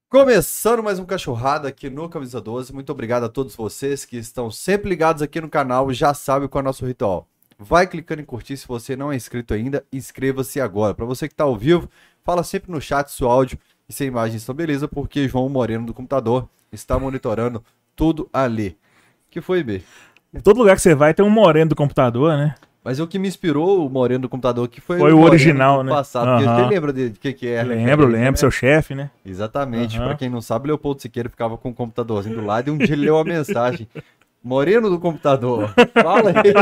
Começando mais um Cachorrada aqui no Camisa 12. Muito obrigado a todos vocês que estão sempre ligados aqui no canal, já sabem qual é o nosso ritual. Vai clicando em curtir se você não é inscrito ainda, inscreva-se agora. Para você que está ao vivo, fala sempre no chat se o áudio e se a imagem estão beleza, porque João Moreno do computador está monitorando tudo ali. Que foi, B? Em todo lugar que você vai tem um moreno do computador, né? Mas o que me inspirou o Moreno do computador que foi o original, né? Passado. Porque você lembra de que é? Lembro, né? Seu chefe, né? Exatamente. Pra quem não sabe, Leopoldo Siqueira ficava com o computadorzinho do lado e um dia ele leu uma mensagem. Moreno do computador. Fala aí.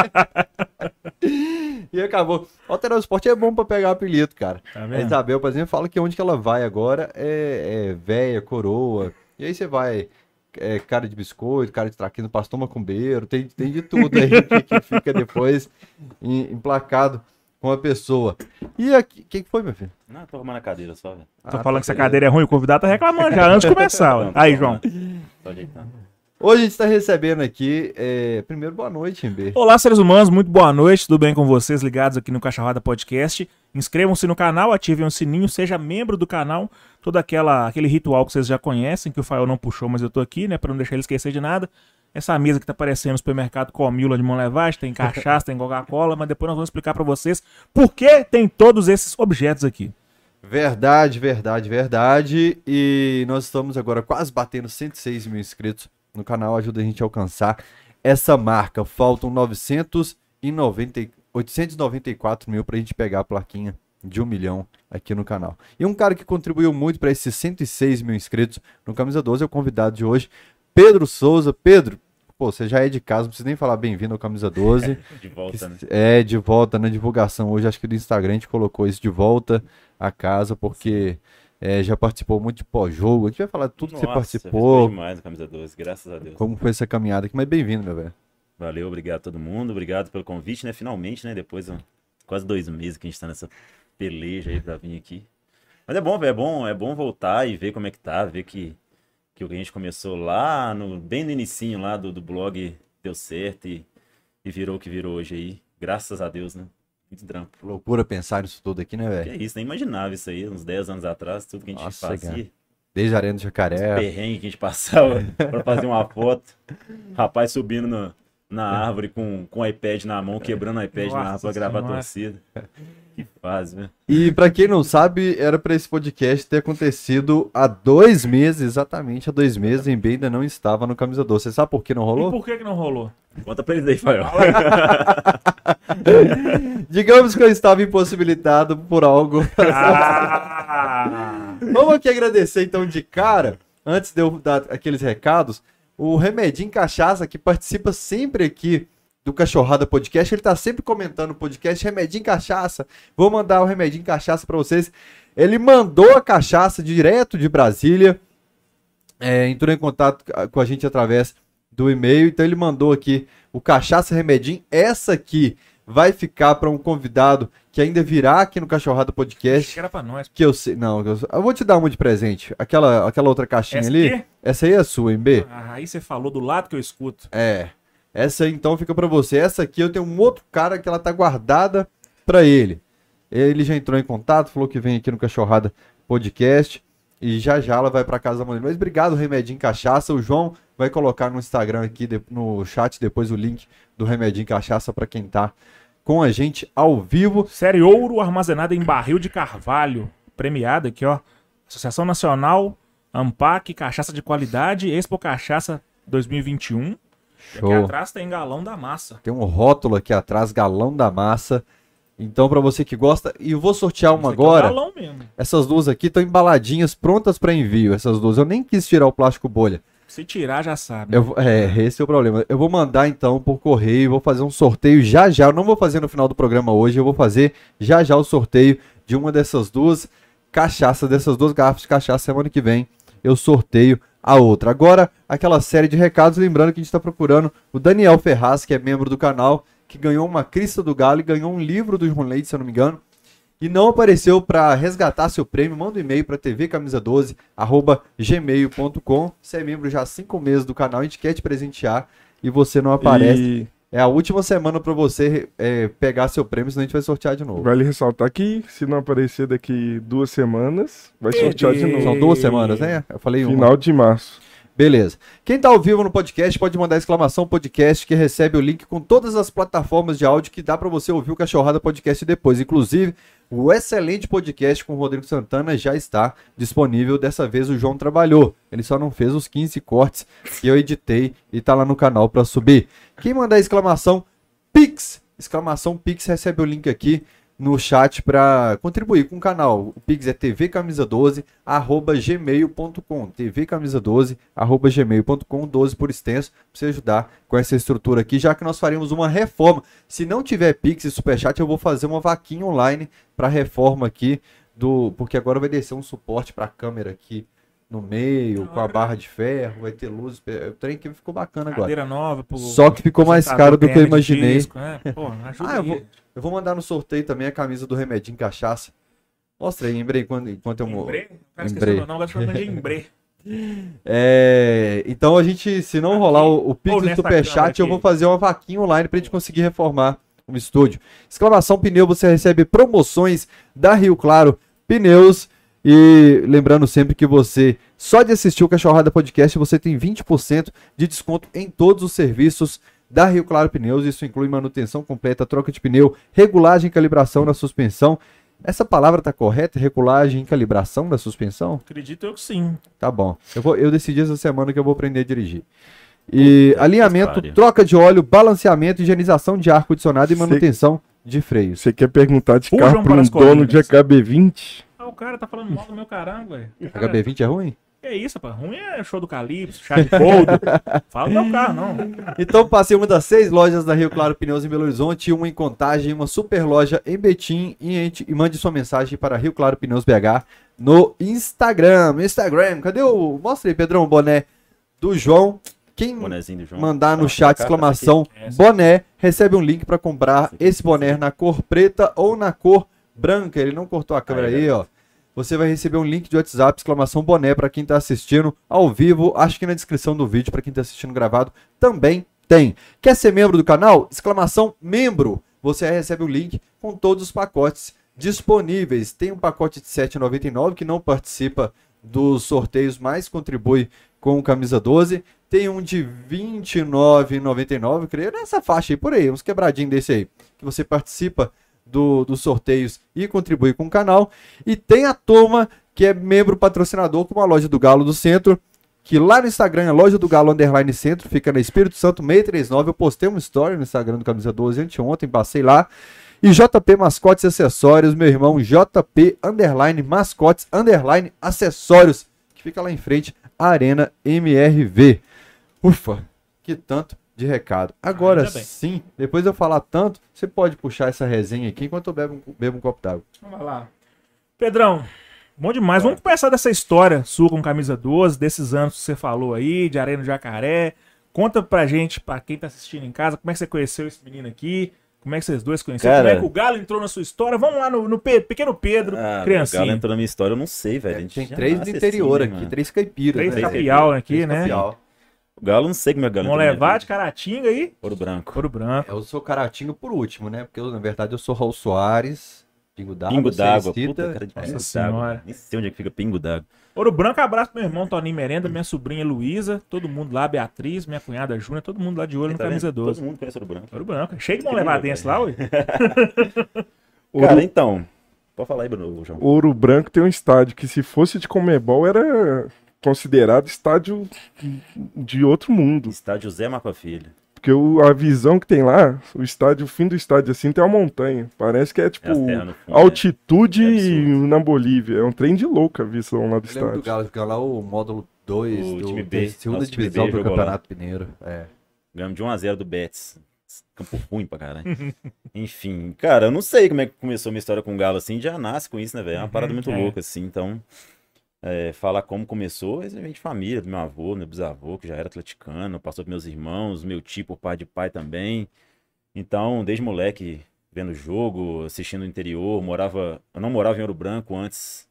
E acabou. Alterar o esporte é bom pra pegar apelido, cara. Tá vendo? A Isabel, por exemplo, fala que onde que ela vai agora é véia, coroa. E aí você vai... cara de biscoito, cara de traquinas, pastor macumbeiro, tem de tudo aí que fica depois emplacado com a pessoa. E aqui, o que foi, meu filho? Não, tô arrumando a cadeira só, velho. Tô falando que essa cadeira é ruim, o convidado tá reclamando já antes de começar. Ó. Aí, João. Tô ajeitando. Hoje a gente está recebendo aqui, primeiro, boa noite, MB. Olá, seres humanos, muito boa noite, tudo bem com vocês ligados aqui no Cachorrada Podcast? Inscrevam-se no canal, ativem o sininho, seja membro do canal, todo aquele ritual que vocês já conhecem, que o Fael não puxou, mas eu tô aqui, né, pra não deixar ele esquecer de nada. Essa mesa que tá aparecendo no supermercado com a Mila de mão levagem, tem cachaça, tem Coca-Cola, mas depois nós vamos explicar pra vocês por que tem todos esses objetos aqui. Verdade. E nós estamos agora quase batendo 106 mil inscritos no canal, ajuda a gente a alcançar essa marca. Faltam 894 mil pra gente pegar a plaquinha de 1 milhão aqui no canal. E um cara que contribuiu muito para esses 106 mil inscritos no Camisa 12 é o convidado de hoje, Pedro Souza. Pedro, pô, você já é de casa, não precisa nem falar bem-vindo ao Camisa 12. De volta, né? De volta na divulgação hoje, acho que do Instagram a gente colocou isso de volta a casa, porque já participou muito de pós-jogo. A gente vai falar de tudo que você participou. Foi demais a Camisa 12, graças a Deus. Como foi essa caminhada aqui, mas bem-vindo, meu velho. Valeu, obrigado a todo mundo, obrigado pelo convite, né? Finalmente, né? Depois de quase 2 meses que a gente tá nessa peleja aí pra vir aqui. Mas é bom, velho, é bom voltar e ver como é que tá, ver que o que a gente começou lá, bem no inicinho lá do blog deu certo e virou o que virou hoje aí. Graças a Deus, né? Muito trampo. Loucura pensar nisso tudo aqui, né, velho? Que é isso, nem imaginava isso aí, uns 10 anos atrás, tudo que a gente fazia. Cara. Desde a Arena do Jacaré. Os perrengues que a gente passava pra fazer uma foto. Rapaz subindo na árvore com o iPad na mão, quebrando o iPad na árvore pra gravar a torcida. Que fase, né? E pra quem não sabe, era pra esse podcast ter acontecido há 2 meses, exatamente há 2 meses, e ainda não estava no Camisa 12. Você sabe por que não rolou? E por que não rolou? Conta pra eles aí, Fael. Digamos que eu estava impossibilitado por algo. Vamos aqui agradecer então de cara, antes de eu dar aqueles recados, o Remedinho Cachaça, que participa sempre aqui do Cachorrada Podcast, ele tá sempre comentando o podcast, Remedinho Cachaça, vou mandar o Remedinho Cachaça pra vocês. Ele mandou a cachaça direto de Brasília, entrou em contato com a gente através do e-mail, então ele mandou aqui o Cachaça Remedinho. Essa aqui vai ficar para um convidado que ainda virá aqui no Cachorrada Podcast. Acho que era pra nós. Que eu sei, não, eu vou te dar uma de presente. Aquela outra caixinha ali, aqui? Essa aí é sua, MB. Aí você falou do lado que eu escuto. Essa aí então fica pra você. Essa aqui eu tenho um outro cara que ela tá guardada pra ele. Ele já entrou em contato, falou que vem aqui no Cachorrada Podcast e já ela vai pra casa da mãe. Mas obrigado, Remedinho Cachaça. O João vai colocar no Instagram aqui, no chat, depois o link do Remedinho Cachaça pra quem tá com a gente ao vivo. Série ouro armazenada em barril de carvalho. Premiada aqui, ó. Associação Nacional Ampac, cachaça de qualidade, Expo Cachaça 2021. Show. E aqui atrás tem Galão da Massa. Tem um rótulo aqui atrás, Galão da Massa. Então, pra você que gosta, e eu vou sortear uma agora. É um galão mesmo. Essas duas aqui estão embaladinhas, prontas para envio. Essas duas. Eu nem quis tirar o plástico bolha. Se tirar, já sabe. Né? Esse é o problema. Eu vou mandar então por correio, vou fazer um sorteio já. Eu não vou fazer no final do programa hoje, eu vou fazer já o sorteio de uma dessas duas cachaças, dessas duas garrafas de cachaça. Semana que vem eu sorteio a outra. Agora, aquela série de recados, lembrando que a gente está procurando o Daniel Ferraz, que é membro do canal, que ganhou uma crista do Galo e ganhou um livro do João Leite, se eu não me engano, e não apareceu para resgatar seu prêmio. Manda um e-mail para tvcamisa12@gmail.com. Você é membro já há 5 meses do canal, a gente quer te presentear e você não aparece. É a última semana pra você pegar seu prêmio, senão a gente vai sortear de novo. Vale ressaltar que, se não aparecer daqui 2 semanas, vai sortear de novo. São 2 semanas, né? Eu falei uma. Final de março. Beleza. Quem tá ao vivo no podcast pode mandar exclamação podcast que recebe o link com todas as plataformas de áudio que dá pra você ouvir o Cachorrada Podcast depois. Inclusive, o excelente podcast com o Rodrigo Santana já está disponível. Dessa vez o João trabalhou. Ele só não fez os 15 cortes que eu editei e tá lá no canal pra subir. Quem mandar exclamação Pix, recebe o link aqui no chat para contribuir com o canal. O Pix é tvcamisa12@gmail.com. tvcamisa12@gmail.com, 12 por extenso, para você ajudar com essa estrutura aqui, já que nós faremos uma reforma. Se não tiver Pix e Superchat, eu vou fazer uma vaquinha online para reforma aqui, porque agora vai descer um suporte para a câmera aqui no meio, com a barra de ferro, vai ter luz. O trem que ficou bacana agora. Cadeira nova. Só que ficou mais caro do que eu imaginei. Disco, né? Pô, ajuda aí. Eu vou mandar no sorteio também a camisa do Remedinho Cachaça. Mostra aí, Embrei, enquanto eu moro. Não, agora chamando de Embrei. Então a gente, se não rolar o Pix do Superchat, eu vou fazer uma vaquinha online pra gente conseguir reformar o estúdio. Exclamação Pneu, você recebe promoções da Rio Claro Pneus. E lembrando sempre que você, só de assistir o Cachorrada Podcast, você tem 20% de desconto em todos os serviços da Rio Claro Pneus. Isso inclui manutenção completa, troca de pneu, regulagem e calibração da suspensão. Essa palavra tá correta? Regulagem e calibração da suspensão? Acredito eu que sim. Tá bom. Eu decidi essa semana que eu vou aprender a dirigir. E alinhamento, troca de óleo, balanceamento, higienização de ar condicionado e manutenção de freios. Você quer perguntar de carro para um dono de HB20? O cara tá falando mal do meu caramba, velho. HB20 é ruim? Que isso, rapaz? Ruim é show do Calypso, chá de poldo. Fala do meu carro, não. Então passei uma das 6 lojas da Rio Claro Pneus em Belo Horizonte, uma em Contagem, uma super loja em Betim, e mande sua mensagem para Rio Claro Pneus BH no Instagram. Cadê o... Mostra aí, Pedrão, o boné do João. Quem do João. Mandar no chat exclamação boné, recebe um link para comprar esse boné na cor preta ou na cor branca. Ele não cortou a câmera aí, ó. Você vai receber um link de WhatsApp, exclamação boné, para quem está assistindo ao vivo. Acho que na descrição do vídeo, para quem está assistindo gravado, também tem. Quer ser membro do canal? Exclamação membro. Você recebe um link com todos os pacotes disponíveis. Tem um pacote de R$ 7,99 que não participa dos sorteios, mas contribui com o Camisa 12. Tem um de R$ 29,99, creio, nessa faixa aí, por aí, uns quebradinhos desse aí, que você participa dos sorteios e contribui com o canal. E tem a turma que é membro patrocinador, como a Loja do Galo do Centro, que lá no Instagram é Loja do Galo _ Centro, fica na Espírito Santo 639. Eu postei uma story no Instagram do Camisa 12 anteontem, passei lá. E JP Mascotes e Acessórios, meu irmão, JP _ Mascotes _ Acessórios, que fica lá em frente à Arena MRV. Ufa, que tanto de recado. Agora sim, depois de eu falar tanto, você pode puxar essa resenha aqui enquanto eu bebo um copo d'água. Vamos lá. Pedrão, bom demais. Vamos começar dessa história sua com Camisa 12, desses anos que você falou aí, de Arena do Jacaré. Conta pra gente, pra quem tá assistindo em casa, como é que você conheceu esse menino aqui? Como é que vocês dois conheceram? Cara, como é que o Galo entrou na sua história? Vamos lá no pequeno Pedro, criancinha. O Galo entrou na minha história, eu não sei, velho. Tem 3 do interior assim, aqui, 3 caipiras. 3 capial aqui, né? Capial. O Galo, não sei como é o Galo. Vamos levar de Caratinga aí? Ouro Branco. Ouro Branco. Eu sou Caratinga por último, né? Porque na verdade eu sou Raul Soares, Pingo d'Água. Pingo d'Água. Puta, Cara de Nossa Pingo Senhora. d'Água. Nem sei onde é que fica Pingo d'Água. Ouro Branco, abraço pro meu irmão Toninho Merenda, minha sobrinha Luísa, todo mundo lá, Beatriz, minha cunhada Júnia, todo mundo lá de olho no Tá Camisa vendo? 12. Todo mundo conhece Ouro Branco. Ouro Branco. Cheio de mão levadense lá, ué. Cara, então... Pode falar aí, Bruno, João. Ouro Branco tem um estádio que, se fosse de Conmebol, era considerado estádio de outro mundo. Estádio Zé Mapa Filho. Porque a visão que tem lá, o fim do estádio assim, tem uma montanha. Parece que é tipo É as terras no fundo, altitude É absurdo. na Bolívia. É um trem de louca a visão lá do Eu lembro do estádio. Galo, fica lá o módulo 2 O do time B. segunda Nosso time divisão B do jogou Campeonato Mineiro. É. Ganhamos de 1-0 do Betis. Campo ruim pra caralho. Enfim, cara, eu não sei como é que começou a minha história com o Galo, assim, já nasce com isso, né, velho? É uma parada muito louca, assim, então... falar como começou, exatamente família, do meu avô, meu bisavô, que já era atleticano, passou pros meus irmãos, meu tio por pai de pai também. Então, desde moleque, vendo jogo, assistindo no interior, eu não morava em Ouro Branco antes,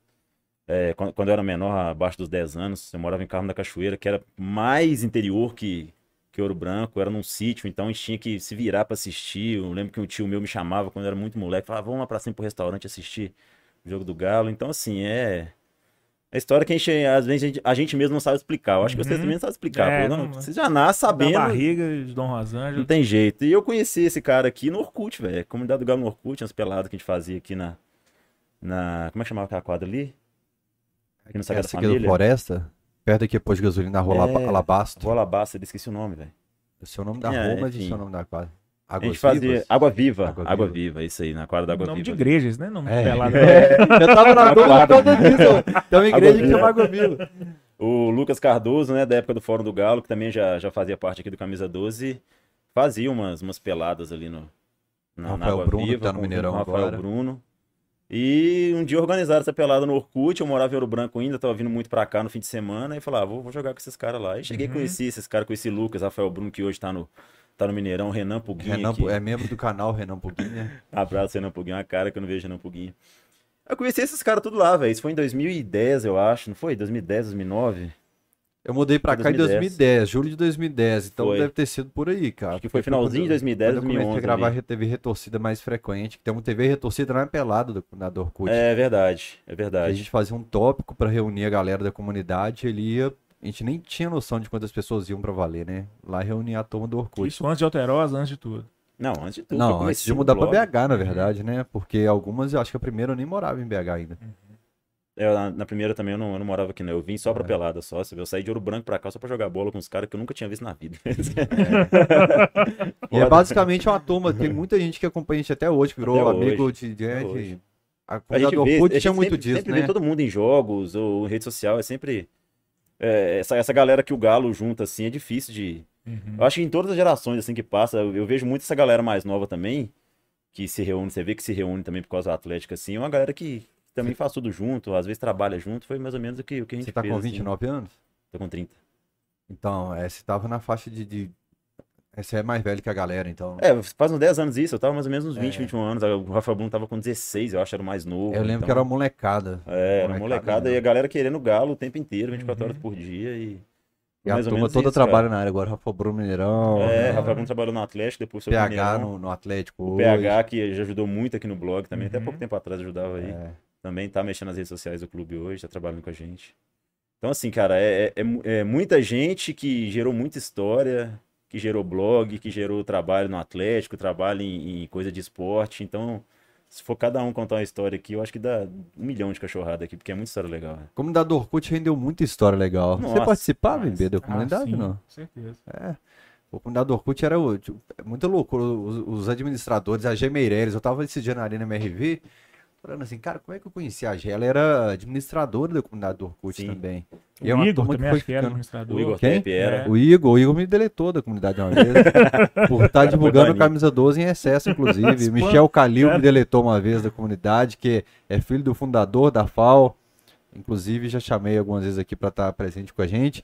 quando eu era menor, abaixo dos 10 anos, eu morava em Carmo da Cachoeira, que era mais interior que que Ouro Branco, era num sítio, então a gente tinha que se virar pra assistir. Eu lembro que um tio meu me chamava quando eu era muito moleque, falava, vamos lá pra cima pro restaurante assistir o jogo do Galo. Então, assim, é história que às vezes a gente mesmo não sabe explicar. Eu acho que vocês também não sabem explicar. É, Pô. Não, não- vocês já nascem Da sabendo, barriga de Dom não Rosângela. tem jeito. E eu conheci esse cara aqui no Orkut, velho. Comunidade do Galo no Orkut, umas peladas que a gente fazia aqui na como é que chamava aquela quadra ali? Aqui no Sagrada Essa aqui é do Família. Floresta, perto aqui, posto de gasolina, na rua É. Alabastro. Rua Alabastro, eu esqueci o nome, velho. Esse é o nome da É, rua, mas enfim. esse é o nome da quadra. A Águas gente fazia Vivas? Água Viva. Água Água Viva. Viva, isso aí, na quadra da Água Nome de Viva. igrejas, né? Nome É. pelado. Eu tava na dúvida por causa disso. Tem uma igreja que Viva. chama Água Viva. O Lucas Cardoso, né, da época do Fórum do Galo, que também já fazia parte aqui do Camisa 12, fazia umas peladas ali na Rafael Água Bruno, que Viva, tá no com Mineirão o Rafael agora. Bruno. E um dia organizaram essa pelada no Orkut, eu morava em Ouro Branco ainda, tava vindo muito pra cá no fim de semana, e falava, vou jogar com esses caras lá. E cheguei a conhecer esses caras, conheci Lucas, Rafael Bruno, que hoje tá no Mineirão, Renan Puguinha Renan, aqui. é membro do canal Renan Puguinha. Abraço, Renan Puguinha, uma cara que eu não vejo Renan Puguinha. Eu conheci esses caras tudo lá, velho. Isso foi em 2010, eu acho, não foi? 2010, 2009? Eu mudei pra Foi cá em 2010. 2010, julho de 2010. Então Foi. deve ter sido por aí, cara. Acho que foi Porque finalzinho de 2010, quando eu comecei a 2011 gravar ali. TV retorcida mais frequente. Que tem uma TV retorcida na pelada do Orkut. É verdade, é Que a verdade. gente fazia um tópico pra reunir a galera da comunidade. Ele ia. A gente nem tinha noção de quantas pessoas iam pra valer, né? Lá reunia a turma do Orkut. Isso antes de Alterosa, antes de tudo. Não, antes de tudo. eu Não, comecei antes de no mudar pra blog. BH, na verdade, né? Porque algumas, eu acho que a primeira eu nem morava em BH ainda. Na primeira também eu não morava aqui, não. Eu vim só pra pelada, só. Eu saí de Ouro Branco pra cá só pra jogar bola com os caras que eu nunca tinha visto na vida. E é basicamente uma turma, tem muita gente que acompanha a gente até hoje, que virou Até hoje, amigo de até hoje. A A comunidade gente do vê, Orkut a gente tinha muito sempre, disso, sempre né? vê todo mundo em jogos ou em rede social. É sempre. Essa galera que o Galo junta, assim, é difícil de. Eu acho que em todas as gerações, assim, que passa, eu vejo muito essa galera mais nova também, que se reúne, você vê que se reúne também por causa do Atlético, assim. É uma galera que também faz tudo junto, às vezes trabalha junto. Foi mais ou menos o que a gente Você tá fez. com assim. 29 anos? Tô com 30. Então, você tava na faixa de. Você é mais velho que a galera, então. Faz uns 10 anos isso, eu tava mais ou menos uns 20, 21 anos. O Rafael Bruno tava com 16, eu acho que era o mais novo. Eu lembro então... que era uma molecada. Era molecada e a mesmo. galera querendo Galo o tempo inteiro, 24 horas por dia E a mais ou turma menos toda isso, trabalha cara. na área agora. Rafael Bruno Mineirão. Rafael Bruno trabalhou no Atlético, depois foi pro PH Mineirão. no Atlético. O hoje. PH, que já ajudou muito aqui no blog também, até Uhum. pouco tempo atrás ajudava aí. Também tá mexendo nas redes sociais do clube hoje, tá trabalhando com a gente. Então, assim, cara, é muita gente que gerou muita história, que gerou blog, que gerou trabalho no Atlético, trabalho em coisa de esporte. Então, se for cada um contar uma história aqui, eu acho que dá 1 milhão de cachorrada aqui, porque é muita história legal. Né? A comunidade do Orkut rendeu muita história legal. Você Nossa, participava, demais. MB, da comunidade, sim, não? Com certeza. A comunidade do Orkut era muita loucura. Os administradores, a G Meireles, eu tava esse dia na Arena MRV, falando assim, cara, como é que eu conheci a G? Ela era administradora da comunidade do Orkut Sim. também. O E é uma Igor turma também foi acho que era ficando- administrador. O Igor Quem? Tepe era. É. O Igor me deletou da comunidade uma vez. Por estar divulgando banido. camisa 12 em excesso, inclusive. Michel Calil me deletou uma vez da comunidade, que é filho do fundador da FAO. Inclusive, já chamei algumas vezes aqui para estar presente com a gente.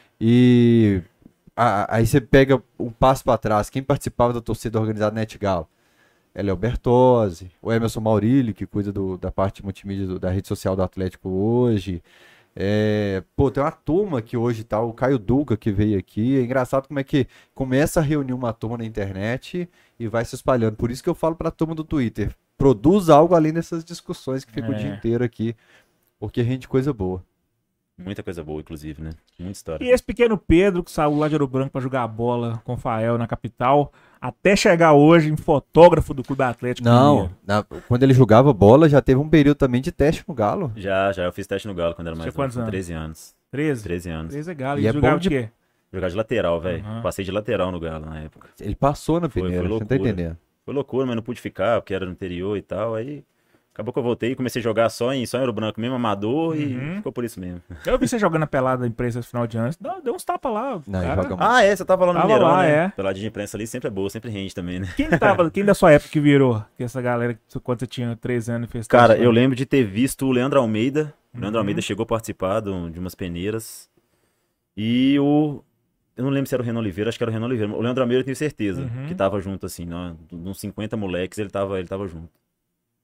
E aí você pega um passo para trás. Quem participava da torcida organizada Net Galo? Eléo Bertozzi, o Emerson Maurílio, que cuida da parte multimídia da rede social do Atlético hoje. Tem uma turma que hoje tá, o Caio Duca que veio aqui. É engraçado como é que começa a reunir uma turma na internet e vai se espalhando. Por isso que eu falo pra turma do Twitter, produz algo além dessas discussões que fica o dia inteiro aqui, porque rende coisa boa. Muita coisa boa, inclusive, né? Muita história. E esse pequeno Pedro que saiu lá de Ouro Branco pra jogar bola com o Fael na capital, até chegar hoje em fotógrafo do Clube Atlético Não, Mineiro. quando ele jogava bola, já teve um período também de teste no Galo. Já, eu fiz teste no Galo quando era Tinha mais quantos novo, com anos? 13 anos. 13? 13 anos. 13 é Galo. E E é jogava bom de quê? Jogar de lateral, velho. Uhum. Passei de lateral no Galo na época. Ele passou na Foi peneira, você não tá loucura. entendendo. Foi loucura, mas não pude ficar, porque era no interior e tal. Aí acabou que eu voltei e comecei a jogar só em Ouro Branco mesmo, amador, e ficou por isso mesmo. Eu vi você jogando a pelada da imprensa esse final de ano. Deu uns tapas lá. Não, ele cara. joga muito. Ah, você tava lá no Tava Mineirão, lá, né? é. Peladinha de imprensa ali sempre é boa, sempre rende também, né? Quem da sua época que virou? Que essa galera, quando você tinha 13 anos e fez Cara, teste eu lá? lembro de ter visto o Leandro Almeida. O Leandro Almeida chegou a participar de umas peneiras. E eu não lembro se era o Renan Oliveira, acho que era o Renan Oliveira. O Leandro Almeida eu tenho certeza que tava junto, assim, né? Uns 50 moleques, ele tava junto.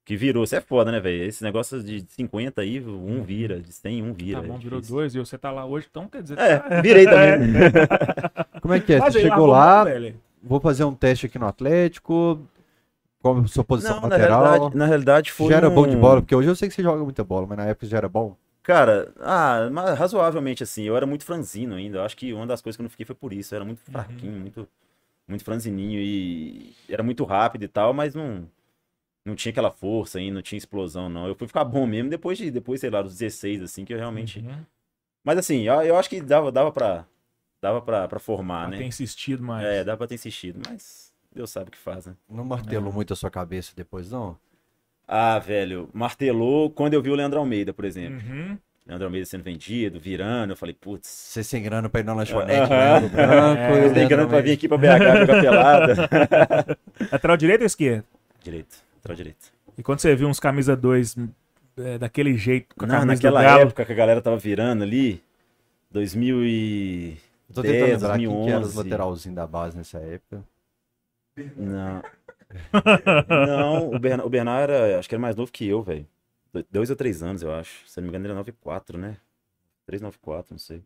Que virou. Isso é foda, né, velho? Esse negócio de 50 aí, um vira. De 100, um vira. Tá bom, é virou difícil. 2 e você tá lá hoje, então quer dizer... Virei também. Como é que é? Mas Você aí, chegou largou lá, mão, velho. vou fazer um teste aqui no Atlético. Qual a sua posição Não, lateral? na realidade foi Já era bom de um- bola, porque hoje eu sei que você joga muita bola, mas na época já era bom. Cara, mas razoavelmente assim, eu era muito franzino ainda. Eu acho que uma das coisas que eu não fiquei foi por isso. Eu era muito fraquinho, muito franzininho e era muito rápido e tal, mas não tinha aquela força ainda, não tinha explosão, não. Eu fui ficar bom mesmo depois, sei lá, dos 16, assim, que eu realmente. Uhum. Mas assim, eu acho que dava pra formar, Pra ter né? insistido mais. É, dava pra ter insistido, mas Deus sabe o que faz, né? Não martelou muito a sua cabeça depois, não? Ah, velho, martelou quando eu vi o Leandro Almeida, por exemplo. Uhum. Leandro Almeida sendo vendido, virando, eu falei, putz. Você sem grana pra ir na lanchonete, Aham. né? Branco, Eu dei grana pra vir aqui pra BH jogar pelada. Lateral direito ou esquerda? Direito, lateral direito. E quando você viu uns camisa 2 daquele jeito, com a Não, camisa naquela do Galo, época que a galera tava virando ali, 2010, Tô tentando lembrar quem 2011. que era os lateralzinhos da base nessa época. Não. Não, o Bernard era, acho que era mais novo que eu, velho. 2 ou 3 anos, eu acho. Se não me engano, ele era 94, né? 394, não sei.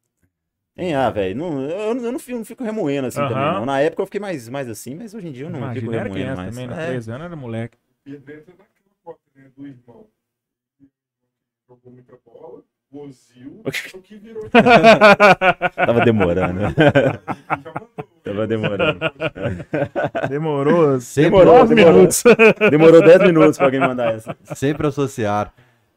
Velho, eu não fico remoendo assim também, Aham. não. Na época eu fiquei mais assim, mas hoje em dia eu não fico imagina, era remoendo criança mais. também, né? É, 3 anos era moleque. Pedro entra naquela foto, né, do irmão. Jogou muita bola, o Ozil, o que virou. tava demorando. Já mandou. Tava demorando. Demorou Sempre, 9 minutos. Demorou 10 minutos pra alguém mandar essa. sempre associaram.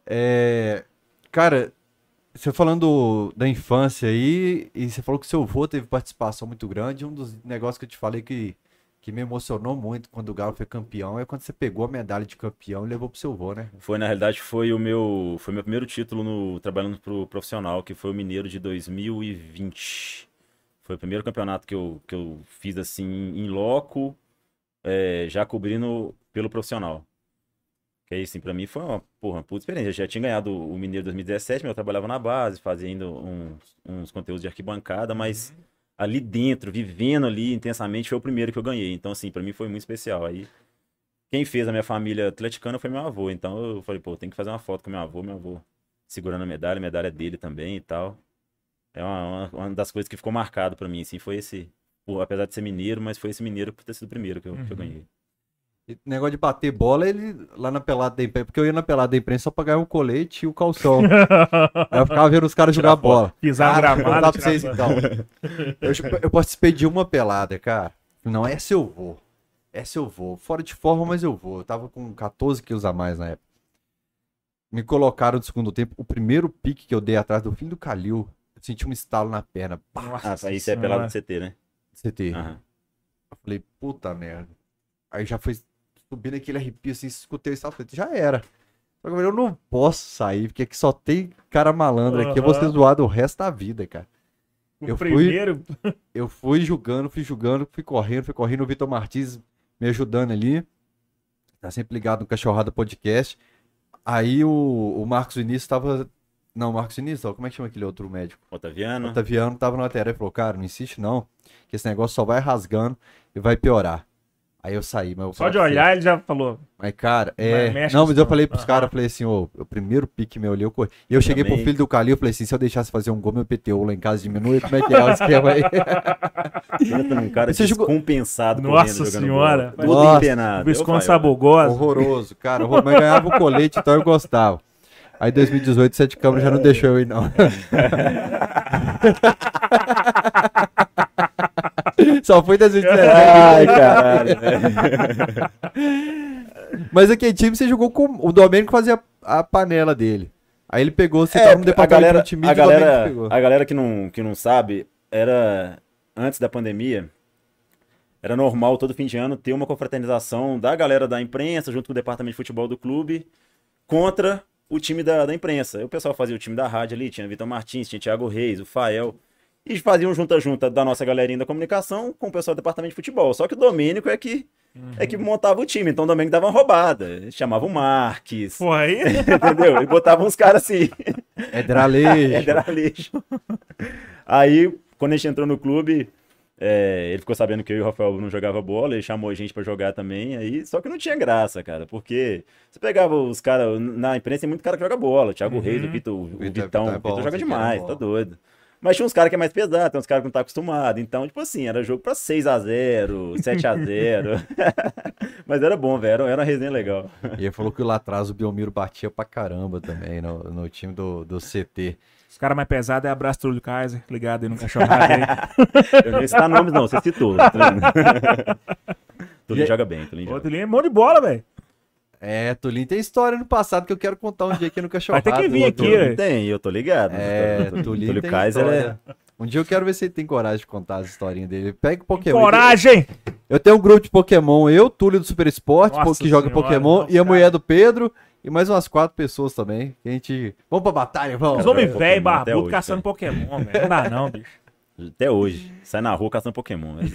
Cara, você falando da infância aí, e você falou que seu avô teve participação muito grande. Um dos negócios que eu te falei que me emocionou muito quando o Galo foi campeão é quando você pegou a medalha de campeão e levou pro seu avô, né? Na realidade, foi meu primeiro título trabalhando pro profissional, que foi o Mineiro de 2020. Foi o primeiro campeonato que eu fiz assim, em loco, já cobrindo pelo profissional. Que aí, assim, pra mim foi uma puta experiência. Eu já tinha ganhado o Mineiro 2017, mas eu trabalhava na base, fazia ainda uns conteúdos de arquibancada, mas ali dentro, vivendo ali intensamente, foi o primeiro que eu ganhei. Então, assim, pra mim foi muito especial. Aí, quem fez a minha família atleticana foi meu avô. Então, eu falei, pô, tem que fazer uma foto com meu avô segurando a medalha dele também e tal. É uma das coisas que ficou marcado pra mim, assim, foi esse, pô, apesar de ser mineiro, mas foi esse mineiro por ter sido o primeiro que eu ganhei. E negócio de bater bola, ele lá na pelada da imprensa, porque eu ia na pelada da imprensa só pra ganhar o colete e o calção. Aí eu ficava vendo os caras jogar bola. Pisar no Cara, vou gramado. contar pra tirar vocês então. Eu participei de uma pelada, cara. Não, essa eu vou. Essa eu vou. Fora de forma, mas eu vou. Eu tava com 14 quilos a mais na época. Me colocaram no segundo tempo. O primeiro pique que eu dei atrás do fim do Calil, eu senti um estalo na perna. Pá, Nossa Aí você é pelado Senhora. do CT, né? CT. Aham. Eu falei, puta merda. Aí já foi subindo aquele arrepio assim, escutei o estalo. Falei, já era. Só que eu falei, eu não posso sair, porque aqui só tem cara malandro aqui. Eu vou ser zoado o resto da vida, cara. O Eu fui- primeiro. Eu fui julgando, fui correndo. O Vitor Martins me ajudando ali. Tá sempre ligado no Cachorrada Podcast. Aí o Marcos Vinícius tava. Não, Marcos Vinícius, ó, como é que chama aquele outro médico? Otaviano. Otaviano tava na lateral e falou, cara, não insiste não, que esse negócio só vai rasgando e vai piorar. Aí eu saí, mas eu Só de olhar ele já falou. Mas, cara, mexe não, com mas eu isso, falei não. pros caras, falei assim, ô, o primeiro pique meu ali, eu corri. E eu cheguei pro também. filho do Calil, eu falei assim, se eu deixasse fazer um gol, meu PTU lá em casa diminui, como é que é o esquema aí? Pensa num cara Você jogou- descompensado Nossa correndo, jogando Senhora. bola. Todo Nossa, empenado. Visconde Eu, Sabugosa. Horroroso, cara, mas ganhava o colete, então eu gostava. Aí em 2018, Sete Câmara já não deixou eu ir, não. Só foi 2017. Ai, caralho. Mas aquele time você jogou com. O Domênico fazia a panela dele. Aí ele pegou, você tava no departamento do time e o Domênico pegou. a galera que não sabe, era antes da pandemia, era normal todo fim de ano ter uma confraternização da galera da imprensa junto com o departamento de futebol do clube contra o time da imprensa. Aí o pessoal fazia o time da rádio ali, tinha Vitor Martins, tinha Thiago Reis, o Fael, e faziam um junta-junta da nossa galerinha da comunicação com o pessoal do departamento de futebol. Só que o Domênico é que montava o time, então o Domênico dava uma roubada, chamava o Marques, Pô, aí. entendeu? E botava uns caras assim. É Dralejo. Era lixo. Aí, quando a gente entrou no clube, ele ficou sabendo que eu e o Rafael não jogava bola, ele chamou a gente pra jogar também, aí, só que não tinha graça, cara, porque você pegava os caras, na imprensa tem muito cara que joga bola, o Thiago Reis, o Vitão, é o bom, Vitor joga esse demais, cara é tá bom. doido. Mas tinha uns caras que é mais pesado, tem uns caras que não tá acostumado, então, tipo assim, era jogo pra 6-0, 7-0, mas era bom, velho, era uma resenha legal. E ele falou que lá atrás o Biomiro batia pra caramba também no time do CT. Os caras mais pesados é abraço Túlio Kaiser, ligado aí no cachorrado aí. Eu não ia citar nomes não, você citou. Tulinho joga bem, Tulinho O joga. Tulinho é mão de bola, velho. É, Tulinho tem história no passado que eu quero contar um dia aqui no Cachorrado. Vai ter que vir aqui, Tulinho. velho. Tem, eu tô ligado. É, Tulinho Túlio tem Kaiser história. Um dia eu quero ver se ele tem coragem de contar as historinhas dele. Pega o Pokémon. Coragem! Eu tenho um grupo de Pokémon, eu, Túlio do Super Esporte, Nossa que joga senhora, Pokémon, não, e a cara. mulher do Pedro, e mais umas 4 pessoas também. Que a gente. Vamos pra batalha, Os vamos. homens Pokémon velho, até barbudo, hoje, caçando Pokémon, velho. Não dá não, bicho. Até hoje. Sai na rua caçando Pokémon. Velho.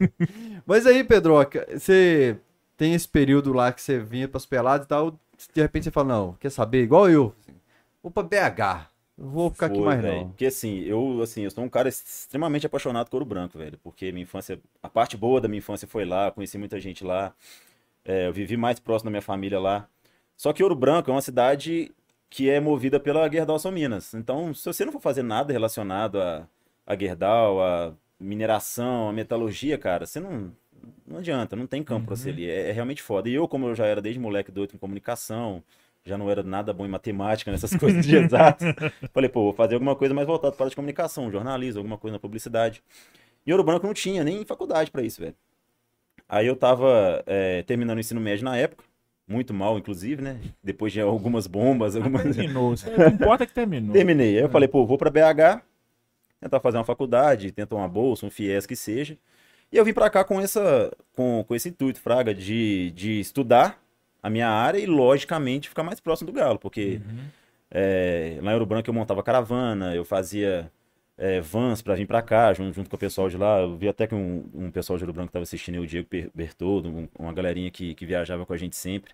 Mas aí, Pedroca, você tem esse período lá que você vinha pras peladas e tal, de repente você fala, não, quer saber? Igual eu. Assim, vou pra BH. Não vou ficar aqui Foi, mais velho. não. Porque assim, eu sou um cara extremamente apaixonado por Ouro Branco, velho. Porque minha infância, a parte boa da minha infância foi lá, conheci muita gente lá. Eu vivi mais próximo da minha família lá. Só que Ouro Branco é uma cidade que é movida pela Gerdau São Minas. Então, se você não for fazer nada relacionado a Gerdau, a mineração, a metalurgia, cara, você não adianta, não tem campo pra ser ali. É realmente foda. E eu, como eu já era desde moleque doido em comunicação, já não era nada bom em matemática, nessas coisas de exatos, falei, pô, vou fazer alguma coisa mais voltada para a de comunicação, jornalismo, alguma coisa na publicidade. E Ouro Branco não tinha nem faculdade pra isso, velho. Aí eu tava terminando o ensino médio na época, muito mal, inclusive, né? Depois de algumas bombas, algumas... Terminou. O que importa é que terminou. Terminei. Aí eu falei, pô, vou pra BH, tentar fazer uma faculdade, tentar uma bolsa, um FIES que seja. E eu vim pra cá com esse intuito, Fraga, de estudar a minha área e, logicamente, ficar mais próximo do Galo, porque lá em Ouro Branco eu montava caravana, eu fazia vans pra vir pra cá, junto com o pessoal de lá. Eu vi até que um pessoal de Ouro Branco tava assistindo aí, o Diego Bertoldo, uma galerinha que viajava com a gente sempre.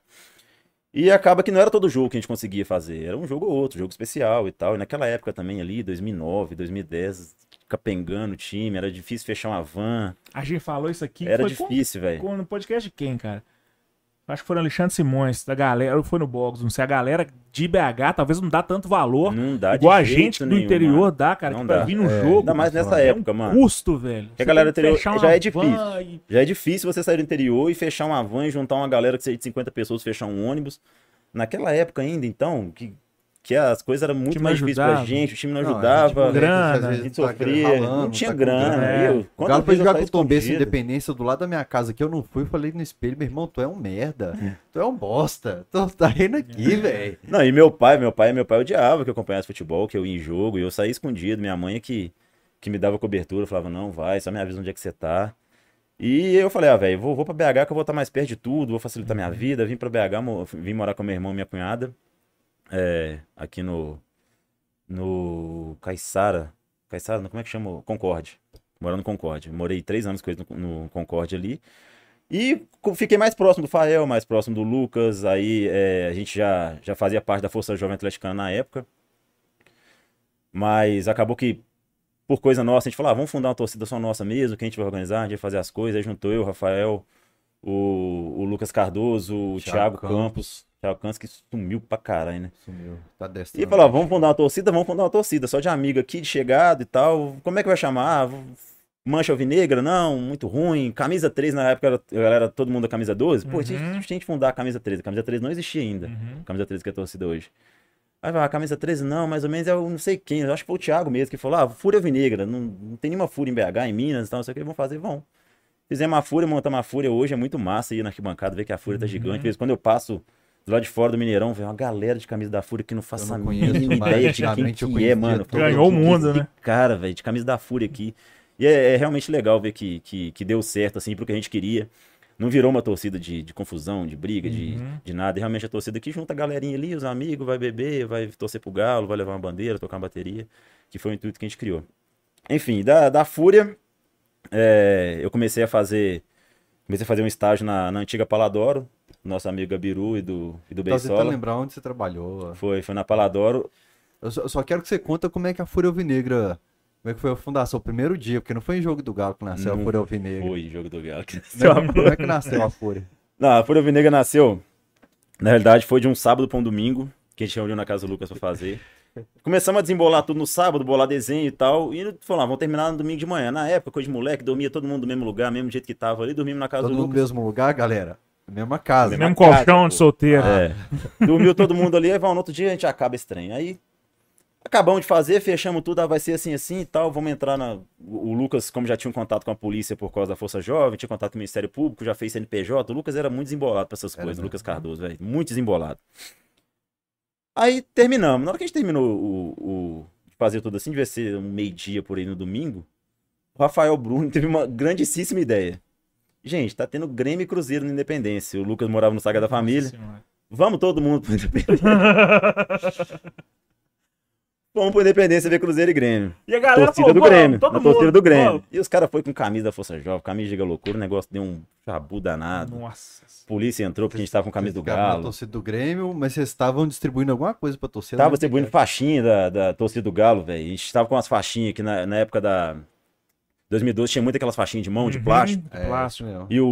E acaba que não era todo jogo que a gente conseguia fazer, era um jogo ou outro, jogo especial e tal. E naquela época também ali, 2009, 2010, capengando o time, era difícil fechar uma van, A gente falou isso aqui. era foi difícil, velho. no podcast de quem, cara? Acho que foi no Alexandre Simões, da galera, ou foi no Box, não sei. A galera de BH talvez não dá tanto valor. Não dá de igual a jeito gente do nenhum, interior mano. dá, cara. Não que pra dá. vir no jogo. Ainda mais nessa é época, um mano. custo, velho. Porque a galera do tem que interior fechar uma já é van difícil. e- Já é difícil você sair do interior e fechar uma van e juntar uma galera que seja de 50 pessoas, fechar um ônibus. Naquela época ainda, então, que as coisas eram muito time mais não difíceis pra ajudava. gente, o time não Não, ajudava, grana, a gente sofria, não tinha grana. É. Eu, O quantas Galo foi vezes eu jogar saí com o Tom Benz escondido? Independência do lado da minha casa, que eu não fui, eu falei no espelho, meu irmão, tu é um merda, tu é um bosta, tu tá rindo aqui, velho. Não, e meu pai odiava que eu acompanhasse futebol, que eu ia em jogo, e eu saía escondido. Minha mãe é que me dava cobertura, falava, não, vai, só me avisa onde é que você tá. E eu falei, velho, vou pra BH que eu vou estar mais perto de tudo, vou facilitar minha vida. Vim pra BH, vim morar com meu irmão e minha cunhada, aqui no Caiçara, não, como é que chama? Concorde. Morando no Concorde. Morei 3 anos com eles no Concorde ali. E fiquei mais próximo do Fael, mais próximo do Lucas. Aí a gente já fazia parte da Força Jovem Atleticana na época. Mas acabou que, por coisa nossa, a gente falou, vamos fundar uma torcida só nossa mesmo, que a gente vai organizar, a gente vai fazer as coisas. Aí juntou eu, o Rafael, o Lucas Cardoso, o Thiago Campos. Thiago Campos que sumiu pra caralho, né? Sumiu, tá E destrando. falou, vamos fundar uma torcida, só de amigo aqui, de chegado e tal. Como é que vai chamar? Mancha Alvinegra? Não, muito ruim. Camisa 13, na época, a galera, todo mundo da camisa 12. Pô, tinha que fundar a camisa 13. A camisa 13 não existia ainda. A camisa 13 que é a torcida hoje. Aí vai, a camisa 13 não, mais ou menos é o não sei quem. Eu acho que foi o Thiago mesmo que falou, Fúria Alvinegra. Não tem nenhuma Fúria em BH, em Minas e tal, não sei o que. Vão fazer, vão. Fizemos uma Fúria, montamos uma Fúria hoje. É muito massa ir na arquibancada, ver que a Fúria tá gigante. Às vezes, quando eu passo do lado de fora do Mineirão, vem uma galera de camisa da Fúria que não faço a mínima ideia de quem que é, mano. Ganhou o mundo, né? Cara, velho, de camisa da Fúria aqui. E é realmente legal ver que deu certo, assim, pro que a gente queria. Não virou uma torcida de confusão, de briga, de nada. E realmente a torcida aqui junta a galerinha ali, os amigos, vai beber, vai torcer pro Galo, vai levar uma bandeira, tocar uma bateria, que foi o intuito que a gente criou. Enfim, da Fúria, eu comecei a fazer um estágio na antiga Paladoro, nosso amigo Gabiru e do Tô tentando Beisola. lembrar onde você trabalhou. Foi na Paladoro. Eu só quero que você conta como é que a Fúria Alvinegra Como é que foi a fundação? O primeiro dia, porque não foi em jogo do Galo que nasceu a Não Fúria Alvinegra. Foi jogo do Galo. Como é que nasceu a Fúria? Não, a Fúria Alvinegra nasceu, na realidade, foi de um sábado para um domingo, que a gente reuniu na casa do Lucas pra fazer. Começamos a desembolar tudo no sábado, bolar desenho e tal, e falamos, vamos terminar no domingo de manhã. Na época, coisa de moleque, dormia todo mundo no mesmo lugar, mesmo jeito que tava ali, dormimos na casa Todo do mundo no Lucas. mesmo lugar, galera? Mesma casa. Mesma Mesmo casa, colchão pô. de solteiro. É. Dormiu todo mundo ali, aí vamos, no outro dia a gente acaba esse trem. Aí acabamos de fazer, fechamos tudo, vai ser assim, assim e tal. Vamos entrar na. O Lucas, como já tinha um contato com a polícia por causa da Força Jovem, tinha contato com o Ministério Público, já fez CNPJ. O Lucas era muito desembolado pra essas coisas, o Lucas Cardoso, velho. Muito desembolado. Aí terminamos. Na hora que a gente terminou de fazer tudo assim, devia ser um meio-dia por aí no domingo, o Rafael Bruno teve uma grandíssima ideia. Gente, tá tendo Grêmio e Cruzeiro na Independência. O Lucas morava no Sagrada Família. Vamos todo mundo pro Independência. Vamos pro Independência ver Cruzeiro e Grêmio. E a galera Torcida do "Vamos, Grêmio. todo Na torcida mundo, do Grêmio. vamos." E os caras foram com camisa da Força Jovem, camisa de Giga Loucura, o negócio deu um chabu danado. Nossa. Polícia entrou porque a gente tava com camisa do Ficaram na Galo. torcida do Grêmio, mas vocês estavam distribuindo alguma coisa pra torcida? Tava né? distribuindo faixinha da torcida do Galo, velho. A gente tava com umas faixinhas que na época da 2012 tinha muito aquelas faixinhas de mão, de plástico. De É, plástico. isso mesmo. E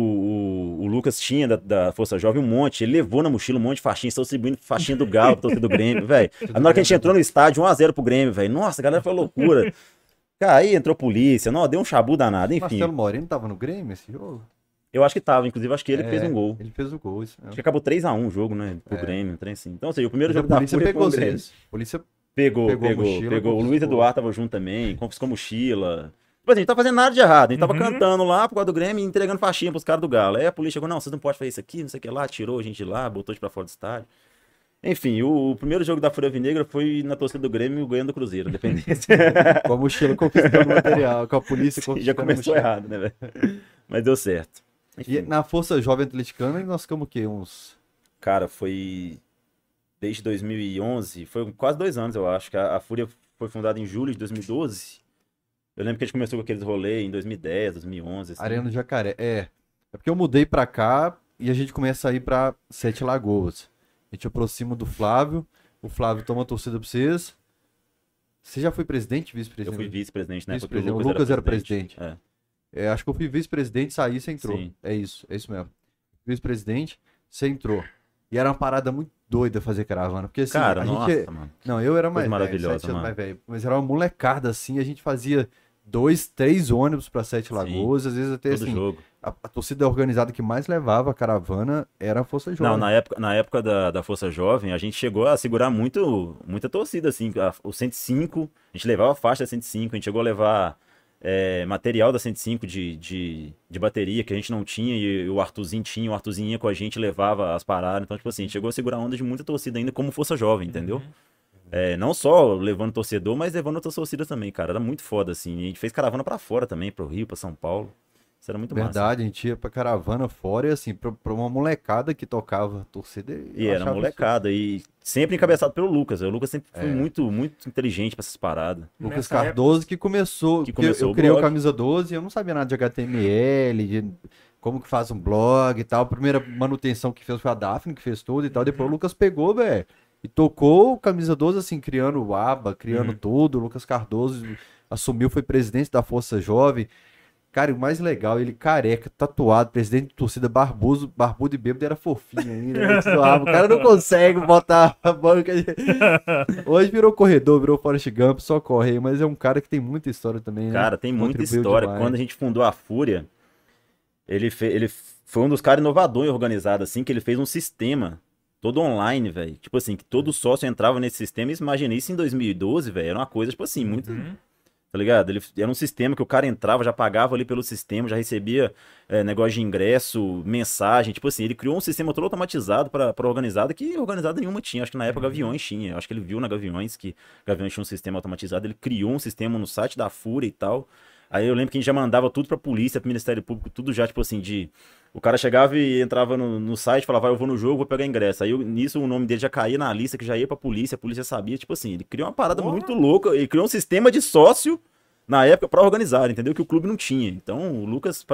o Lucas tinha da Força Jovem um monte. Ele levou na mochila um monte de faixinha. Estão distribuindo faixinha do Galo, torcida do Grêmio, velho. Aí na hora que a gente entrou no estádio, 1x0 pro Grêmio, velho. Nossa, a galera foi loucura. Cara, aí entrou polícia. Não, deu um chabu danado, enfim. Marcelo Moreno tava no Grêmio esse jogo? Eu acho que tava, inclusive acho que ele que fez um gol. Ele fez o gol, isso Acho mesmo. que acabou 3x1 o jogo, né? Pro Grêmio, um trem assim. Então, assim, o primeiro Mas a jogo da polícia Fúria pegou foi o Grêmio. vocês. A polícia Pegou. Pegou a mochila, O Luiz confiscou. Eduardo tava junto também, confiscou mochila. Tipo assim, a gente tá fazendo nada de errado. A gente tava cantando lá por causa do Grêmio e entregando faixinha pros caras do Galo. Aí a polícia chegou, não, vocês não podem fazer isso aqui, não sei o que lá, tirou a gente de lá, botou a gente pra fora do estádio. Enfim, o primeiro jogo da Fúria Alvinegra foi na torcida do Grêmio ganhando do Cruzeiro, Independência. com a mochila confiscando o material, com a polícia confiscando Já a começou mochila. errado, né, velho? Mas deu certo. E Enfim, na Força Jovem Atleticana nós ficamos o quê? Uns... cara, foi desde 2011, foi quase 2 anos, eu acho, que a Fúria foi fundada em julho de 2012. Eu lembro que a gente começou com aqueles rolês em 2010, 2011, assim. Arena do Jacaré. É porque eu mudei pra cá e a gente começa a ir pra Sete Lagoas. A gente aproxima do Flávio, o Flávio toma a torcida pra vocês. Você já foi presidente, Eu vice-presidente? fui vice-presidente, né? Porque Vice-presidente. O Lucas era presidente. É. É, acho que eu fui vice-presidente, saí, você entrou. Sim. É isso mesmo. Vice-presidente, você entrou. E era uma parada muito doida fazer caravana. Porque assim, Cara, a nossa, gente. mano. Não, eu era mais Coisa velho, maravilhosa, 7 anos mano. mais velho. Mas era uma molecada assim, a gente fazia 2, 3 ônibus pra Sete Lagoas, às vezes até Todo assim. jogo. A torcida organizada que mais levava a caravana era a Força Jovem. Não, na época da Força Jovem, a gente chegou a segurar muita torcida, assim. O 105, a gente levava a faixa da 105, a gente chegou a levar material da 105 de bateria que a gente não tinha e o Arthurzinho tinha, o Arthurzinho ia com a gente, levava as paradas. Então, tipo assim, a gente chegou a segurar a onda de muita torcida ainda como Força Jovem, entendeu? Não só levando torcedor, mas levando outras torcidas também, cara. Era muito foda, assim. A gente fez caravana pra fora também, pro Rio, pra São Paulo. Isso era muito massa. Verdade, a gente ia pra caravana fora e assim, pra uma molecada que tocava torcida. E eu era achava molecada. E sempre encabeçado pelo Lucas. O Lucas sempre foi muito inteligente pra essas paradas. isso. Lucas Nessa Cardoso que começou. Que porque começou eu o criei o blog. Camisa 12 e eu não sabia nada de HTML, de como que faz um blog e tal. A primeira manutenção que fez foi a Daphne, que fez tudo e tal. Depois o Lucas pegou, velho. E tocou o Camisa 12, assim, criando o aba, criando tudo. O Lucas Cardoso assumiu, foi presidente da Força Jovem. Cara, e o mais legal, ele careca, tatuado, presidente de torcida barbudo e bêbado, era fofinho ainda. Né? O cara não consegue botar a banca. Hoje virou corredor, virou Forrest Gump, só corre, mas é um cara que tem muita história também, né? Cara, tem muita Contribuiu história. demais. Quando a gente fundou a Fúria, ele foi um dos caras inovadores e organizados, assim, que ele fez um sistema todo online, velho. Tipo assim, que todo sócio entrava nesse sistema e imagina isso em 2012, velho. Era uma coisa, tipo assim, muito... Tá ligado? Ele era um sistema que o cara entrava, já pagava ali pelo sistema, já recebia negócio de ingresso, mensagem. Tipo assim, ele criou um sistema todo automatizado pra organizada que organizada nenhuma tinha. Acho que na época Gaviões tinha. Acho que ele viu na Gaviões que Gaviões tinha um sistema automatizado. Ele criou um sistema no site da Fúria e tal. Aí eu lembro que a gente já mandava tudo pra polícia, pro Ministério Público, tudo já, tipo assim, o cara chegava e entrava no site, falava, eu vou no jogo, vou pegar ingresso. Aí nisso o nome dele já caía na lista, que já ia pra polícia, a polícia sabia, tipo assim, ele criou uma parada muito louca, ele criou um sistema de sócio na época pra organizar, entendeu? Que o clube não tinha. Então o Lucas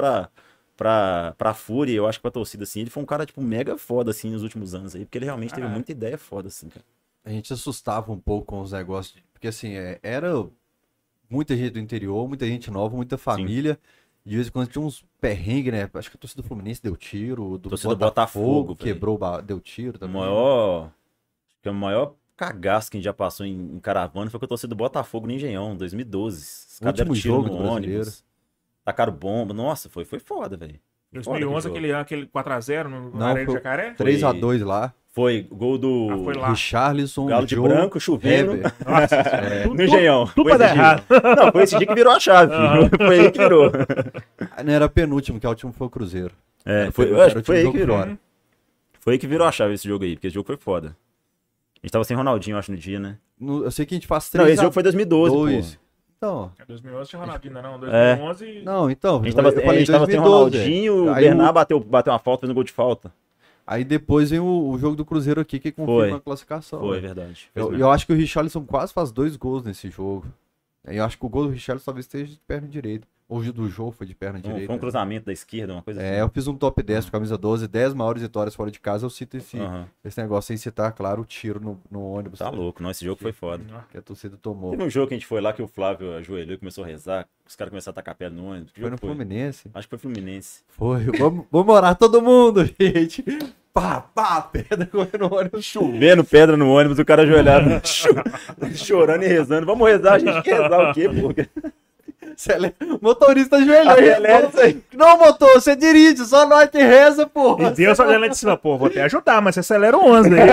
pra Fúria, eu acho que pra torcida, assim, ele foi um cara, tipo, mega foda, assim, nos últimos anos aí, porque ele realmente teve muita ideia foda, assim, cara. A gente assustava um pouco com os negócios, porque assim, era muita gente do interior, muita gente nova, muita família. De vez em quando tinha uns perrengues, né? Acho que a torcida do Fluminense deu tiro, do Torcida do Botafogo, quebrou, deu tiro O também. maior cagaço que a gente já passou em caravana foi com a torcida do Botafogo no Engenhão, 2012. Os caras deram Último tiro jogo no do Brasileiro. ônibus. Tacaram bomba. Nossa, foi foda, velho. 2011, aquele 4x0 no Não, Areia do foi Jacaré? 3x2 lá. Foi gol do Foi lá. Richarlison, Galo de Jô, branco, chovendo. Hever. No Engenhão. Tudo Foi pra dar esse dia. errado. Não, foi esse dia que virou a chave. Foi aí que virou. Não era penúltimo, que o último foi o Cruzeiro. É, foi, Era eu acho o que foi aí jogo que virou. fora. Foi aí que virou a chave esse jogo aí, porque esse jogo foi foda. A gente tava sem Ronaldinho, acho, no dia, né? Eu sei que a gente faz Não, 3 esse jogo foi 2012, pô. Então, 2011 tinha Ronaldinho, ainda não. 2011... não, então. A gente tava, eu falei a gente tava sem 2012, Ronaldinho, velho. o Aí Bernard bateu uma falta, fez um gol de falta. Aí depois vem o jogo do Cruzeiro aqui que confirma Foi. a classificação. Foi, velho. verdade. Fez Eu, mesmo. eu acho que o Richarlison quase faz 2 gols nesse jogo. Eu acho que o gol do Richarlison talvez esteja de perna direita. Ou o do jogo foi de perna Foi direita. um cruzamento da esquerda, uma coisa Eu fiz um top 10 com camisa 12, 10 maiores vitórias fora de casa. Eu cito Aham. esse negócio sem citar, claro, o tiro no ônibus. Tá né, louco, não, esse jogo foi foda. Que a torcida tomou. Teve um jogo que a gente foi lá que o Flávio ajoelhou e começou a rezar, os caras começaram a tacar pedra no ônibus. Que Foi jogo no Fluminense. Acho que foi Fluminense. Foi. Vamos orar todo mundo, gente. Pá, pedra correndo no ônibus. Chovendo pedra no ônibus, o cara ajoelhado, chorando e rezando. Vamos rezar, a gente quer rezar o quê, pô? Motorista ajoelhou. Acelera isso aí. Não, motor, você dirige, só nós que reza, porra. E Deus olhando lá de cima, pô, vou até ajudar, mas você acelera o 11 aí.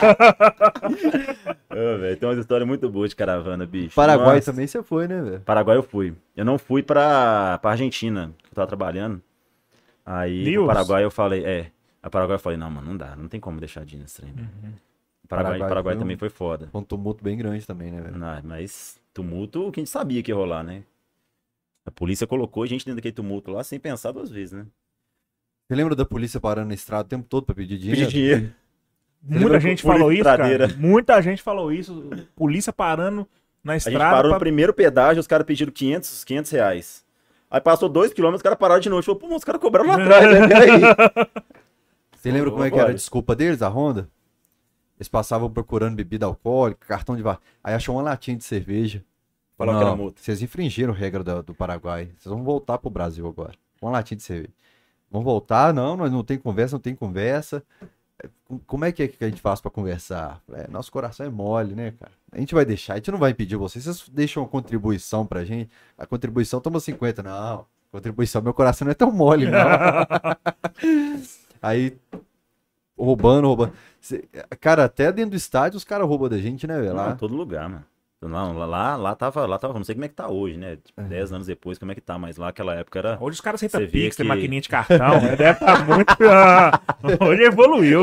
Velho, tem umas histórias muito boas de caravana, bicho. Paraguai Nossa. também você foi, né, velho? Paraguai eu fui. Eu não fui pra Argentina, que eu tava trabalhando. Aí, News? no Paraguai eu falei, a Paraguai eu falei, não, mano, não dá, não tem como deixar de ir nesse trem. Paraguai Paraguai também foi foi foda. Um tumulto bem grande também, né, velho? Não, mas tumulto que a gente sabia que ia rolar, né? A polícia colocou a gente dentro daquele tumulto lá sem pensar 2 vezes, né? Você lembra da polícia parando na estrada o tempo todo pra pedir dinheiro? Pedir dinheiro. Muita gente Polícia falou isso, estradeira. cara. Muita gente falou isso. Polícia parando na A gente estrada. parou no primeiro pedágio, os caras pediram 500 reais. Aí passou 2 km, os caras pararam de novo. Falou, pô, os caras cobraram lá atrás, né? Peraí. Você lembra como é que era a Olha. desculpa deles, a Honda? Eles passavam procurando bebida alcoólica, cartão de VAR. Aí achou uma latinha de cerveja. Falaram que era multa. Vocês infringiram a regra do Paraguai. Vocês vão voltar pro Brasil agora. Uma latinha de cerveja. Vão voltar? Não, nós não tem conversa, não tem conversa. Como é que a gente faz pra conversar? Nosso coração é mole, né, cara? A gente vai deixar, a gente não vai impedir vocês. Vocês deixam uma contribuição pra gente. A contribuição toma 50. Não, contribuição, meu coração não é tão mole, não. Aí, roubando. Cara, até dentro do estádio os caras roubam da gente, né, velho? Lá, Lá. em todo lugar, mano. Lá tava, não sei como é que tá hoje, né? 10 anos depois, como é que tá, mas lá aquela época era... Hoje os caras aceitam Você vê Pix, tem que- maquininha de cartão. Deve estar muito. Hoje evoluiu.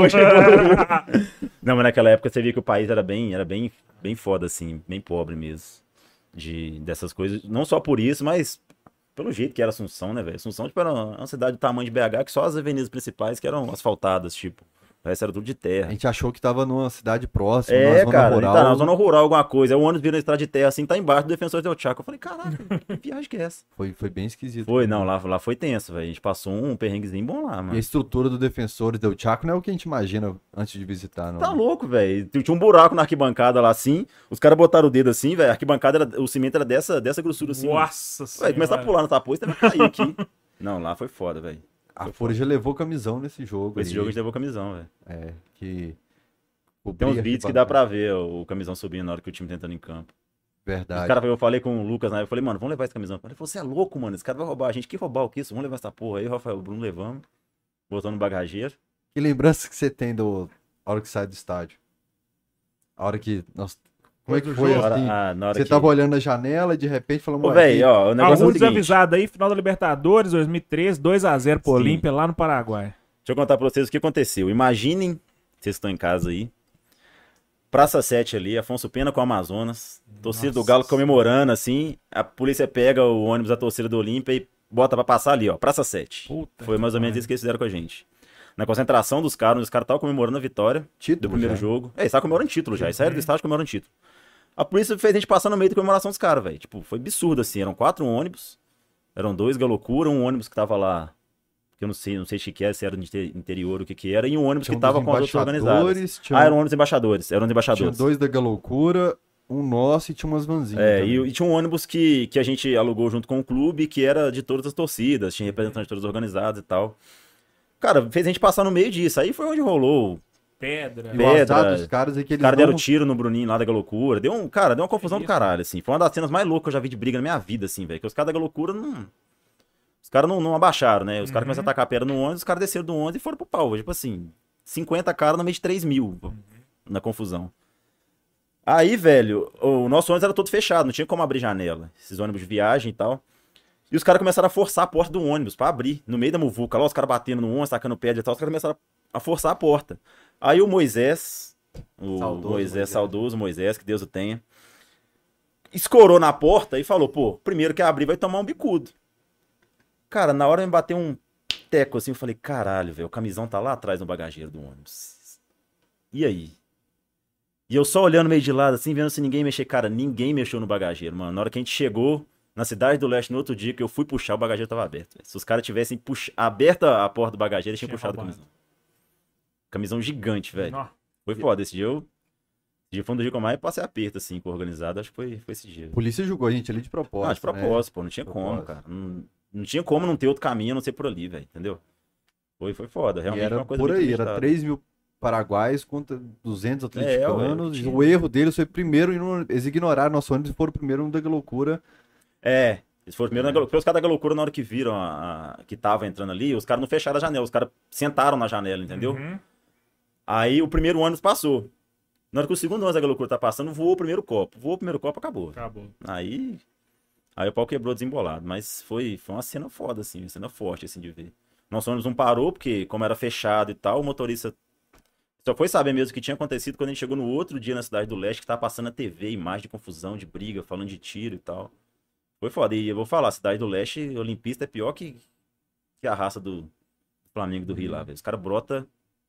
Não, mas naquela época você via que o país era bem foda, assim, bem pobre mesmo. Dessas coisas, não só por isso, mas pelo jeito que era Assunção, né, velho? Assunção, tipo, era uma cidade do tamanho de BH, que só as avenidas principais que eram asfaltadas, tipo. O resto era tudo de A terra. gente achou que tava numa cidade próxima, numa zona Cara, rural. tá na zona rural alguma coisa. Aí o ônibus vira na estrada de terra, assim, tá embaixo do Defensor del Chaco. Eu falei, caraca, que viagem que é essa? Foi bem esquisito. Foi, não, lá foi tenso, velho. A gente passou um perrenguezinho bom lá, E a mano. estrutura do Defensores del Chaco não é o que a gente imagina antes de visitar, não. Tá louco, velho. Tinha um buraco na arquibancada lá, assim. Os caras botaram o dedo assim, velho. A arquibancada, o cimento era dessa grossura, assim. Nossa Velho, começar a pular no tapoio, você vai cair aqui. Não, lá foi foda, velho. A Folha já levou camisão nesse jogo. Esse aí. jogo a gente levou camisão, velho. Que... Tem uns vídeos que dá pra ver o camisão subindo na hora que o time tá entrando em campo. Os Verdade. cara, eu falei com o Lucas, né? Eu falei, mano, vamos levar esse camisão. Ele falou, você é louco, mano. Esse cara vai roubar a gente. Que roubar o que isso? Vamos levar essa porra aí, Rafael Bruno, levamos. Botou no bagageiro. Que lembrança que você tem a hora que sai do estádio? A hora que... Nossa, como é que foi jogo? assim? Na hora Você que... tava olhando a janela e de repente falou... Ô, velho, ó, o negócio é Algum o seguinte. desavisado aí, final da Libertadores, 2013, 2x0 pro Sim. Olímpia lá no Paraguai. Deixa eu contar pra vocês o que aconteceu. Imaginem, vocês estão em casa aí, Praça 7 ali, Afonso Pena com o Amazonas, torcida do Galo comemorando, assim, a polícia pega o ônibus da torcida do Olímpia e bota pra passar ali, ó, Praça 7. Puta Foi que mais ou menos pariu. isso que eles fizeram com a gente. Na concentração dos caras, os caras estavam comemorando a vitória Título do primeiro já. jogo. Eles estavam comemorando título já, eles saíram do estádio comemorando título. A polícia fez a gente passar no meio da comemoração dos caras, velho. Tipo, foi absurdo, assim, eram 4 ônibus, eram 2 Galocura, um ônibus que tava lá, que eu não sei o que era, se era de interior, o que era, e um ônibus Tinha que tava dos com as outras embaixadores, organizadas. tinha- Eram ônibus embaixadores, eram os Tinha embaixadores. 2 da Galoucura, um nosso e tinha umas vanzinhas. É, também. e tinha um ônibus que a gente alugou junto com o clube, que era de todas as torcidas, tinha representantes de todas as organizadas e tal. Cara, fez a gente passar no meio disso. Aí foi onde rolou. Pedra. E o Pedra. azar dos caras é que Os eles caras deram não... tiro no Bruninho lá da Galocura. Deu uma confusão do isso? caralho, assim. Foi uma das cenas mais loucas que eu já vi de briga na minha vida, assim, velho. Que os caras da Galocura não. Os caras não abaixaram, né? Os caras começaram a tacar pedra no ônibus, os caras desceram do ônibus e foram pro pau. Tipo assim, 50 caras no meio de 3.000 na confusão. Aí, velho, o nosso ônibus era todo fechado, não tinha como abrir janela. Esses ônibus de viagem e tal. E os caras começaram a forçar a porta do ônibus pra abrir, no meio da muvuca. Lá os caras batendo no ônibus, tacando pedra e tal. Os caras começaram a forçar a porta. Aí o Moisés, saudoso Moisés, que Deus o tenha, escorou na porta e falou, pô, primeiro que abrir vai tomar um bicudo. Cara, na hora me bateu um teco assim, eu falei, caralho, velho, o camisão tá lá atrás no bagageiro do ônibus. E aí? E eu só olhando meio de lado assim, vendo se ninguém mexer. Cara, ninguém mexeu no bagageiro, mano. Na hora que a gente chegou na Cidade do Leste no outro dia, que eu fui puxar, o bagageiro tava aberto. Véio. Se os caras tivessem aberto a porta do bagageiro, eles tinham puxado o camisão. Camisão gigante, velho. Foi foda. Esse dia foi um dos dias que eu mais passei aperto, assim, com o organizado. Acho que foi esse dia. A polícia julgou a gente ali de propósito. Ah, de propósito, né? pô. Não tinha como, cara. Não tinha como não ter outro caminho a não ser por ali, velho. Entendeu? Foi foda. Realmente E era foi uma coisa por muito aí, era inusitada. 3.000 paraguaios contra 200 atleticanos. tinha. O erro deles foi primeiro, eles ignoraram nosso ônibus e foram primeiro no da loucura. É, eles foram primeiro na Galocura. Os caras da Galocura, na hora que viram que tava entrando ali, os caras não fecharam a janela, os caras sentaram na janela, entendeu? Uhum. Aí o primeiro ônibus passou. Na hora que o segundo ônibus da Galocura tá passando, voou o primeiro copo. Voou o primeiro copo, acabou. Acabou. Aí o pau quebrou desembolado. Mas foi uma cena foda, assim, uma cena forte, assim, de ver. Nosso ônibus não parou, porque como era fechado e tal, o motorista só foi saber mesmo o que tinha acontecido quando a gente chegou no outro dia na Cidade do Leste, que tava passando na TV, imagem de confusão, de briga, falando de tiro e tal. Foi foda. E eu vou falar, Cidade do Leste, olimpista é pior que a raça do Flamengo do Rio lá, velho. Os caras brota.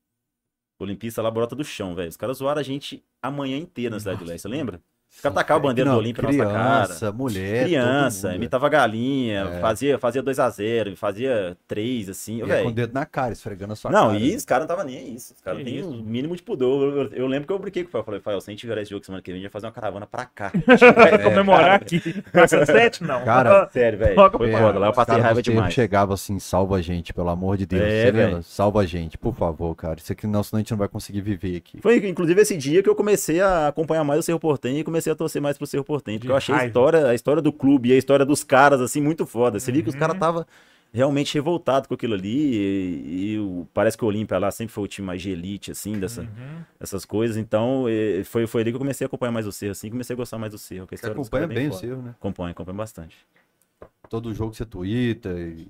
O olimpista lá brota do chão, velho. Os caras zoaram a gente a manhã inteira na Cidade do Leste, você lembra? Os caras tacavam a bandeira do Olímpia na nossa cara. Criança, mulher, Criança, todo mundo. imitava galinha, fazia 2-0, fazia 3, assim, E é com o velho. dedo na cara, esfregando a sua Não, cara. e os caras não estavam nem aí isso. Os caras Que têm isso? o mínimo de pudor. Eu lembro que eu brinquei com o Fael. Falei, Fael, se a gente virar esse jogo semana que vem, a gente vai fazer uma caravana pra cá. Vai comemorar aqui. Praça 7, não. Cara, Sério, velho. Toca Foi pra foda. Lá eu Os passei caras raiva do termo demais. chegavam assim, salva a gente, pelo amor de Deus. É, Você lembra? velho. Salva a gente, por favor, cara. Isso aqui não, senão a gente não vai conseguir viver aqui. Foi, inclusive, esse dia que eu comecei a acompanhar mais o Cerro Porteño e comecei a torcer mais pro Cerro Porteño. Porque eu achei a história do clube e a história dos caras, assim, muito foda. Você viu que os caras estavam realmente revoltados com aquilo ali. Parece que o Olímpia lá sempre foi o time mais de elite, assim, dessas coisas. Então, foi ali que eu comecei a acompanhar mais o Cerro, assim, comecei a gostar mais do Cerro. Você acompanha bem o Cerro, né? Acompanha bastante. Todo jogo você tuita e...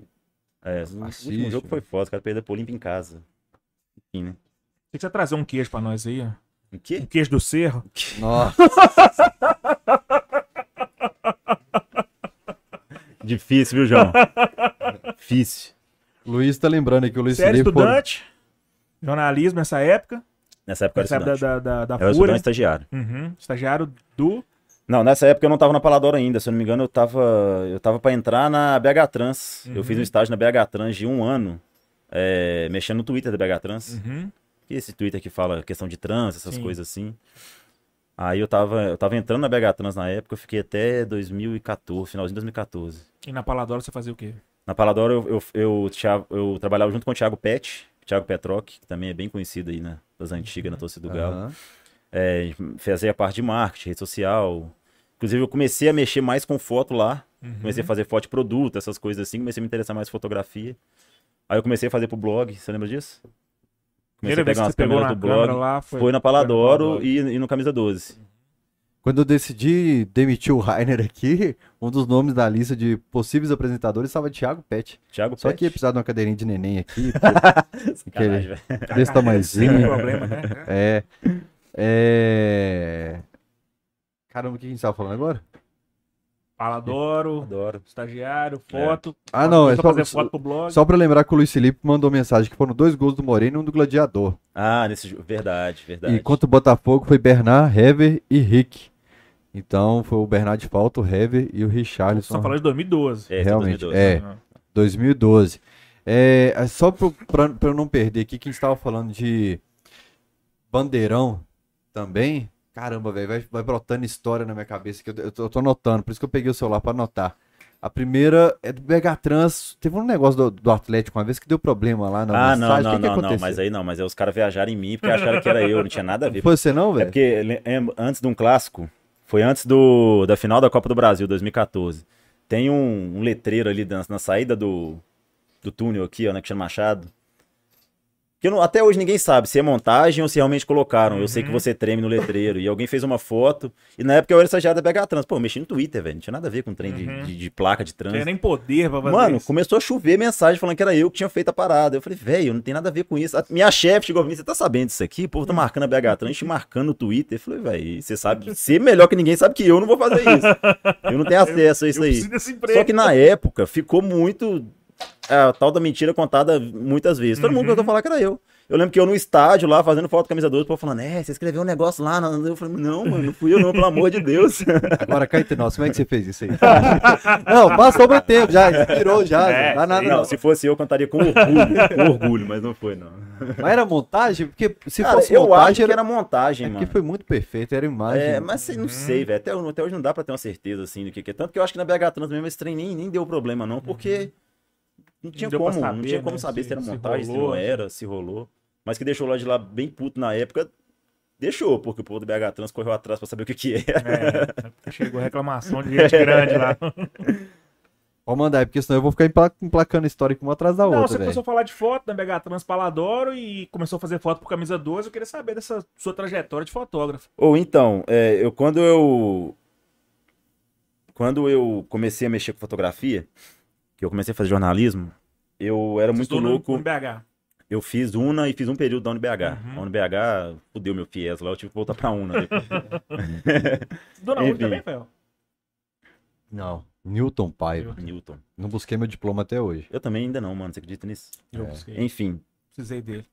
O Assiste, último jogo né? foi foda, os caras perderam pro Olímpia em casa. Enfim, né? Tem que você trazer um queijo pra nós aí, ó. O quê? Um queijo do Cerro. Nossa, Difícil, viu, João? Difícil. Luiz tá lembrando aqui, o Luiz Você era Felipe foi- estudante, jornalismo nessa época. Nessa época eu Nessa era época estudante. da Eu era estudante Fúria. estagiário. Uhum. Estagiário do... Não, nessa época eu não tava na Paladora ainda, se eu não me engano, eu tava pra entrar na BH Trans. Eu fiz um estágio na BH Trans de 1 ano, mexendo no Twitter da BH Trans. Uhum. Que é esse Twitter que fala questão de trans, essas Sim. coisas assim. Aí eu tava entrando na BH Trans na época, eu fiquei até 2014, finalzinho de 2014. E na Paladora você fazia o quê? Na Paladora eu trabalhava junto com o Thiago Petroc, que também é bem conhecido aí, né, das antigas, na torcida do Galo. Aham. Fazia a parte de marketing, rede social. Inclusive, eu comecei a mexer mais com foto lá. Comecei a fazer foto de produto, essas coisas assim. Comecei a me interessar mais em fotografia. Aí eu comecei a fazer pro blog. Você lembra disso? Comecei Primeira vez que você pegou na câmera lá Foi na Paladoro e no Camisa 12. Quando eu decidi demitir o Rainer aqui, um dos nomes da lista de possíveis apresentadores estava Thiago Pet. Thiago Só Pet. que ia precisar de uma cadeirinha de neném aqui, porque Sacanagem, velho. desse Sem tamanhozinho. problema, né? Caramba, o que a gente tava falando agora? Paladoro, Adoro. estagiário, foto. Ah, não, é Começou a fazer só, foto pro blog. só pra lembrar que o Luiz Felipe mandou mensagem que foram 2 gols do Moreno e um do Gladiador. Ah, nesse jogo. Verdade. E contra o Botafogo foi Bernard, Hever e Rick. Então foi o Bernard de falta, o Hever e o Você Richarlison. tá falando de 2012. É, realmente, 2012. é. Ah. 2012. Só pra eu não perder aqui, que a gente estava falando de Bandeirão também. Caramba, velho, vai brotando história na minha cabeça que eu tô anotando, por isso que eu peguei o celular pra anotar. A primeira é do Megatrans. Teve um negócio do Atlético uma vez que deu problema lá na Ah, mensagem. não, O que não, aconteceu? mas aí não, mas aí os caras viajaram em mim porque acharam que era eu, não tinha nada a ver. Foi você não, É velho? porque antes de um clássico, foi antes da final da Copa do Brasil, 2014. Tem um letreiro ali na saída do túnel aqui, ó, na Cristiano Machado. Que até hoje ninguém sabe se é montagem ou se realmente colocaram. Eu sei que você treme no letreiro. E alguém fez uma foto. E na época eu era estagiário da BH Trans. Pô, eu mexi no Twitter, velho. Não tinha nada a ver com trem de placa de Não tinha trânsito. nem poder pra fazer Mano, isso. começou a chover mensagem falando que era eu que tinha feito a parada. Eu falei, velho, não tem nada a ver com isso. Minha chefe chegou a mim, você tá sabendo disso aqui? O povo tá marcando a BH Trans, te marcando no Twitter. Eu falei, velho, você sabe, você melhor que ninguém sabe que eu não vou fazer isso. Eu não tenho acesso a isso Eu aí. preciso desse emprego. Só que na época ficou muito a tal da mentira contada muitas vezes. Todo mundo tentou falar que era eu. Eu lembro que eu no estádio lá, fazendo foto camisa 12, o povo falando, você escreveu um negócio lá. Eu falei, não, mano, não fui eu não, pelo amor de Deus. Agora, cá entre nós, como é que você fez isso aí? Não, passou muito tempo já, inspirou já. Não dá nada Não, não. se fosse eu cantaria com orgulho, mas não foi, não. Mas era montagem? Porque se Cara, fosse eu acho montagem, que era montagem, é mano. porque foi muito perfeito, era imagem. É, mas não sei, velho. Até hoje não dá pra ter uma certeza, assim, do que é. Tanto que eu acho que na BH Trans mesmo esse trem nem deu problema, não, porque não tinha deu pra como, não saber, tinha como né, saber se era se montagem, se rolou, não era, se rolou. Mas que deixou lá de lá bem puto na época, deixou, porque o povo do BH Trans correu atrás pra saber o que era. Chegou reclamação de gente grande lá. Pode mandar aí, porque senão eu vou ficar emplacando história uma atrás da Não, outra, você velho. começou a falar de foto da BH Trans Paladoro e começou a fazer foto pro Camisa 12. Eu queria saber dessa sua trajetória de fotógrafo. Ou então, quando eu comecei a mexer com fotografia, que eu comecei a fazer jornalismo, eu era muito Estudou no louco. BH. Eu fiz UNA e fiz um período da UniBH. A UniBH fudeu meu FIES lá, eu tive que voltar pra UNA depois. Estudou na UNA Enfim. também, Fel? Não, Newton Paiva. Newton. Não busquei meu diploma até hoje. Eu também ainda não, mano. Você acredita nisso? Eu busquei. Enfim. Precisei dele.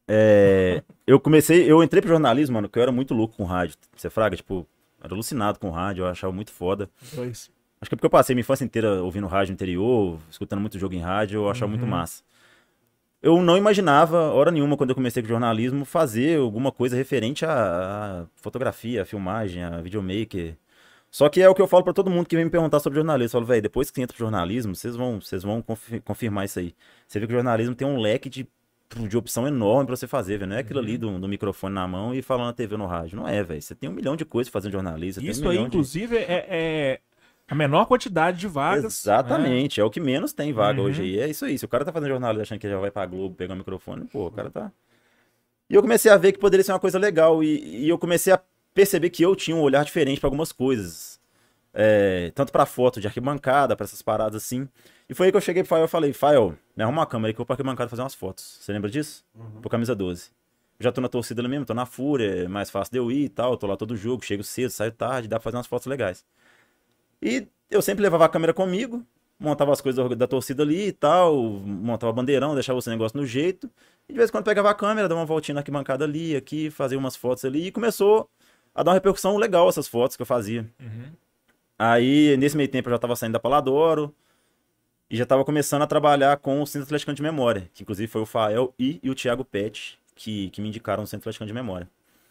Eu entrei pro jornalismo, mano, porque eu era muito louco com rádio. Você fraga, tipo, era alucinado com rádio, eu achava muito foda. Dois. Acho que é porque eu passei minha infância inteira ouvindo rádio no interior, escutando muito jogo em rádio, eu achava muito massa. Eu não imaginava, hora nenhuma, quando eu comecei com jornalismo, fazer alguma coisa referente à fotografia, à filmagem, a videomaker. Só que é o que eu falo pra todo mundo que vem me perguntar sobre jornalismo. Eu falo, velho, depois que você entra pro jornalismo, vocês vão confirmar isso aí. Você vê que o jornalismo tem um leque de opção enorme pra você fazer, velho. Não é aquilo ali do microfone na mão e falando na TV ou no rádio. Não é, velho. Você tem 1 milhão de coisas fazendo jornalismo. Isso tem um aí, milhão inclusive, é a menor quantidade de vagas. Exatamente, é o que menos tem vaga hoje aí. É isso aí. Se o cara tá fazendo jornalismo achando que já vai pra Globo pegar o microfone, pô, o cara tá. E eu comecei a ver que poderia ser uma coisa legal. E eu comecei a perceber que eu tinha um olhar diferente pra algumas coisas. Tanto pra foto de arquibancada, pra essas paradas assim. E foi aí que eu cheguei pro Fael e falei, Fael, me arruma uma câmera aí que eu vou pra arquibancada fazer umas fotos. Você lembra disso? Pro Camisa 12. Eu já tô na torcida ali mesmo, tô na Fúria, é mais fácil de eu ir e tal. Tô lá todo jogo, chego cedo, saio tarde, dá pra fazer umas fotos legais. E eu sempre levava a câmera comigo, montava as coisas da torcida ali e tal, montava bandeirão, deixava esse negócio no jeito. E de vez em quando pegava a câmera, dava uma voltinha na arquibancada ali, aqui, fazia umas fotos ali. E começou a dar uma repercussão legal essas fotos que eu fazia. Aí, nesse meio tempo, eu já tava saindo da Paladoro e já tava começando a trabalhar com o Centro Atleticano de Memória, que inclusive foi o Fael e o Thiago Pet que me indicaram o Centro Atleticano de Memória.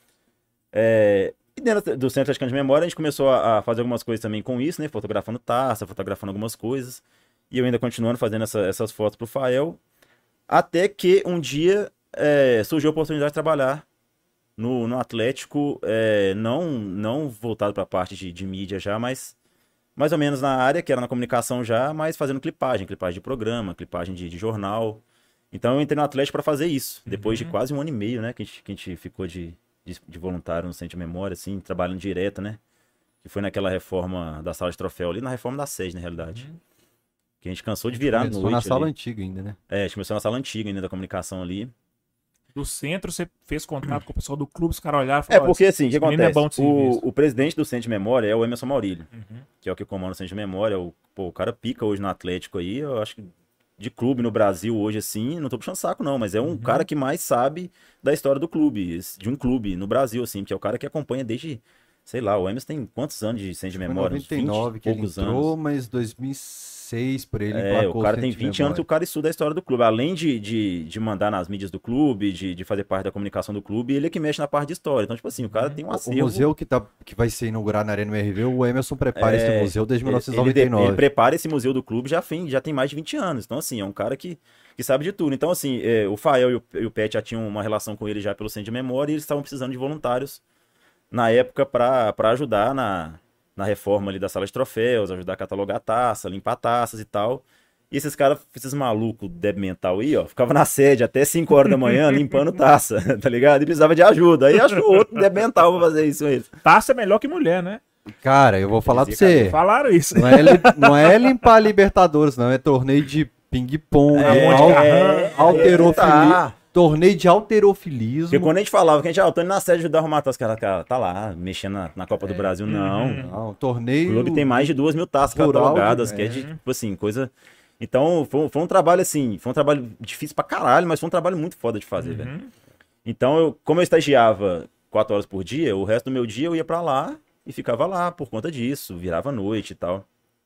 E dentro do Centro Atleticano de Memória, a gente começou a fazer algumas coisas também com isso, né? Fotografando taça, fotografando algumas coisas. E eu ainda continuando fazendo essas fotos pro Fael. Até que um dia surgiu a oportunidade de trabalhar no Atlético, não voltado para a parte de mídia já, mas mais ou menos na área, que era na comunicação já, mas fazendo clipagem de programa, clipagem de jornal. Então eu entrei no Atlético para fazer isso, depois de quase 1 ano e meio, né? Que a gente ficou de voluntário no Centro de Memória, assim, trabalhando direto, né? Que foi naquela reforma da sala de troféu ali, na reforma da sede, na realidade. Que a gente cansou de virar à noite. Começou na sala ali. antiga ainda, né? A gente começou na sala antiga ainda da comunicação ali. Do centro, você fez contato com o pessoal do clube, os caras olharam e falaram, Porque assim, o que esse menino acontece? é bom de serviço. O presidente do Centro de Memória é o Emerson Maurílio, que é o que comanda o Centro de Memória. O cara pica hoje no Atlético aí, eu acho que de clube no Brasil hoje, assim, não tô puxando saco não, mas é um cara que mais sabe da história do clube, de um clube no Brasil, assim, que é o cara que acompanha desde, sei lá, o Emerson tem quantos anos de Centro de Memória? Foi 99 20 que ele poucos entrou, anos. mas 2006 2016, por ele O cara tem 20 anos e o cara estuda a história do clube. Além de mandar nas mídias do clube, de fazer parte da comunicação do clube, ele é que mexe na parte de história. Então, tipo assim, o cara tem um acervo. O museu que vai ser inaugurado na Arena MRV, o Emerson prepara esse museu desde 1999. Ele prepara esse museu do clube já tem mais de 20 anos. Então, assim, é um cara que sabe de tudo. Então, assim, o Fael e o Pet já tinham uma relação com ele já pelo Centro de Memória e eles estavam precisando de voluntários na época para ajudar na reforma ali da sala de troféus, ajudar a catalogar a taça, limpar taças e tal. E esses caras, esses malucos débil mental aí, ó, ficavam na sede até 5 horas da manhã limpando taça, tá ligado? E precisava de ajuda. Aí achou outro débil mental pra fazer isso com eles. Taça é melhor que mulher, né? Cara, eu vou falar pra você. Falaram isso. Não é limpar Libertadores, não. É torneio de ping-pong, alterofilia. Torneio de alterofilismo. Porque quando a gente falava que a gente, o Tony na sede ajudar a arrumar as cara tá lá, mexendo na Copa do Brasil, não. Torneio. O clube tem mais de 2.000 taças catalogadas, que é de, tipo assim, coisa. Então, foi um trabalho assim, foi um trabalho difícil pra caralho, mas foi um trabalho muito foda de fazer, velho. Então, como eu estagiava 4 horas por dia, o resto do meu dia eu ia pra lá e ficava lá por conta disso, virava noite e tal.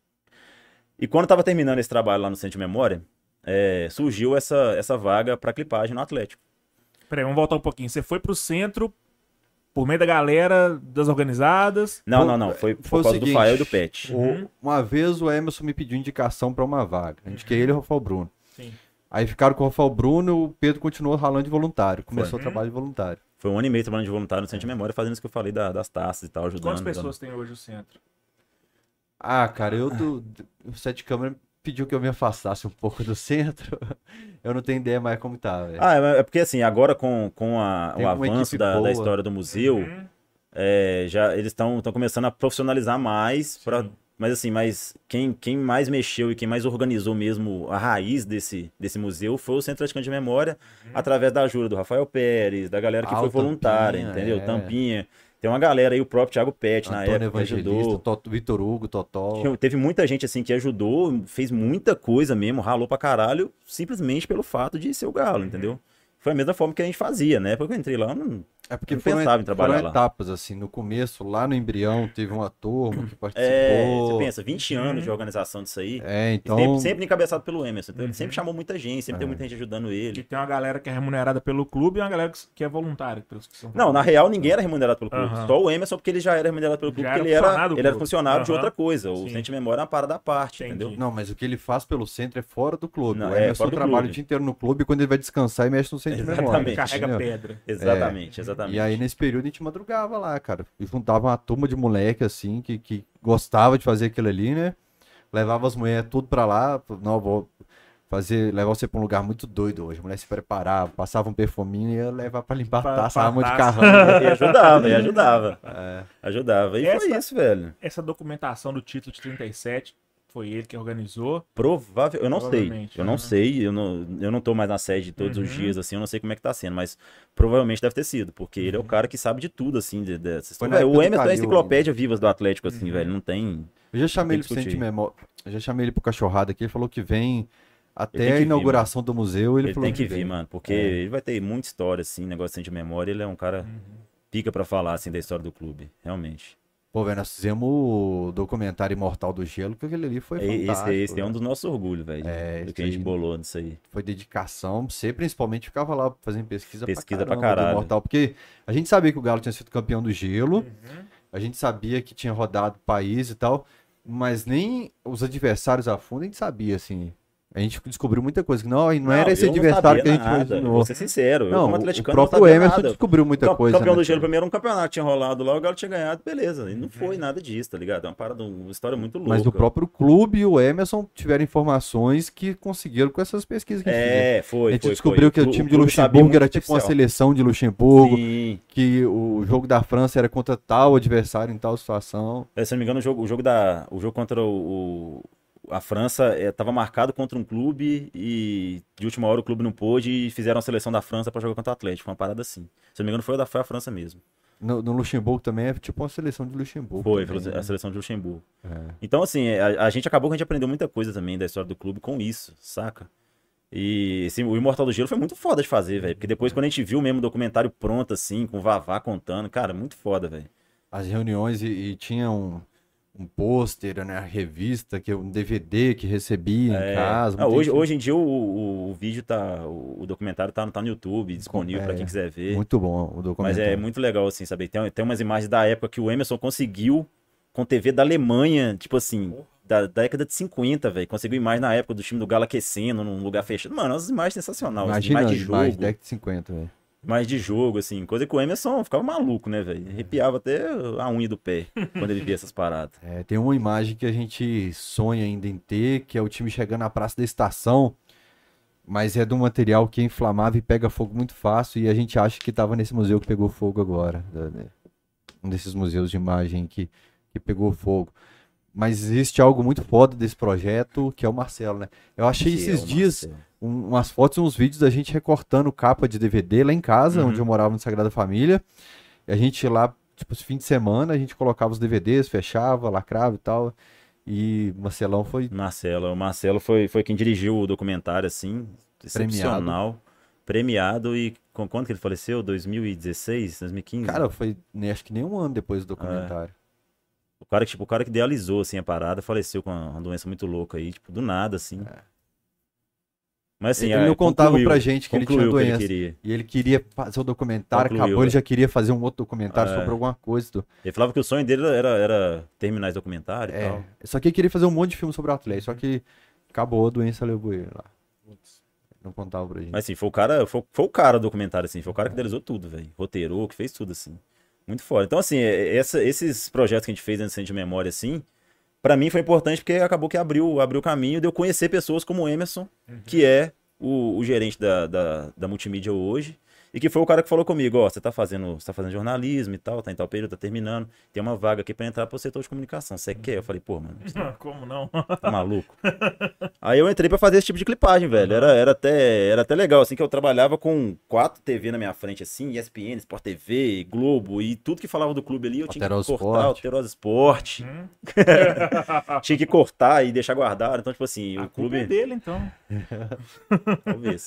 E quando eu tava terminando esse trabalho lá no Centro de Memória, surgiu essa vaga pra clipagem no Atlético. Peraí, vamos voltar um pouquinho. Você foi pro centro por meio da galera, das organizadas? Não. Foi por causa do Fael e do Pet. Uma vez o Emerson me pediu indicação pra uma vaga. Indiquei ele e o Rafael Bruno. Sim. Aí ficaram com o Rafael Bruno e o Pedro continuou ralando de voluntário. Começou o trabalho de voluntário. Foi 1 ano e meio trabalhando de voluntário no Centro de Memória, fazendo isso que eu falei das taças e tal, ajudando. Quantas pessoas tem hoje o centro? Cara, o Sete Câmara pediu que eu me afastasse um pouco do centro. Eu não tenho ideia mais como tá, velho. É porque assim, agora com o avanço da história do museu, já eles estão começando a profissionalizar mais, mas quem mais mexeu e quem mais organizou mesmo a raiz desse museu foi o Centro Atlético de Memória, através da ajuda do Rafael Pérez, da galera que foi voluntária, entendeu? Tampinha. Tem uma galera aí, o próprio Thiago Pet, na época, que ajudou. Vitor Hugo, Totó. Teve muita gente, assim, que ajudou, fez muita coisa mesmo, ralou pra caralho, simplesmente pelo fato de ser o Galo, entendeu? Foi a mesma forma que a gente fazia, né? Porque eu entrei lá, não pensava em trabalhar foram lá. Etapas, assim, no começo, lá no Embrião, teve uma turma que participou. Você pensa, 20 anos de organização disso aí. Então... Sempre encabeçado pelo Emerson. Então ele sempre chamou muita gente, sempre tem muita gente ajudando ele. E tem uma galera que é remunerada pelo clube e uma galera que é voluntária. Não, na real, ninguém era remunerado pelo clube. Só o Emerson, porque ele já era remunerado pelo clube, porque ele era funcionário de outra coisa. O Centro de Memória é uma parada à parte, entendeu? Não, mas o que ele faz pelo centro é fora do clube. Não, o Emerson trabalha o dia inteiro no clube e quando ele vai descansar, ele mexe no Centro de Memória. Carrega pedra. Exatamente. E aí, nesse período, a gente madrugava lá, cara. E juntava uma turma de moleque, assim, que gostava de fazer aquilo ali, né? Levava as mulheres tudo pra lá. Não, vou levar você pra um lugar muito doido hoje. A mulher se preparava, passava um perfuminho e ia levar pra limpar a taça, arma de carrão. E ajudava. Ajudava. E foi isso, velho. Essa documentação do título de 37... Foi ele que organizou? Provável, eu não sei. Eu não tô mais na sede todos os dias, assim, eu não sei como é que tá sendo, mas provavelmente deve ter sido, porque ele é o cara que sabe de tudo, assim, dessa história. O Emerson é a enciclopédia viva do Atlético, assim, velho, não tem... Eu já chamei ele pro Centro de Memória, eu já chamei ele pro Cachorrada aqui, ele falou que vem até a inauguração do museu, ele falou tem que vir, mano, porque ele vai ter muita história, assim, negócio de Centro de Memória, ele é um cara pica pra falar, assim, da história do clube, realmente. Pô, velho, nós fizemos o documentário Imortal do Gelo, que aquele ali foi fantástico. Esse é um dos nossos orgulhos, velho. Do que a gente bolou nisso aí. Foi dedicação. Você, principalmente, ficava lá fazendo pesquisa pra caralho. Do Imortal, porque a gente sabia que o Galo tinha sido campeão do Gelo, a gente sabia que tinha rodado o país e tal, mas nem os adversários a fundo a gente sabia, assim. A gente descobriu muita coisa. Não era esse adversário que a gente imaginou. Vou ser sincero. Não, como atleticano, o próprio Emerson descobriu muita coisa. O campeão do Gelo primeiro era um campeonato que tinha rolado lá, o Galo tinha ganhado, beleza. E não foi nada disso, tá ligado? É uma parada, uma história muito louca. Mas do próprio clube e o Emerson tiveram informações que conseguiram com essas pesquisas que a gente fez. A gente descobriu que o time de Luxemburgo era tipo uma seleção de Luxemburgo, que o jogo da França era contra tal adversário em tal situação. Se não me engano, o jogo contra a França estava marcado contra um clube e de última hora o clube não pôde e fizeram a seleção da França para jogar contra o Atlético, uma parada assim. Se não me engano, foi a França mesmo. No Luxemburgo também é tipo uma seleção de Luxemburgo. Foi a seleção de Luxemburgo. Então, assim, a gente acabou que a gente aprendeu muita coisa também da história do clube com isso, saca? E assim, o Imortal do Gelo foi muito foda de fazer, velho. Porque depois, quando a gente viu mesmo o documentário pronto, assim, com o Vavá contando, cara, muito foda, velho. As reuniões e tinha um pôster, né? A revista, um DVD que recebi em casa. Hoje em dia o vídeo o documentário tá no YouTube, disponível para quem quiser ver. Muito bom o documentário. Mas é muito legal, assim, saber. Tem umas imagens da época que o Emerson conseguiu com TV da Alemanha, tipo assim, da década de 50, velho. Conseguiu imagem na época do time do Galo aquecendo num lugar fechado. Mano, umas imagens sensacionais. Imagina, imagem de jogo. imagem década de 50, velho. Mais de jogo, assim, coisa que o Emerson ficava maluco, né, velho? Arrepiava até a unha do pé quando ele via essas paradas. Tem uma imagem que a gente sonha ainda em ter, que é o time chegando na Praça da Estação, mas é de um material que é inflamável e pega fogo muito fácil, e a gente acha que estava nesse museu que pegou fogo agora. Um desses museus de imagem que pegou fogo. Mas existe algo muito foda desse projeto, que é o Marcelo, né? Eu achei esses dias umas fotos e uns vídeos da gente recortando capa de DVD lá em casa, onde eu morava no Sagrada Família. E a gente lá, tipo, esse fim de semana, a gente colocava os DVDs, fechava, lacrava e tal. E o Marcelão foi... O Marcelo foi quem dirigiu o documentário, assim, excepcional. Premiado. E com quando que ele faleceu? 2016, 2015? Cara, foi acho que nem um ano depois do documentário. O cara que idealizou, assim, a parada faleceu com uma doença muito louca aí, tipo, do nada, assim. Mas assim, ele não contava pra gente que ele tinha doença. E ele queria fazer um documentário, acabou, ele já queria fazer um outro documentário sobre alguma coisa. Ele falava que o sonho dele era terminar esse documentário e tal. Só que ele queria fazer um monte de filme sobre o Atlético, só que acabou, a doença levou ele lá. Não contava pra gente. Mas assim, foi o cara do documentário, assim, foi o cara que idealizou tudo, velho. Roteirou, que fez tudo, assim. Muito foda. Então, assim, esses projetos que a gente fez antes de memória, assim, pra mim foi importante porque acabou que abriu o caminho de eu conhecer pessoas como o Emerson, que é o gerente da multimídia hoje, e que foi o cara que falou comigo, ó, você tá fazendo jornalismo e tal, tá em tal período, tá terminando, tem uma vaga aqui pra entrar pro setor de comunicação, você quer? Eu falei, pô, mano, como não? Tá maluco? Aí eu entrei pra fazer esse tipo de clipagem, velho, era até legal, assim, que eu trabalhava com 4 TV na minha frente, assim, ESPN, Sport TV, Globo, e tudo que falava do clube ali, eu tinha que cortar, Alterosa Sport, tinha que cortar e deixar guardado, então, tipo assim, o clube... é dele, então. Talvez.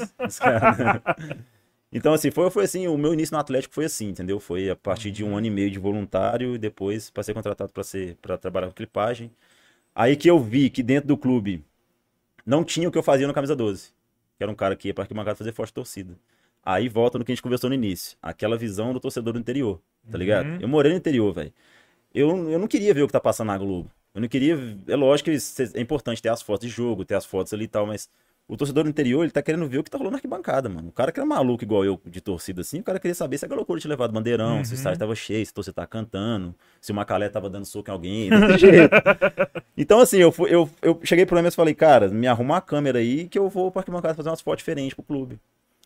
Então, assim, foi assim, o meu início no Atlético foi assim, entendeu? Foi a partir de 1 ano e meio de voluntário e depois passei contratado para trabalhar com clipagem. Aí que eu vi que dentro do clube não tinha o que eu fazia no Camisa 12, que era um cara que ia para arquibancada fazer forte torcida. Aí volta no que a gente conversou no início, aquela visão do torcedor do interior, tá ligado? Eu morei no interior, velho. Eu não queria ver o que tá passando na Globo. Eu não queria... É lógico que é importante ter as fotos de jogo, ter as fotos ali e tal, mas... O torcedor do interior, ele tá querendo ver o que tá rolando na arquibancada, mano. O cara que era maluco igual eu, de torcida assim, o cara queria saber se a Galocura tinha levado bandeirão, se o estádio tava cheio, se a torcida tava cantando, se o Macalé tava dando soco em alguém, desse jeito. Então, assim, eu cheguei pro Emerson e falei, cara, me arruma uma câmera aí que eu vou pra arquibancada fazer umas fotos diferentes pro clube.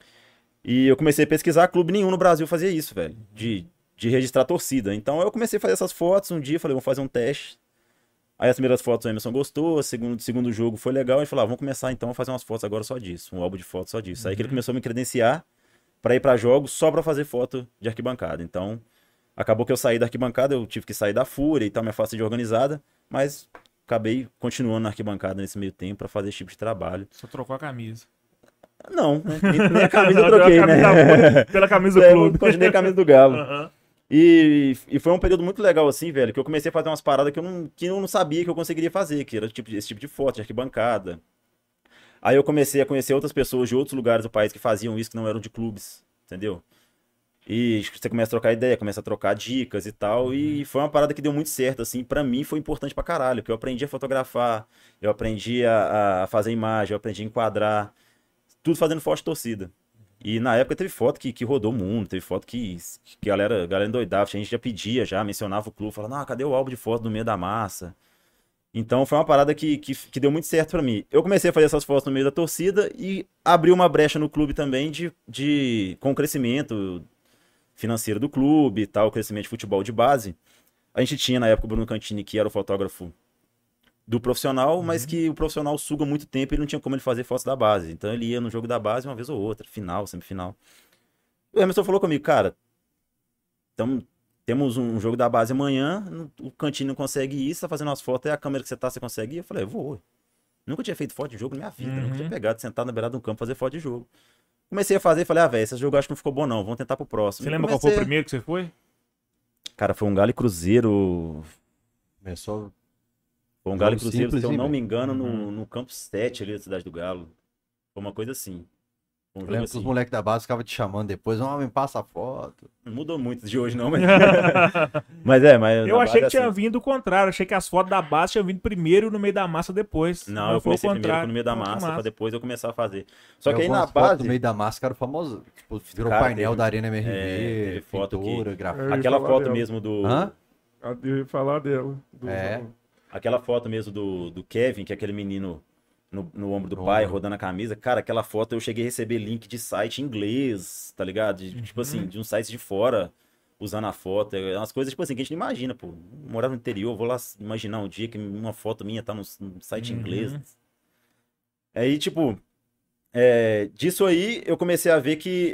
E eu comecei a pesquisar, clube nenhum no Brasil fazia isso, velho, de registrar torcida. Então eu comecei a fazer essas fotos, um dia falei, vou fazer um teste. Aí as primeiras fotos o Emerson gostou, o segundo jogo foi legal, a gente falou, vamos começar então a fazer umas fotos agora só disso, um álbum de fotos só disso. Aí que ele começou a me credenciar pra ir pra jogos só pra fazer foto de arquibancada. Então, acabou que eu saí da arquibancada, eu tive que sair da Fúria e tal, me afastei de organizada, mas acabei continuando na arquibancada nesse meio tempo pra fazer esse tipo de trabalho. Só trocou a camisa. Não, né? Nem a camisa eu troquei, né? Pela camisa do clube. Continuei a camisa do Galo. E foi um período muito legal, assim, velho, que eu comecei a fazer umas paradas que eu não sabia que eu conseguiria fazer, que era esse tipo de foto, de arquibancada. Aí eu comecei a conhecer outras pessoas de outros lugares do país que faziam isso, que não eram de clubes, entendeu? E você começa a trocar ideia, começa a trocar dicas e tal, e foi uma parada que deu muito certo, assim, pra mim foi importante pra caralho, porque eu aprendi a fotografar, eu aprendi a fazer imagem, eu aprendi a enquadrar, tudo fazendo foto de torcida. E na época teve foto que rodou o mundo, teve foto que a galera endoidava, a gente já pedia, já mencionava o clube, falava, não, cadê o álbum de foto do meio da massa? Então foi uma parada que deu muito certo pra mim. Eu comecei a fazer essas fotos no meio da torcida e abriu uma brecha no clube também com o crescimento financeiro do clube e tal, o crescimento de futebol de base. A gente tinha na época o Bruno Cantini, que era o fotógrafo do profissional, mas que o profissional suga muito tempo e não tinha como ele fazer fotos da base. Então ele ia no jogo da base uma vez ou outra, final, semifinal. O Emerson falou comigo, cara, temos um jogo da base amanhã, o Cantini não consegue ir, você tá fazendo umas fotos, é a câmera que você consegue ir? Eu falei, eu vou. Nunca tinha feito foto de jogo na minha vida, nunca tinha pegado, sentado na beirada de um campo, fazer foto de jogo. Comecei a fazer e falei, velho, esse jogo acho que não ficou bom não, vamos tentar pro próximo. Você lembra qual foi o primeiro que você foi? Cara, foi um Galo e Cruzeiro... Começou Foi um Galo e Jogo Cruzeiro, simples, se eu hein, não me velho? engano, no campo 7 ali da Cidade do Galo. Foi uma coisa assim. Foi um Eu jogo lembro que os assim. moleques da base ficavam te chamando depois, homem, passa a foto. Não mudou muito de hoje, não, mas. mas Eu na achei base que tinha assim. vindo o contrário. Achei que as fotos da base tinham vindo primeiro e no meio da massa depois. Não, eu foi o comecei primeiro contrário. no meio da Pô, que massa, pra depois eu começar a fazer. Só Tem que aí na algumas fotos base. no meio da máscara famoso, tipo, virou Cara, painel teve- da Arena MRV, teve foto pintura, que- grafite. Eu ia Aquela falar foto dela. mesmo do. Hã? Eu ia falar dela. É. Aquela foto mesmo do Kevin, que é aquele menino no ombro do No pai, ombro. rodando a camisa. Cara, aquela foto eu cheguei a receber link de site em inglês, tá ligado? Tipo assim, de um site de fora, usando a foto. É umas coisas, tipo assim, que a gente não imagina, pô. Eu morava no interior, vou lá imaginar um dia que uma foto minha tá num site em inglês. Aí, tipo, disso aí eu comecei a ver que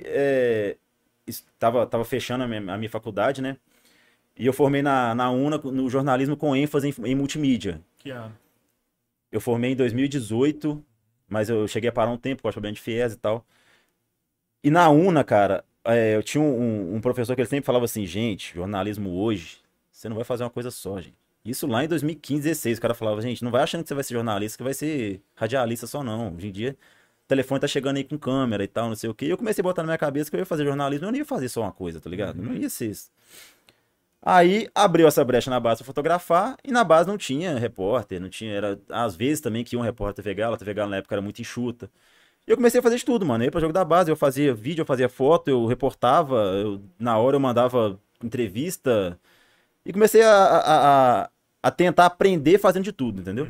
tava fechando a minha faculdade, né? E eu formei na UNA no jornalismo com ênfase em multimídia. Que ano? Eu formei em 2018, mas eu cheguei a parar um tempo, com problema de FIES e tal. E na UNA, cara, eu tinha um professor que ele sempre falava assim, gente, jornalismo hoje, você não vai fazer uma coisa só, gente. Isso lá em 2015, 2016, o cara falava, gente, não vai achando que você vai ser jornalista, que vai ser radialista só não. Hoje em dia, o telefone tá chegando aí com câmera e tal, não sei o quê. E eu comecei a botar na minha cabeça que eu ia fazer jornalismo, eu não ia fazer só uma coisa, tá ligado? Não ia ser isso. Aí abriu essa brecha na base pra fotografar e na base não tinha repórter, não tinha, era às vezes também que ia um repórter TV Galo, a TV Galo na época era muito enxuta. E eu comecei a fazer de tudo, mano. Eu ia pra jogo da base, eu fazia vídeo, eu fazia foto, eu reportava, na hora eu mandava entrevista e comecei a tentar aprender fazendo de tudo, entendeu?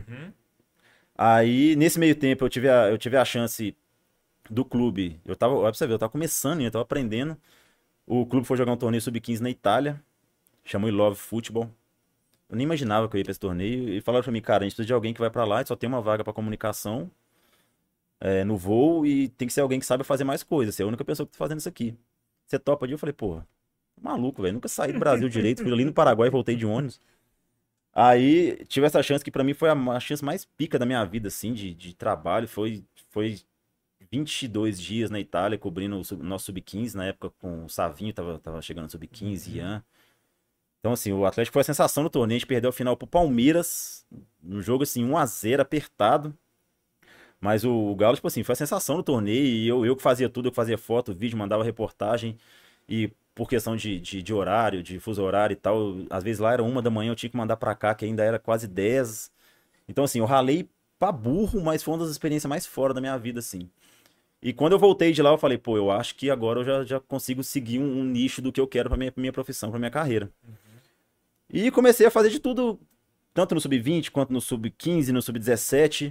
Aí nesse meio tempo eu tive a chance do clube, olha pra você ver, eu tava começando, eu tava aprendendo. O clube foi jogar um torneio sub-15 na Itália. Chamou Love Football. Eu nem imaginava que eu ia pra esse torneio. E falaram pra mim, cara, a gente precisa de alguém que vai pra lá, só tem uma vaga pra comunicação no voo e tem que ser alguém que sabe fazer mais coisas. Você é a única pessoa que tá fazendo isso aqui. Você topa de? Eu falei, porra, maluco, velho. Nunca saí do Brasil direito. Fui ali no Paraguai e voltei de ônibus. Aí tive essa chance que pra mim foi a chance mais pica da minha vida, assim, de trabalho. Foi 22 dias na Itália cobrindo o nosso sub-15. Na época com o Savinho, tava chegando no sub-15, Ian. Então, assim, o Atlético foi a sensação do torneio. A gente perdeu a final pro Palmeiras. No jogo, assim, 1-0, apertado. Mas o Galo, tipo assim, foi a sensação do torneio. E eu que fazia tudo, eu que fazia foto, vídeo, mandava reportagem. E por questão de horário, de fuso horário e tal, às vezes lá era 1 da manhã, eu tinha que mandar pra cá, que ainda era quase 10. Então, assim, eu ralei pra burro, mas foi uma das experiências mais fora da minha vida, assim. E quando eu voltei de lá, eu falei, pô, eu acho que agora eu já consigo seguir um nicho do que eu quero pra minha profissão, pra minha carreira. E comecei a fazer de tudo, tanto no sub-20, quanto no sub-15, no sub-17.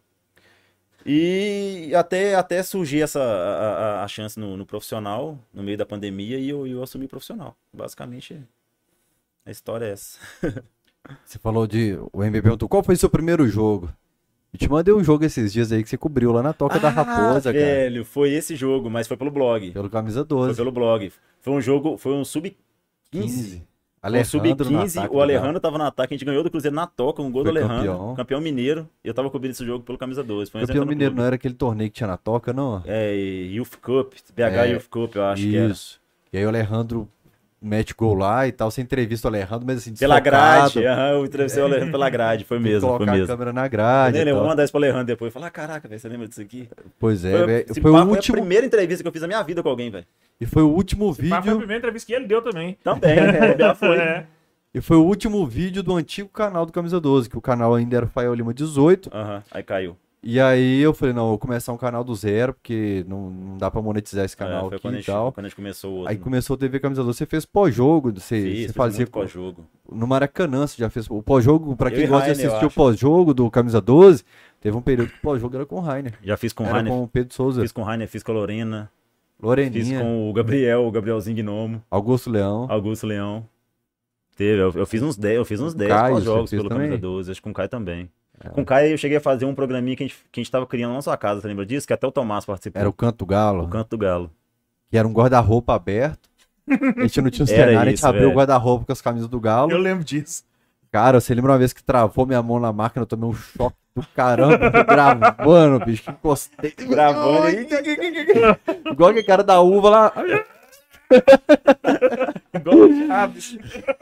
E até surgir a chance no profissional, no meio da pandemia, e eu assumi profissional. Basicamente, a história é essa. Você falou o MB perguntou, qual foi o seu primeiro jogo? Eu te mandei um jogo esses dias aí que você cobriu lá na Toca da Raposa, cara. Velho, foi esse jogo, mas foi pelo blog. Pelo camisa Foi 12. pelo blog. Foi um jogo, foi um sub-15. 15. No Alejandro no sub-15, ataque o do Alejandro tava no ataque, a gente ganhou do Cruzeiro na Toca, um gol Foi do Alejandro, campeão. campeão mineiro, e eu tava cobrindo esse jogo pelo camisa 12. Foi um Galo. Campeão evento no Mineiro clube. não era aquele torneio que tinha na Toca, não? Youth Cup, BH Youth Cup, eu acho que era. Isso. E aí o Alejandro mete gol lá e tal, você entrevista o Alejandro, mas assim, Pela desfocado. grade, eu entrevistei o Alejandro pela grade, foi Tem que mesmo, foi colocar a mesmo. câmera na Eu grade nem e lembro, vou tal. mandar isso pro Alejandro depois. Falar, caraca, velho, você lembra disso aqui? Pois é, velho. Esse Foi o papo foi a último, primeira entrevista que eu fiz na minha vida com alguém, velho. e foi o último Foi a vídeo, primeira entrevista que ele deu também. Também, já foi. É. e foi o último vídeo do antigo canal do Camisa 12, que o canal ainda era o Fael Lima 18. Aham, aí caiu. E aí eu falei, não, eu vou começar um canal do zero, porque não dá pra monetizar esse canal Foi aqui quando a e gente, tal. quando a gente começou o outro. Aí começou o TV Camisa 12, você fez pós-jogo, você Fiz fazia muito pós-jogo. no Maracanã, você já fez o pós-jogo, pra Eu quem e gosta de Rainer, eu assistir o acho. pós-jogo do Camisa 12, teve um período que o pós-jogo era com o Rainer. Já fiz com o Era Rainer, com o Pedro Souza, fiz com o Rainer, fiz com a Lorena, fiz Loreninha, com o Gabrielzinho Gnomo, Augusto Leão. Augusto Leão. Teve, eu fiz uns 10, Caio, pós-jogos você fez pelo também? Camisa 12, acho que com o Caio também. Com o Caio eu cheguei a fazer um programinha que a gente tava criando na sua casa, você lembra disso? Que até o Tomás participou. Era o Canto do Galo, O Canto do Galo. que era um guarda-roupa aberto. A gente não tinha os Era cenários, a gente isso, abriu velho. o guarda-roupa com as camisas do Galo. Eu lembro disso. Cara, você lembra uma vez que travou minha mão na máquina, eu tomei um choque do caramba, tô gravando, bicho, que encostei. Gravando aí. Igual aquele cara da uva lá. Igual o Chaves.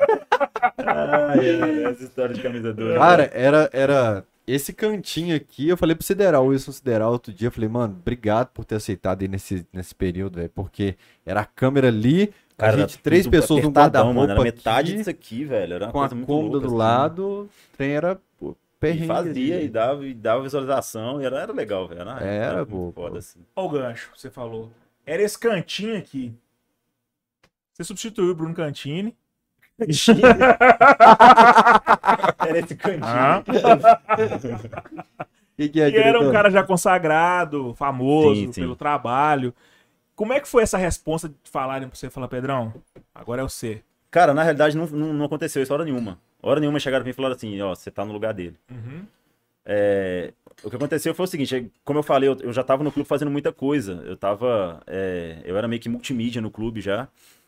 Essa história de camisa dura. Cara, era esse cantinho aqui, eu falei pro Sideral, o Wilson Sideral outro dia, eu falei, mano, obrigado por ter aceitado aí nesse período, velho, porque era a câmera ali, Cara, a era gente, 3 tudo pessoas no apertadão, mano. guarda-roupa Era metade aqui, disso aqui, velho. Era uma com a coisa muito cômoda louca, do assim. lado, o trem era, pô, perrengue. E fazia, ali. e dava visualização, e era legal, velho. Era, muito pô. foda, assim. Olha o gancho que você falou. Era esse cantinho aqui. Você substituiu o Bruno Cantini. Era esse cantinho. Ah. Que é, E era um diretor? cara já consagrado, famoso Sim, sim. pelo trabalho. Como é que foi essa resposta de falarem pra você, falar, Pedrão, agora é você? Cara, na realidade não aconteceu isso hora nenhuma. Hora nenhuma chegaram pra mim e falaram assim, ó, você tá no lugar dele. Uhum. O que aconteceu foi o seguinte, como eu falei, eu já tava no clube fazendo muita coisa. Eu era meio que multimídia no clube já.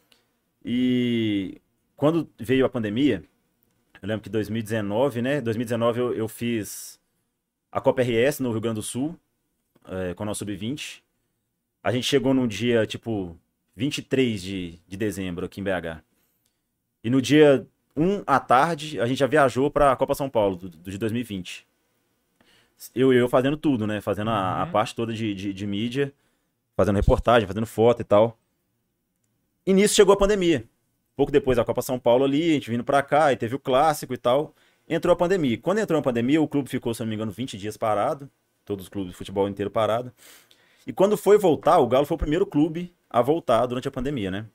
E quando veio a pandemia, eu lembro que 2019, né? 2019 eu fiz a Copa RS no Rio Grande do Sul, com a nossa Sub-20. A gente chegou num dia, tipo, 23 de dezembro aqui em BH. E no dia 1 à tarde, a gente já viajou pra Copa São Paulo, de 2020. Eu fazendo tudo, né? Fazendo a parte toda de mídia, fazendo reportagem, fazendo foto e tal. E nisso chegou a pandemia. Pouco depois da Copa São Paulo ali, a gente vindo pra cá, e teve o clássico e tal. Entrou a pandemia. Quando entrou a pandemia, o clube ficou, se não me engano, 20 dias parado. Todos os clubes de futebol inteiro parado. E quando foi voltar, o Galo foi o primeiro clube a voltar durante a pandemia, né?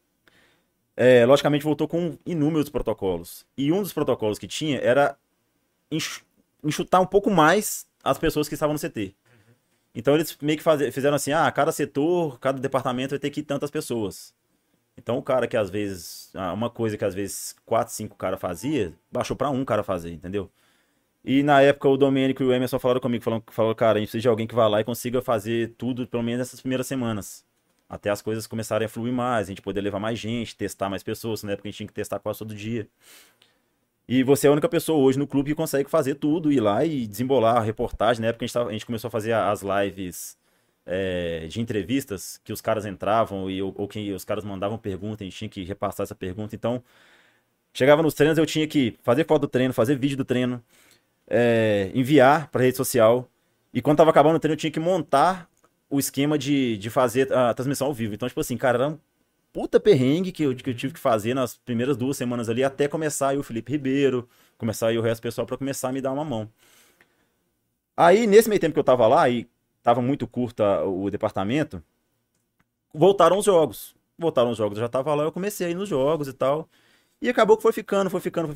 Logicamente voltou com inúmeros protocolos. E um dos protocolos que tinha era enxutar um pouco mais as pessoas que estavam no CT. Então eles meio que fizeram assim, cada setor, cada departamento vai ter que ir tantas pessoas. Então o cara que às vezes, uma coisa que às vezes 4, 5 caras fazia, baixou pra um cara fazer, entendeu? E na época o Domênico e o Emerson falaram comigo, falaram, cara, a gente precisa de alguém que vá lá e consiga fazer tudo, pelo menos nessas primeiras semanas. Até as coisas começarem a fluir mais, a gente poder levar mais gente, testar mais pessoas. Na época a gente tinha que testar quase todo dia. E você é a única pessoa hoje no clube que consegue fazer tudo, ir lá e desembolar a reportagem. Na época a gente começou a fazer as lives de entrevistas, que os caras entravam ou que os caras mandavam pergunta, a gente tinha que repassar essa pergunta. Então, chegava nos treinos, eu tinha que fazer foto do treino, fazer vídeo do treino, enviar pra rede social. E quando tava acabando o treino, eu tinha que montar o esquema de fazer a transmissão ao vivo. Então, tipo assim, cara, era um puta perrengue que eu tive que fazer nas primeiras 2 semanas ali, até começar aí o Felipe Ribeiro, começar aí o resto do pessoal pra começar a me dar uma mão. Aí, nesse meio tempo que eu tava lá, e tava muito curto o departamento, voltaram os jogos. Voltaram os jogos, eu já tava lá, eu comecei a ir nos jogos e tal. E acabou que foi ficando.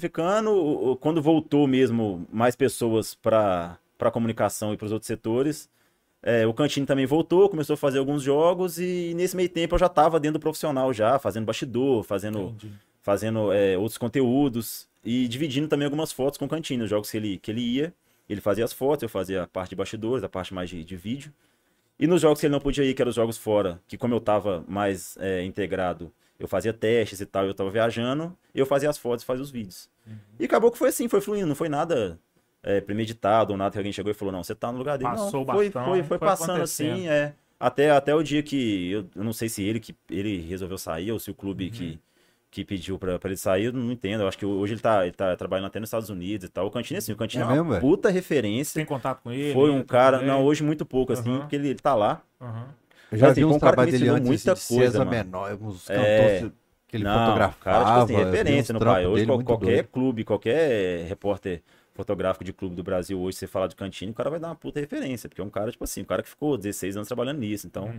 Quando voltou mesmo mais pessoas pra comunicação e pros outros setores, o Cantini também voltou, começou a fazer alguns jogos e nesse meio tempo eu já tava dentro do profissional já, fazendo bastidor, fazendo outros conteúdos e dividindo também algumas fotos com o Cantini, os jogos que ele ia, ele fazia as fotos, eu fazia a parte de bastidores, a parte mais de vídeo. E nos jogos que ele não podia ir, que eram os jogos fora, que como eu tava mais integrado, eu fazia testes e tal, eu tava viajando, eu fazia as fotos e fazia os vídeos. E acabou que foi assim, foi fluindo, não foi nada premeditado ou nada que alguém chegou e falou, não, você tá no lugar dele. Passou Não, foi passando assim, até o dia que, eu não sei se ele resolveu sair ou se o clube que pediu pra ele sair, eu não entendo, eu acho que hoje ele tá trabalhando até nos Estados Unidos e tal. O Cantini, assim, é uma mesmo, puta referência. Tem contato com ele? Foi um cara, não, hoje muito pouco, assim, porque ele tá lá. Eu já Assim, vi foi uns um cara que trabalhos me dele ensinou antes, muita de coisa, César mano. Menor, uns cantores que ele fotografava. Cara, tipo assim, eu vi uns referência no trampos pai. Hoje dele muito qualquer doido. clube, qualquer repórter fotográfico de clube do Brasil, hoje você falar de Cantini, o cara vai dar uma puta referência, porque é um cara, tipo assim, um cara que ficou 16 anos trabalhando nisso, então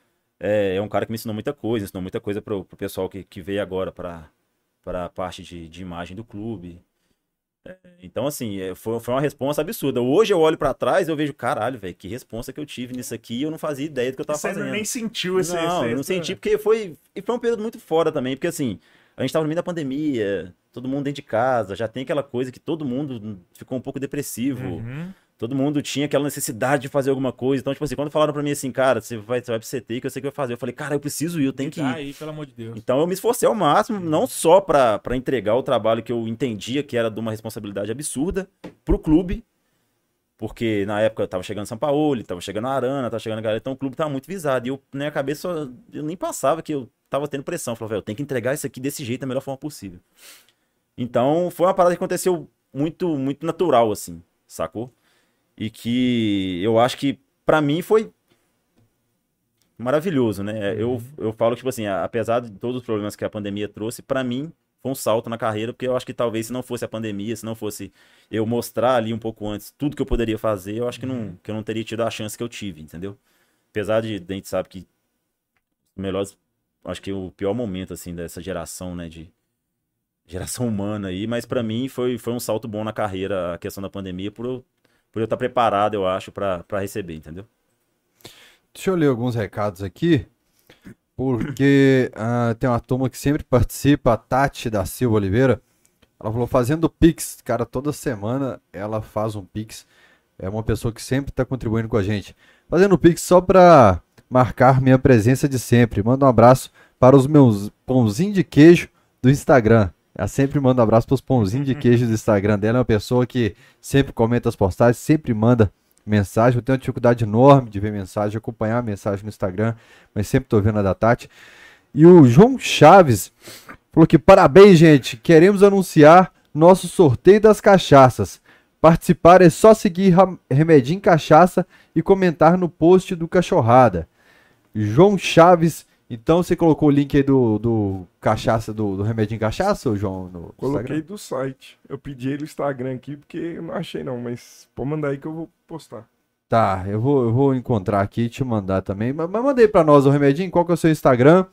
é um cara que me ensinou muita coisa pro pessoal que veio agora pra parte de imagem do clube. Então, assim, foi uma responsa absurda. Hoje eu olho pra trás e eu vejo, caralho, velho, que responsa que eu tive nisso aqui e eu não fazia ideia do que eu tava fazendo. Você nem sentiu esse... Não, eu não senti, porque foi um período muito fora também, porque assim, a gente tava no meio da pandemia, todo mundo dentro de casa, já tem aquela coisa que todo mundo ficou um pouco depressivo, todo mundo tinha aquela necessidade de fazer alguma coisa, então, tipo assim, quando falaram pra mim assim, cara, você vai pro CT que eu sei que vai fazer, eu falei, cara, eu preciso ir, eu tenho que ir. Aí, pelo amor de Deus. Então eu me esforcei ao máximo, não só pra entregar o trabalho que eu entendia que era de uma responsabilidade absurda pro clube, porque na época eu tava chegando Sampaoli, tava chegando a Arana, tava chegando a galera, então o clube tava muito visado. E eu, na minha cabeça, eu nem passava que eu tava tendo pressão. Falei, velho, eu tenho que entregar isso aqui desse jeito da melhor forma possível. Então, foi uma parada que aconteceu muito, muito natural, assim, sacou? E que eu acho que, pra mim, foi maravilhoso, né? Eu falo que, tipo assim, apesar de todos os problemas que a pandemia trouxe, pra mim, foi um salto na carreira, porque eu acho que talvez se não fosse a pandemia, se não fosse eu mostrar ali um pouco antes tudo que eu poderia fazer, eu acho que, que eu não teria tido a chance que eu tive, entendeu? Apesar de a gente sabe que os melhores, acho que o pior momento, assim, dessa geração, né, de geração humana aí, mas pra mim foi um salto bom na carreira, a questão da pandemia, por eu estar preparado, eu acho, pra receber, entendeu? Deixa eu ler alguns recados aqui, porque tem uma turma que sempre participa, a Tati da Silva Oliveira. Ela falou, fazendo Pix, cara, toda semana ela faz um Pix. É uma pessoa que sempre está contribuindo com a gente. Fazendo Pix só para marcar minha presença de sempre. Manda um abraço para os meus pãozinhos de queijo do Instagram. Ela sempre manda um abraço para os pãozinhos de queijo do Instagram dela. É uma pessoa que sempre comenta as postagens, sempre manda mensagem. Eu tenho uma dificuldade enorme de ver mensagem, de acompanhar a mensagem no Instagram, mas sempre estou vendo a da Tati. E o João Chaves falou que parabéns, gente. Queremos anunciar nosso sorteio das cachaças. Participar é só seguir Remedinho Cachaça e comentar no post do Cachorrada. João Chaves, então você colocou o link aí do cachaça, do Remedinho Cachaça, João? No Coloquei Instagram? do site. Eu pedi ele o Instagram aqui porque eu não achei não, mas pode mandar aí que eu vou postar. Tá, eu vou encontrar aqui e te mandar também. Mas manda aí pra nós o Remedinho, qual que é o seu Instagram?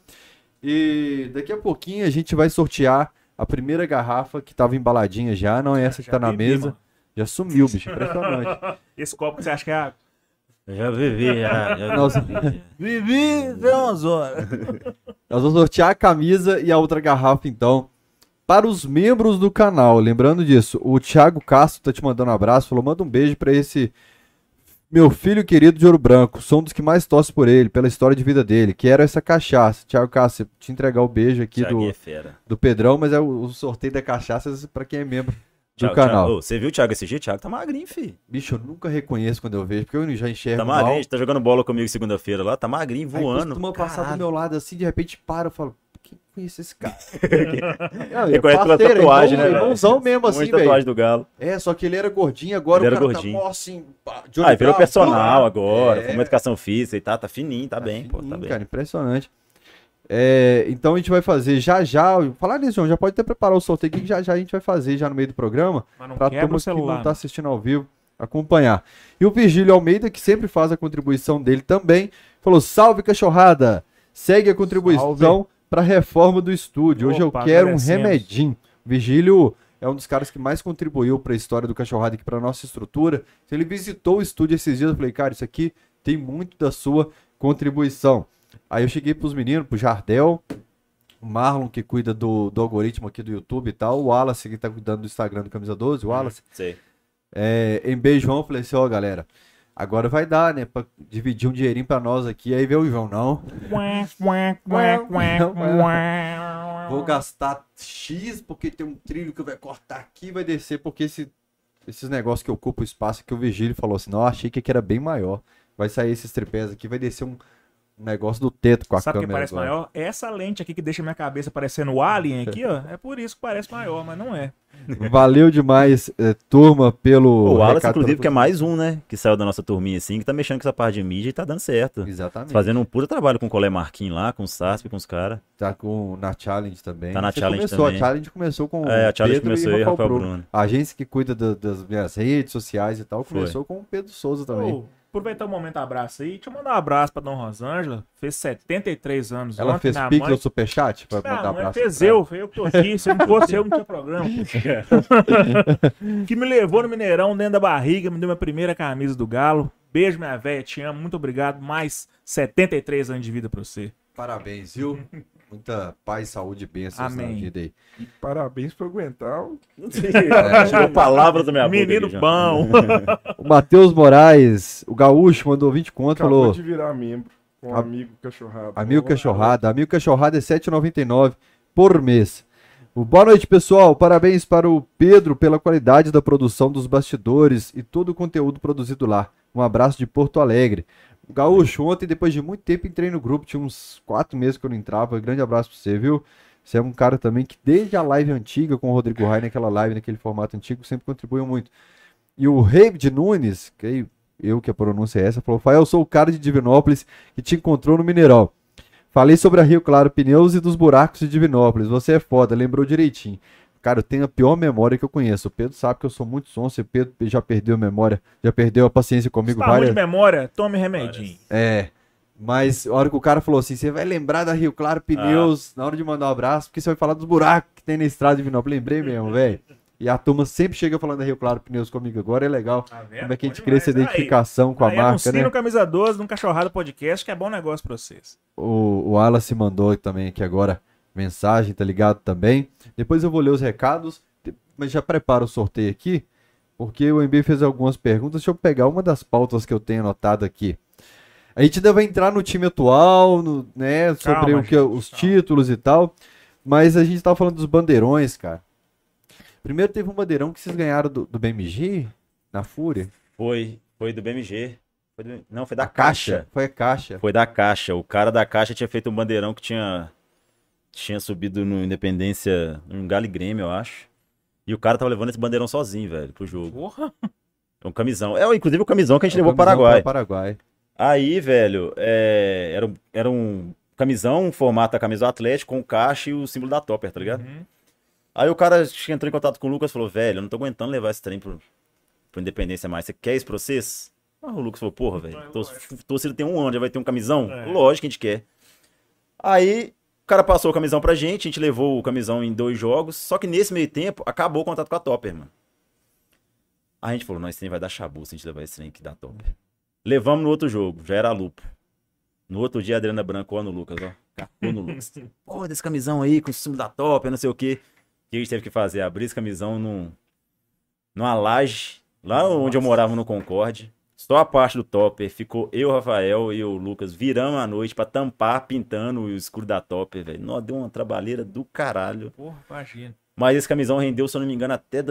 E daqui a pouquinho a gente vai sortear a primeira garrafa que tava embaladinha já, não é essa que tá na mesa. Mano. Já sumiu, bicho, impressionante. Esse copo que você acha que é... Já vivi, já Nós, Vivi, tem umas horas. nós vamos sortear a camisa e a outra garrafa, então, para os membros do canal. Lembrando disso, o Thiago Castro tá te mandando um abraço, falou, manda um beijo para esse meu filho querido de Ouro Branco. Sou um dos que mais torce por ele, pela história de vida dele. Quero essa cachaça. Thiago Castro, te entregar o beijo aqui é fera. do Pedrão, mas é o sorteio da cachaça para quem é membro do Thiago, canal. Thiago, você viu o Thiago esse dia? Thiago tá magrinho, filho. Bicho, eu nunca reconheço quando eu vejo, porque eu já enxergo Tá mal. magrinho, tá jogando bola comigo segunda-feira lá, tá magrinho, Aí voando. costuma passar do Caralho. meu lado assim, de repente para, eu falo, quem conhece esse cara? Reconhece pela tatuagem, né, velho? Irmãozão mesmo assim, Muita tatuagem velho. do Galo. É, só que ele era gordinho, agora Ele o era cara gordinho. tá mó assim, pá, Johnny Ah, ele virou Bravo, personal pá. agora, É. foi uma educação física e tá fininho, tá bem, pô, tá Fininho, bem. cara, impressionante. Então a gente vai fazer já. Falar nisso, João, já pode até preparar o sorteio aqui que já a gente vai fazer já no meio do programa. Mas não Pra quebra turma o celular. que não tá assistindo ao vivo acompanhar. E o Virgílio Almeida, que sempre faz a contribuição dele também, falou: salve cachorrada! Segue a contribuição para reforma do estúdio. Hoje eu Opa, quero um agradecemos. remedinho. Virgílio é um dos caras que mais contribuiu para a história do Cachorrada aqui, para nossa estrutura. Ele visitou o estúdio esses dias, eu falei, cara, isso aqui tem muito da sua contribuição. Aí eu cheguei pros meninos, pro Jardel, o Marlon, que cuida do algoritmo aqui do YouTube e tal, o Wallace, que tá cuidando do Instagram do Camisa 12, o Wallace. Sei. Em beijão, eu falei assim, ó, galera, agora vai dar, né, pra dividir um dinheirinho pra nós aqui. Aí veio o João, não, vou gastar X porque tem um trilho que vai cortar aqui e vai descer, porque esses negócios que ocupam o espaço, que o Virgílio falou assim, não, achei que aqui era bem maior. Vai sair esses tripés aqui, vai descer um negócio do teto com a Sabe o que câmera parece agora. maior? É essa lente aqui que deixa minha cabeça parecendo o Alien aqui, ó. É por isso que parece maior, mas não é. Valeu demais, turma, pelo O Wallace, recado, inclusive, pela que é mais um, né? Que saiu da nossa turminha assim, que tá mexendo com essa parte de mídia e tá dando certo. Exatamente. Fazendo um puta trabalho com o Colé Marquinhos lá, com o Sasp, com os caras. Tá na Challenge também. Tá na Você Challenge começou, também. A Challenge começou com É, a Challenge Pedro começou aí, Rafael Bruno. A agência que cuida das minhas redes sociais e tal, Foi. começou com o Pedro Souza também. Ô, aproveitar o momento abraço aí. Deixa eu mandar um abraço pra Dona Rosângela. Fez 73 anos Ela ontem, fez minha Pix mãe. ou Superchat pra Não, mandar a mãe abraço? fez pra ela? eu que tô aqui. Se não fosse eu, não tinha programa. Que me levou no Mineirão dentro da barriga, me deu minha primeira camisa do Galo. Beijo, minha velha, te amo, muito obrigado. Mais 73 anos de vida pra você. Parabéns, viu? Muita paz, saúde e bênçãos na Amém. vida aí. Parabéns por aguentar. Tirou palavras da minha boca. Menino aqui já. bom. O Matheus Moraes, o Gaúcho, mandou 20 conto, Acabou falou... de virar membro com um amigo cachorrado. Amigo Cachorrada. Amigo Cachorrada é R$ 7,99 por mês. Boa noite, pessoal. Parabéns para o Pedro pela qualidade da produção dos bastidores e todo o conteúdo produzido lá. Um abraço de Porto Alegre. O Gaúcho, ontem, depois de muito tempo, entrei no grupo. Tinha uns 4 meses que eu não entrava. Grande abraço pra você, viu? Você é um cara também que desde a live antiga com o Rodrigo Rai, naquela live, naquele formato antigo, sempre contribuiu muito. E o Reid Nunes, que a pronúncia é essa, falou: Fael, eu sou o cara de Divinópolis que te encontrou no Mineirão. Falei sobre a Rio Claro Pneus e dos buracos de Divinópolis. Você é foda, lembrou direitinho. Cara, eu tenho a pior memória que eu conheço. O Pedro sabe que eu sou muito sonso. O Pedro já perdeu a memória, já perdeu a paciência comigo Tá ruim de memória? Tome remedinho. Mas a hora que o cara falou assim, você vai lembrar da Rio Claro Pneus na hora de mandar um abraço, porque você vai falar dos buracos que tem na estrada de Divinópolis. Lembrei mesmo, velho. E a turma sempre chega falando da Rio Claro Pneus comigo agora, é legal. Tá vendo? Como é que a gente Bom cria essa demais. identificação com a marca, anuncie né? no Camisa 12, no Cachorrada Podcast, que é bom negócio pra vocês. O Wallace mandou também aqui agora mensagem, tá ligado também. Depois eu vou ler os recados, mas já prepara o sorteio aqui, porque o MB fez algumas perguntas. Deixa eu pegar uma das pautas que eu tenho anotado aqui. A gente ainda vai entrar no time atual, né, sobre os títulos e tal, mas a gente tava falando dos bandeirões, cara. Primeiro teve um bandeirão que vocês ganharam do BMG, na Fúria. Foi do BMG. Não, foi da Caixa. Caixa. Foi a Caixa. Foi da Caixa. O cara da Caixa tinha feito um bandeirão que tinha subido no Independência, um Galo e Grêmio, eu acho. E o cara tava levando esse bandeirão sozinho, velho, pro jogo. Porra! É um camisão. Inclusive o camisão que a gente levou O pro camisão Paraguai. Paraguai. Aí, velho, era um camisão, um formato da camisa do Atlético, com o caixa e o símbolo da Topper, tá ligado? Uhum. Aí o cara entrou em contato com o Lucas e falou: velho, eu não tô aguentando levar esse trem pro Independência mais. Você quer isso pra vocês? Ah, o Lucas falou: porra, velho, torcida tem um ano, já vai ter um camisão? Lógico que a gente quer. Aí o cara passou o camisão pra gente, a gente levou o camisão em 2 jogos, só que nesse meio tempo acabou o contato com a Topper, mano. Aí a gente falou: não, esse trem vai dar chabu se a gente levar esse trem aqui da Topper. Levamos no outro jogo, já era a Lupo. No outro dia a Adriana Branco no Lucas, ó. Capou no Lucas. Pô, desse camisão aí com o símbolo da Topper, não sei o quê. O que a gente teve que fazer? Abrir esse camisão numa laje, lá onde eu morava no Concorde. Só a parte do Topper. Ficou eu, o Rafael e o Lucas. Viramos a noite pra tampar, pintando o escuro da Topper, velho. Nossa, deu uma trabalheira do caralho. Porra, imagina. Mas esse camisão rendeu, se eu não me engano, até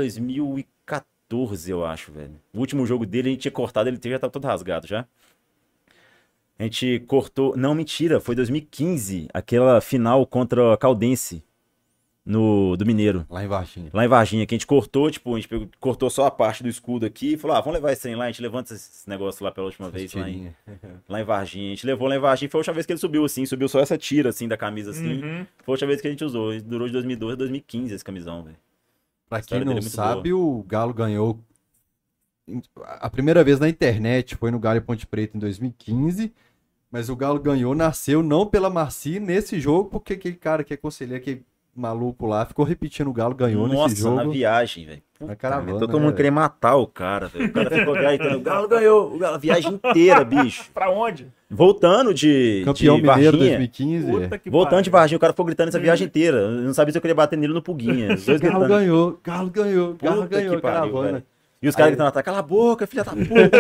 2014, eu acho, velho. O último jogo dele, a gente tinha cortado, ele já tava todo rasgado já. A gente cortou... Não, mentira, foi 2015. Aquela final contra a Caldense. Do Mineiro. Lá em Varginha. Lá em Varginha, que a gente cortou, tipo, a gente cortou só a parte do escudo aqui e falou: vamos levar esse trem lá, a gente levanta esse negócio lá pela última vez lá em Varginha. A gente levou lá em Varginha, foi a última vez que ele subiu assim, subiu só essa tira assim da camisa assim. Foi a última vez que a gente usou, durou de 2012 a 2015 esse camisão, velho. Pra quem não sabe, o Galo ganhou a primeira vez na internet, foi no Galo e Ponte Preta em 2015, mas o Galo ganhou, nasceu não pela Marci nesse jogo, porque aquele cara que é conselheiro, aquele maluco lá, ficou repetindo o Galo, ganhou nesse jogo. Nossa, na viagem, velho. Na caravana, todo mundo queria matar o cara, velho. O cara ficou gritando: o Galo ganhou, a viagem inteira, bicho. Pra onde? Voltando de Campeão de Mineiro Varginha. 2015. Voltando de Varginha, o cara ficou gritando essa viagem inteira. Eu não sabia se eu queria bater nele no Puguinha. Os dois Galo gritando. ganhou, Galo ganhou, Galo Puta ganhou, que pariu, caravana. velho. E os caras gritando: cala a boca, filha da puta.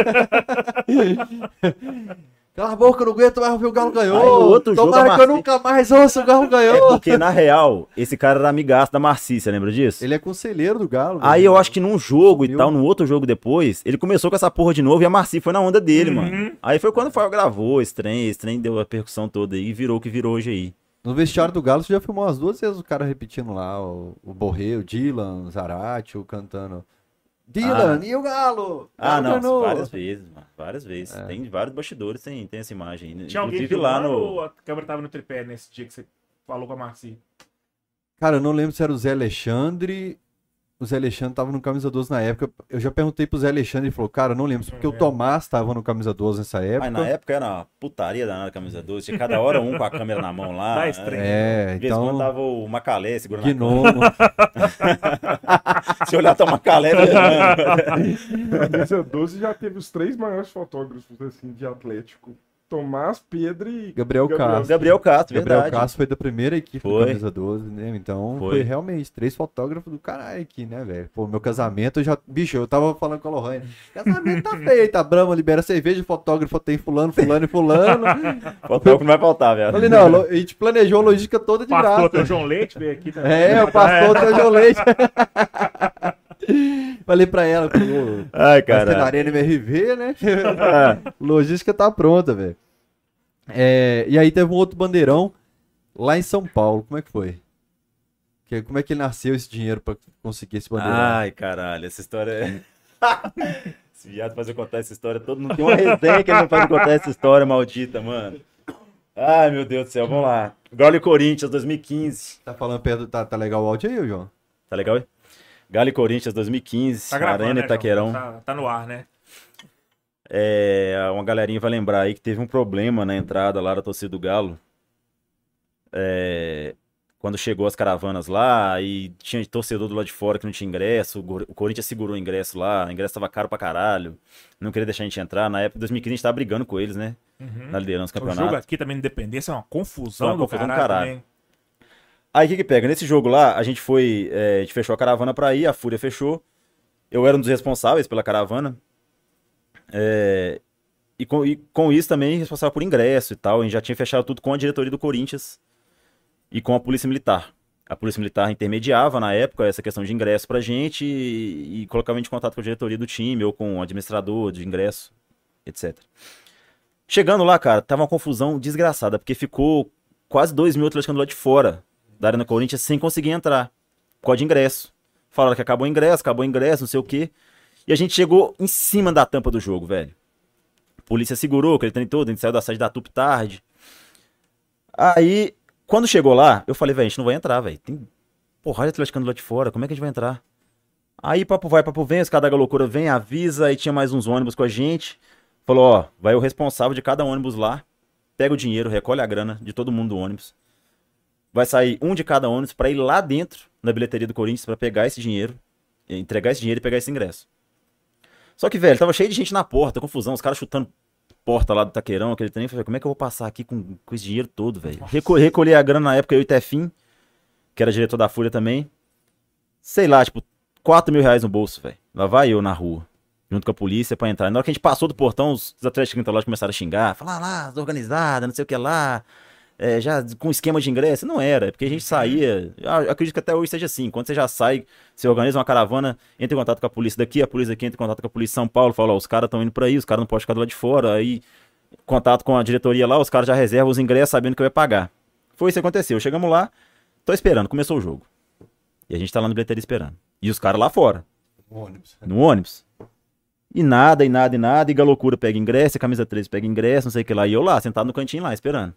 Cala a boca, eu não aguento mais ouvir o Galo ganhou. Aí, o outro jogo, Tomara a que eu Marci- nunca mais ouça o Galo É ganhou. porque, na real, esse cara era amigaço da Marci, você lembra disso? Ele é conselheiro do Galo. Aí velho. eu acho que num jogo Sumiu. e tal, num outro jogo depois, ele começou com essa porra de novo e a Marci foi na onda dele, mano. Aí foi quando o Fael gravou esse trem deu a percussão toda aí e virou o que virou hoje aí. No vestiário do Galo, você já filmou umas 2 vezes o cara repetindo lá, o Borré, o Dylan, o Zarate, o cantando. Dylan, e o Galo? Ah, Galo não, ganhou. várias vezes, mano. Várias vezes. Tem vários bastidores, tem essa imagem. Tinha alguém Inclusive lá filmando no. ou a câmera tava no tripé nesse dia que você falou com a Marci? Cara, eu não lembro se era o Zé Alexandre. O Zé Alexandre tava no Camisa 12 na época. Eu já perguntei pro Zé Alexandre e ele falou: cara, não lembro. Porque o Tomás tava no Camisa 12 nessa época. Mas na época era uma putaria danada a camisa 12. Tinha cada hora um com a câmera na mão lá. Dá estranho. É, De vez em quando então. tava o Macalé segurando a Gnomo. câmera. Se olhar, tá o Macalé. Camisa 12 já teve os 3 maiores fotógrafos assim, de Atlético. Tomás, Pedro e Gabriel Castro. Gabriel Castro, Gabriel verdade. Castro foi da primeira equipe Foi. do Camisa 12, né? Então foi realmente 3 fotógrafos do caralho aqui, né, velho? Pô, meu casamento eu já. Bicho, eu tava falando com a Lohane. Casamento tá feito, a Brahma libera cerveja, fotógrafo tem fulano, fulano e fulano. Fotógrafo não vai faltar, velho. Falei, não, a gente planejou a logística toda de Pastor graça. teu João Leite veio aqui também. É, o pastor tem o João Leite. Falei pra ela, pô, Ai, vai ser na cara. Arena MRV, né? Logística tá pronta, velho. E aí teve um outro bandeirão lá em São Paulo. Como é que foi? Como é que nasceu esse dinheiro pra conseguir esse bandeirão? Ai, caralho, essa história é. Esse viado faz eu contar essa história todo mundo. Tem uma resenha que ele não faz eu contar essa história maldita, mano. Ai, meu Deus do céu, vamos lá. Galo e Corinthians 2015. Tá falando perto, tá legal o áudio aí, João? Tá legal aí? Galo e Corinthians 2015, Tá gravando, Arena né, Itaquerão. João? Tá no ar, né? Uma galerinha vai lembrar aí que teve um problema na entrada lá da torcida do Galo. Quando chegou as caravanas lá e tinha torcedor do lado de fora que não tinha ingresso, o Corinthians segurou o ingresso lá, o ingresso tava caro pra caralho, não queria deixar a gente entrar. Na época de 2015 a gente tava brigando com eles, né? Na liderança do O campeonato. jogo aqui também, Independência, é uma confusão, Uma confusão do caralho. caralho. Também. Aí o que pega? Nesse jogo lá, a gente a gente fechou a caravana pra ir, a Fúria fechou. Eu era um dos responsáveis pela caravana. E com isso também responsável por ingresso e tal. A gente já tinha fechado tudo com a diretoria do Corinthians e com a Polícia Militar. A Polícia Militar intermediava na época essa questão de ingresso pra gente e colocava a gente em contato com a diretoria do time ou com o administrador de ingresso, etc. Chegando lá, cara, tava uma confusão desgraçada, porque ficou quase 2.000 atleticanos lá de fora da Arena Corinthians sem conseguir entrar, por causa de ingresso. Falaram que acabou o ingresso, não sei o quê. E a gente chegou em cima da tampa do jogo, velho. A polícia segurou aquele trem todo, a gente saiu da sede da TUP tarde. Aí, quando chegou lá, eu falei, velho, a gente não vai entrar, velho. Tem porrada de atleticano lá de fora, como é que a gente vai entrar? Aí, papo vai, papo vem, os caras da loucura vem, avisa, aí tinha mais uns ônibus com a gente. Falou, ó, vai o responsável de cada ônibus lá, pega o dinheiro, recolhe a grana de todo mundo do ônibus. Vai sair um de cada ônibus pra ir lá dentro, na bilheteria do Corinthians, pra pegar esse dinheiro, entregar esse dinheiro e pegar esse ingresso. Só que, velho, tava cheio de gente na porta, confusão, os caras chutando porta lá do Taqueirão, aquele trem. Eu falei, como é que eu vou passar aqui com esse dinheiro todo, velho? Recolhi a grana na época, eu e o Tefim, que era diretor da Fúria também. Sei lá, tipo, 4 mil reais no bolso, velho. Lá vai eu na rua, junto com a polícia pra entrar. E na hora que a gente passou do portão, os atletas da loja começaram a xingar, falar lá, desorganizada, não sei o que lá. Já com esquema de ingresso, não era, porque a gente saía, eu acredito que até hoje seja assim, quando você já sai, você organiza uma caravana, entra em contato com a polícia daqui entra em contato com a polícia de São Paulo, fala, ó, os caras estão indo por aí, os caras não podem ficar do lado de fora, aí contato com a diretoria lá, os caras já reservam os ingressos sabendo que vai pagar. Foi isso que aconteceu, chegamos lá, tô esperando, começou o jogo, e a gente tá lá no bilheteria esperando, e os caras lá fora, no ônibus, e nada, e Galocura pega ingresso, a camisa 13 pega ingresso, não sei o que lá, e eu lá, sentado no cantinho lá, esperando.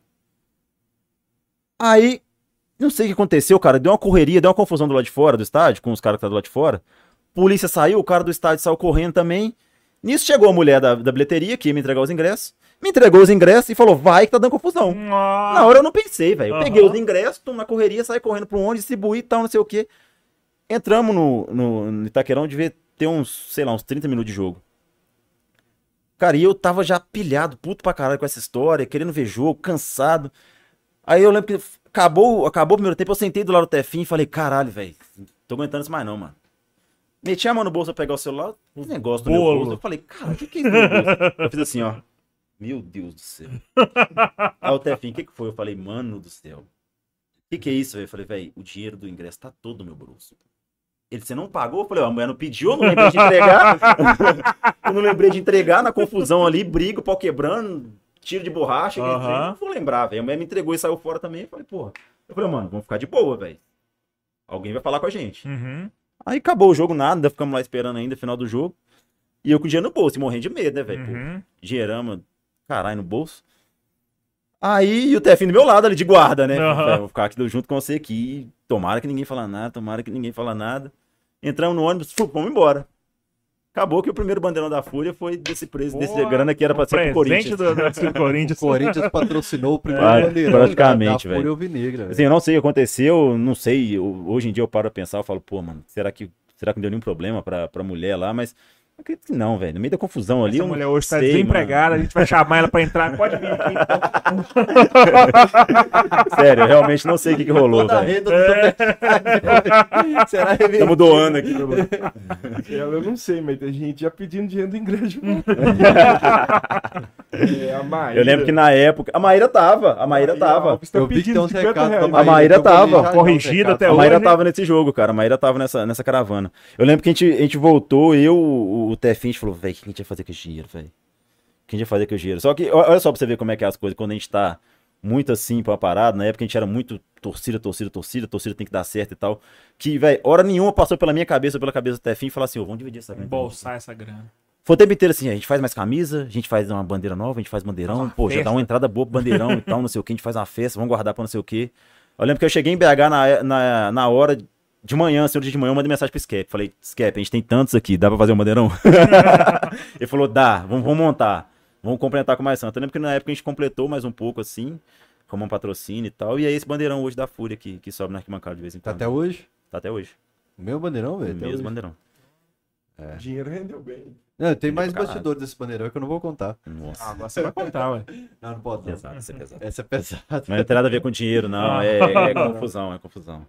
Aí, não sei o que aconteceu, cara. Deu uma correria, deu uma confusão do lado de fora do estádio, com os caras que estavam do lado de fora. Polícia saiu, o cara do estádio saiu correndo também. Nisso chegou a mulher da bilheteria, que ia me entregar os ingressos. Me entregou os ingressos e falou, vai que tá dando confusão. Na hora eu não pensei, velho. Eu peguei os ingressos, tô na correria, saí correndo pro onde, distribuí e tal, não sei o quê. Entramos no Itaquerão, devia ter uns, sei lá, uns 30 minutos de jogo. Cara, e eu tava já pilhado, puto pra caralho com essa história, querendo ver jogo, cansado. Aí eu lembro que acabou o primeiro tempo, eu sentei do lado do Tefim e falei, caralho, velho, tô aguentando isso mais não, mano. Meti a mão no bolso pra pegar o celular, um negócio no meu bolso. Eu falei, cara, o que é isso no meu bolso? Eu fiz assim, ó. Meu Deus do céu. Aí o Tefim, o que foi? Eu falei, mano do céu. O que é isso, velho? Eu falei, velho, o dinheiro do ingresso tá todo no meu bolso. Ele, você não pagou? Eu falei, ó, a mulher não pediu, eu não lembrei de entregar. Eu não lembrei de entregar, na confusão ali, briga, o pau quebrando, tiro de borracha, não vou lembrar, velho. A mulher me entregou e saiu fora também. Eu falei, porra. Eu falei, mano, vamos ficar de boa, velho. Alguém vai falar com a gente. Aí acabou o jogo, nada, ficamos lá esperando ainda o final do jogo. E eu com o dinheiro no bolso, e morrendo de medo, né, velho? Dinheirama, caralho, no bolso. Aí o Tefim do meu lado ali de guarda, né? Vou ficar aqui junto com você aqui. Tomara que ninguém fala nada, Entramos no ônibus, vamos embora. Acabou que o primeiro bandeirão da Fúria foi desse preço, desse grana que era pra ser pro Corinthians. Do Corinthians. O Corinthians patrocinou o primeiro bandeirão praticamente, da Fúria Alvinegra. Assim, eu não sei o que aconteceu, não sei. Hoje em dia eu paro a pensar, eu falo, pô, mano, será que não deu nenhum problema pra mulher lá? Mas Acredito que não, velho. No meio da confusão ali. Essa eu não mulher hoje tá sei, desempregada, mano. a gente vai chamar ela pra entrar. Pode vir aqui. Sério, eu realmente não sei o que rolou, Toda a velho. renda do superchat. Será revertido? Estamos doando aqui. Eu não sei, mas tem gente já pedindo dinheiro do ingresso de volta. A Maíra. Eu lembro que na época. A Maíra tava. A Maíra tava. Alves tá Eu vi que pedindo tem uns 50 recados reais. da A Maíra que eu vou ler tava. já, Corrigida já, os até A recados. Maíra hoje. tava nesse jogo, cara. A Maíra tava nessa caravana. Eu lembro que a gente voltou, o Tefinho, a gente falou, velho, o que a gente ia fazer com esse dinheiro, velho? O que a gente ia fazer com esse dinheiro? Só que, olha só pra você ver como é que é as coisas, quando a gente tá muito assim pra uma parada, na época a gente era muito torcida tem que dar certo e tal. Que, velho, hora nenhuma passou pela minha cabeça, pela cabeça do Tefinho e falou assim, ô, vamos dividir essa grana. Bolsar essa grana. Foi o tempo inteiro assim, a gente faz mais camisa, a gente faz uma bandeira nova, a gente faz bandeirão, Uma pô, já festa. dá uma entrada boa pro bandeirão e tal, não sei o que, a gente faz uma festa, vamos guardar pra não sei o que. Eu lembro que eu cheguei em BH na hora de manhã, assim, no dia de manhã, eu mandei mensagem pro Skep. Falei, Skep, a gente tem tantos aqui, dá pra fazer um bandeirão? Ele falou, dá, vamos montar, vamos complementar com mais santo. Eu lembro que na época a gente completou mais um pouco assim, como um patrocínio e tal, e é esse bandeirão hoje da Fúria que sobe na arquibancada de vez em Tá quando. até hoje? Tá até hoje. Meu bandeirão, velho. até Mesmo hoje. bandeirão. O dinheiro rendeu bem. Não, tem mais pra caralho. bastidores desse bandeirão que eu não vou contar. Nossa, Agora você vai contar, ué. Não, não pode. Não. pesado, isso é pesado. Essa é pesada. Mas não tem nada a ver com dinheiro, não, é confusão, é confusão.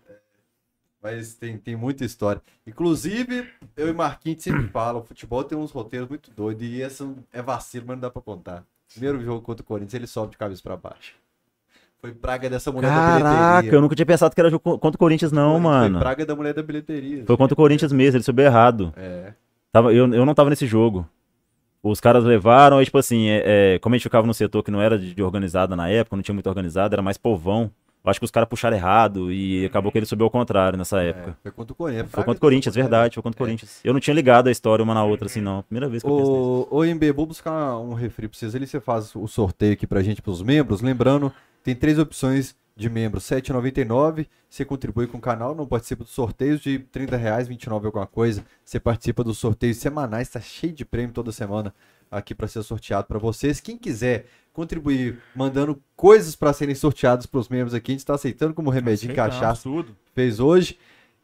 Mas tem muita história. Inclusive, eu e Marquinhos sempre falam, o futebol tem uns roteiros muito doidos e esse é vacilo, mas não dá pra contar. Primeiro jogo contra o Corinthians, ele sobe de cabeça pra baixo. Foi praga dessa mulher da Caraca, bilheteria. eu nunca tinha pensado que era jogo contra o Corinthians, não, Foi mano. praga da mulher da bilheteria. Foi contra o Corinthians mesmo, ele subiu errado. É. Eu não tava nesse jogo. Os caras levaram, aí, tipo assim, como a gente ficava no setor que não era de organizada na época, não tinha muito organizado, era mais povão. Eu acho que os caras puxaram errado e acabou que ele subiu ao contrário nessa época. Foi contra o Corinthians. Foi contra o Corinthians, verdade, foi contra o Corinthians. Eu não tinha ligado a história uma na outra assim, não. Primeira vez que eu pensei nisso. Ô, MB, vou buscar um refri pra vocês ali. Você faz o sorteio aqui pra gente, pros membros. Lembrando, tem 3 opções de membro. R$ 7,99. Você contribui com o canal, não participa dos sorteios de R$ 30, R$ 29 alguma coisa. Você participa dos sorteios semanais, tá cheio de prêmio toda semana aqui pra ser sorteado pra vocês. Quem quiser contribuir mandando coisas pra serem sorteadas pros membros aqui, a gente tá aceitando como remedinho cachaça Tudo. fez hoje.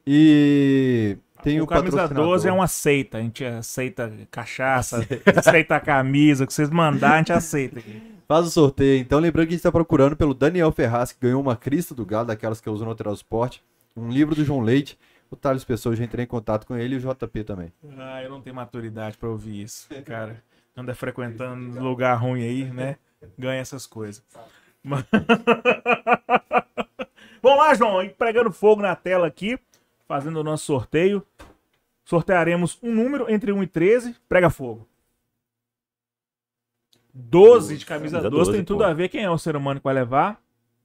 E tem O o Camisa patrocinador. 12 é uma seita. A gente aceita cachaça, aceita a camisa. O que vocês mandarem, a gente aceita aqui. Faz o sorteio, então. Lembrando que a gente está procurando pelo Daniel Ferraz, que ganhou uma crista do Galo, daquelas que eu uso no transporte, um livro do João Leite. O Thales Pessoa, já entrei em contato com ele e o JP também. Ah, eu não tenho maturidade pra ouvir isso, cara. Anda frequentando lugar ruim aí, né? Ganha essas coisas. Mas- Vamos lá, João. Pregando fogo na tela aqui, fazendo o nosso sorteio. Sortearemos um número entre 1 e 13. Prega fogo. 12 de camisa Camisa 12, tem 12, tudo pô. a ver quem é o ser humano que vai levar.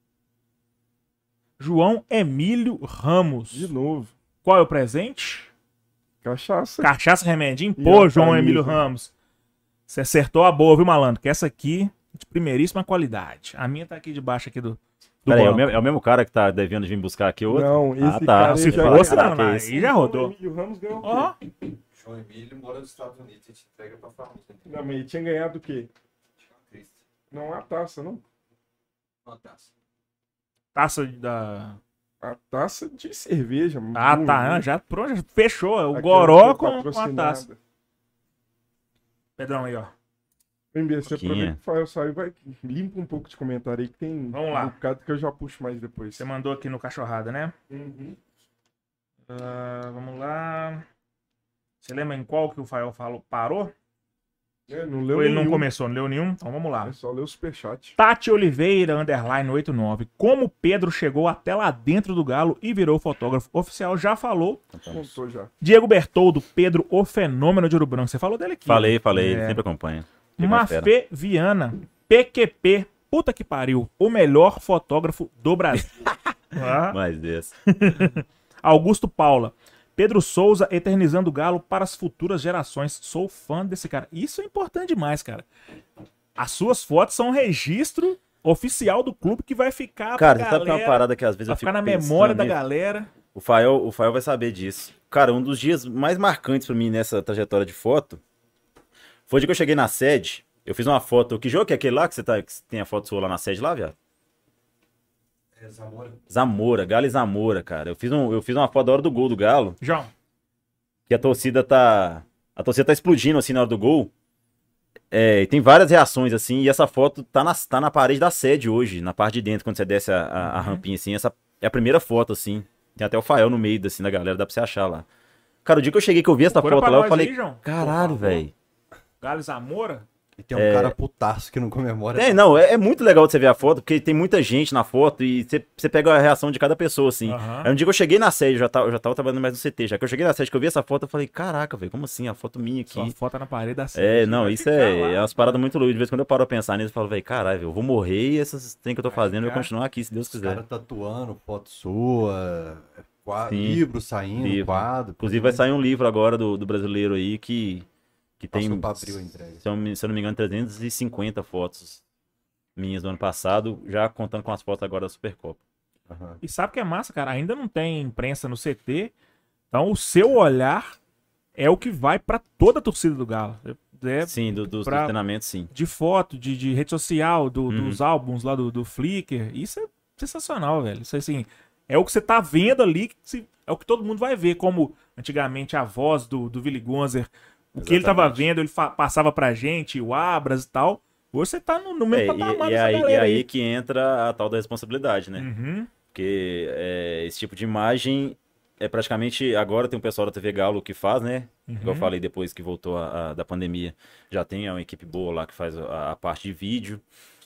João Emílio Ramos. De novo. Qual é o presente? Cachaça. Cachaça Remedinho? E Pô, a João camisa? Emílio Ramos. Você acertou a boa, viu, malandro? Que essa aqui, de primeiríssima qualidade. A minha tá aqui debaixo aqui do Peraí, banco. é o mesmo cara que tá devendo vir buscar aqui outro? Não, esse tá. cara Se já fosse, Caraca, não, esse. aí já rodou. E o Ramos ganhou o quê? Ó, João Emílio mora nos Estados Unidos, a gente entrega pra família. Não, mas ele tinha ganhado o quê? Não a taça, não. taça da... A taça de cerveja. Ah, muito, tá. né? Já, pronto, já fechou. É o Aquela goró que foi com a patrocinada. taça. Pedrão aí, ó. MB, você Pouquinho. aproveita que o Fael saiu, vai limpa um pouco de comentário aí que tem Vamos lá. um bocado que eu já puxo mais depois. Você mandou aqui no Cachorrada, né? Uhum. Vamos lá. Você lembra em qual que o Fael falou? Parou? Não leu Ou ele não nenhum. começou? Não leu nenhum? Então vamos lá. É só ler o superchat. Tati Oliveira, underline 89. Como Pedro chegou até lá dentro do Galo e virou fotógrafo oficial, já falou. Contou já. Diego Bertoldo, Pedro, o fenômeno de Ouro Branco. Você falou dele aqui. Falei, É. ele sempre acompanha. Diego é fera. Mafê Viana, PQP, puta que pariu, o melhor fotógrafo do Brasil. Ah. Mais desse. Augusto Paula, Pedro Souza eternizando o Galo para as futuras gerações. Sou fã desse cara. Isso é importante demais, cara. As suas fotos são um registro oficial do clube que vai ficar Cara, pra você sabe que é uma galera, parada que às vezes vai eu fico ficar na pensando memória da nisso? galera. O Fael vai saber disso. Cara, um dos dias mais marcantes pra mim nessa trajetória de foto foi o dia que eu cheguei na sede. Eu fiz uma foto. Que jogo que é aquele lá que você tem a foto sua lá na sede lá, viado? É, Zamora. Zamora, Galo e Zamora, cara. Eu fiz uma foto da hora do gol do Galo, João, que a torcida tá A torcida tá explodindo, assim, na hora do gol. E tem várias reações, assim, e essa foto tá na parede da sede hoje, na parte de dentro, quando você desce a rampinha, assim. Essa é a primeira foto, assim. Tem até o Fael no meio, assim, da galera, dá pra você achar lá. Cara, o dia que eu cheguei, que eu vi essa Procura foto pra lá, eu nós falei, aí, João. caralho, Por favor. velho. Galo Zamora? E tem um cara putaço que não comemora. Não, é muito legal de você ver a foto, porque tem muita gente na foto e você pega a reação de cada pessoa, assim. Aham. Aí um dia que eu cheguei na sede, eu já tava trabalhando mais no CT, já que eu cheguei na sede, que eu vi essa foto, eu falei, caraca, velho, como assim? A foto minha aqui. Sua foto na parede da sede. Não, Vai isso ficar lá. é umas paradas muito loucas. De vez em quando eu paro a pensar nisso, eu falo, velho, caralho, eu vou morrer e essas trem que eu tô fazendo, eu vou ficar. continuar aqui, se Deus Os quiser. caras tatuando, foto sua, Sim, livro saindo, livro. quadro. Inclusive vai sair um livro agora do brasileiro aí que tem, Passou pra abril a entrega. se eu não me engano, 350 fotos minhas do ano passado, já contando com as fotos agora da Supercopa. Aham. E sabe o que é massa, cara? Ainda não tem imprensa no CT. Então o seu olhar é o que vai pra toda a torcida do Galo. Sim, dos pra- treinamentos, sim. De foto, de rede social, Uhum. dos álbuns lá do Flickr. Isso é sensacional, velho. Isso assim, é o que você tá vendo ali, é o que todo mundo vai ver. Como antigamente a voz do Willy Gonzer, o que ele tava Exatamente. vendo, ele passava pra gente, o Abras e tal. Hoje você tá no mesmo patamar E dessa aí galera que entra a tal da responsabilidade, né? Uhum. Porque esse tipo de imagem é praticamente. Agora tem um pessoal da TV Galo que faz, né? Igual eu falei depois que voltou da pandemia. Já tem uma equipe boa lá que faz a parte de vídeo.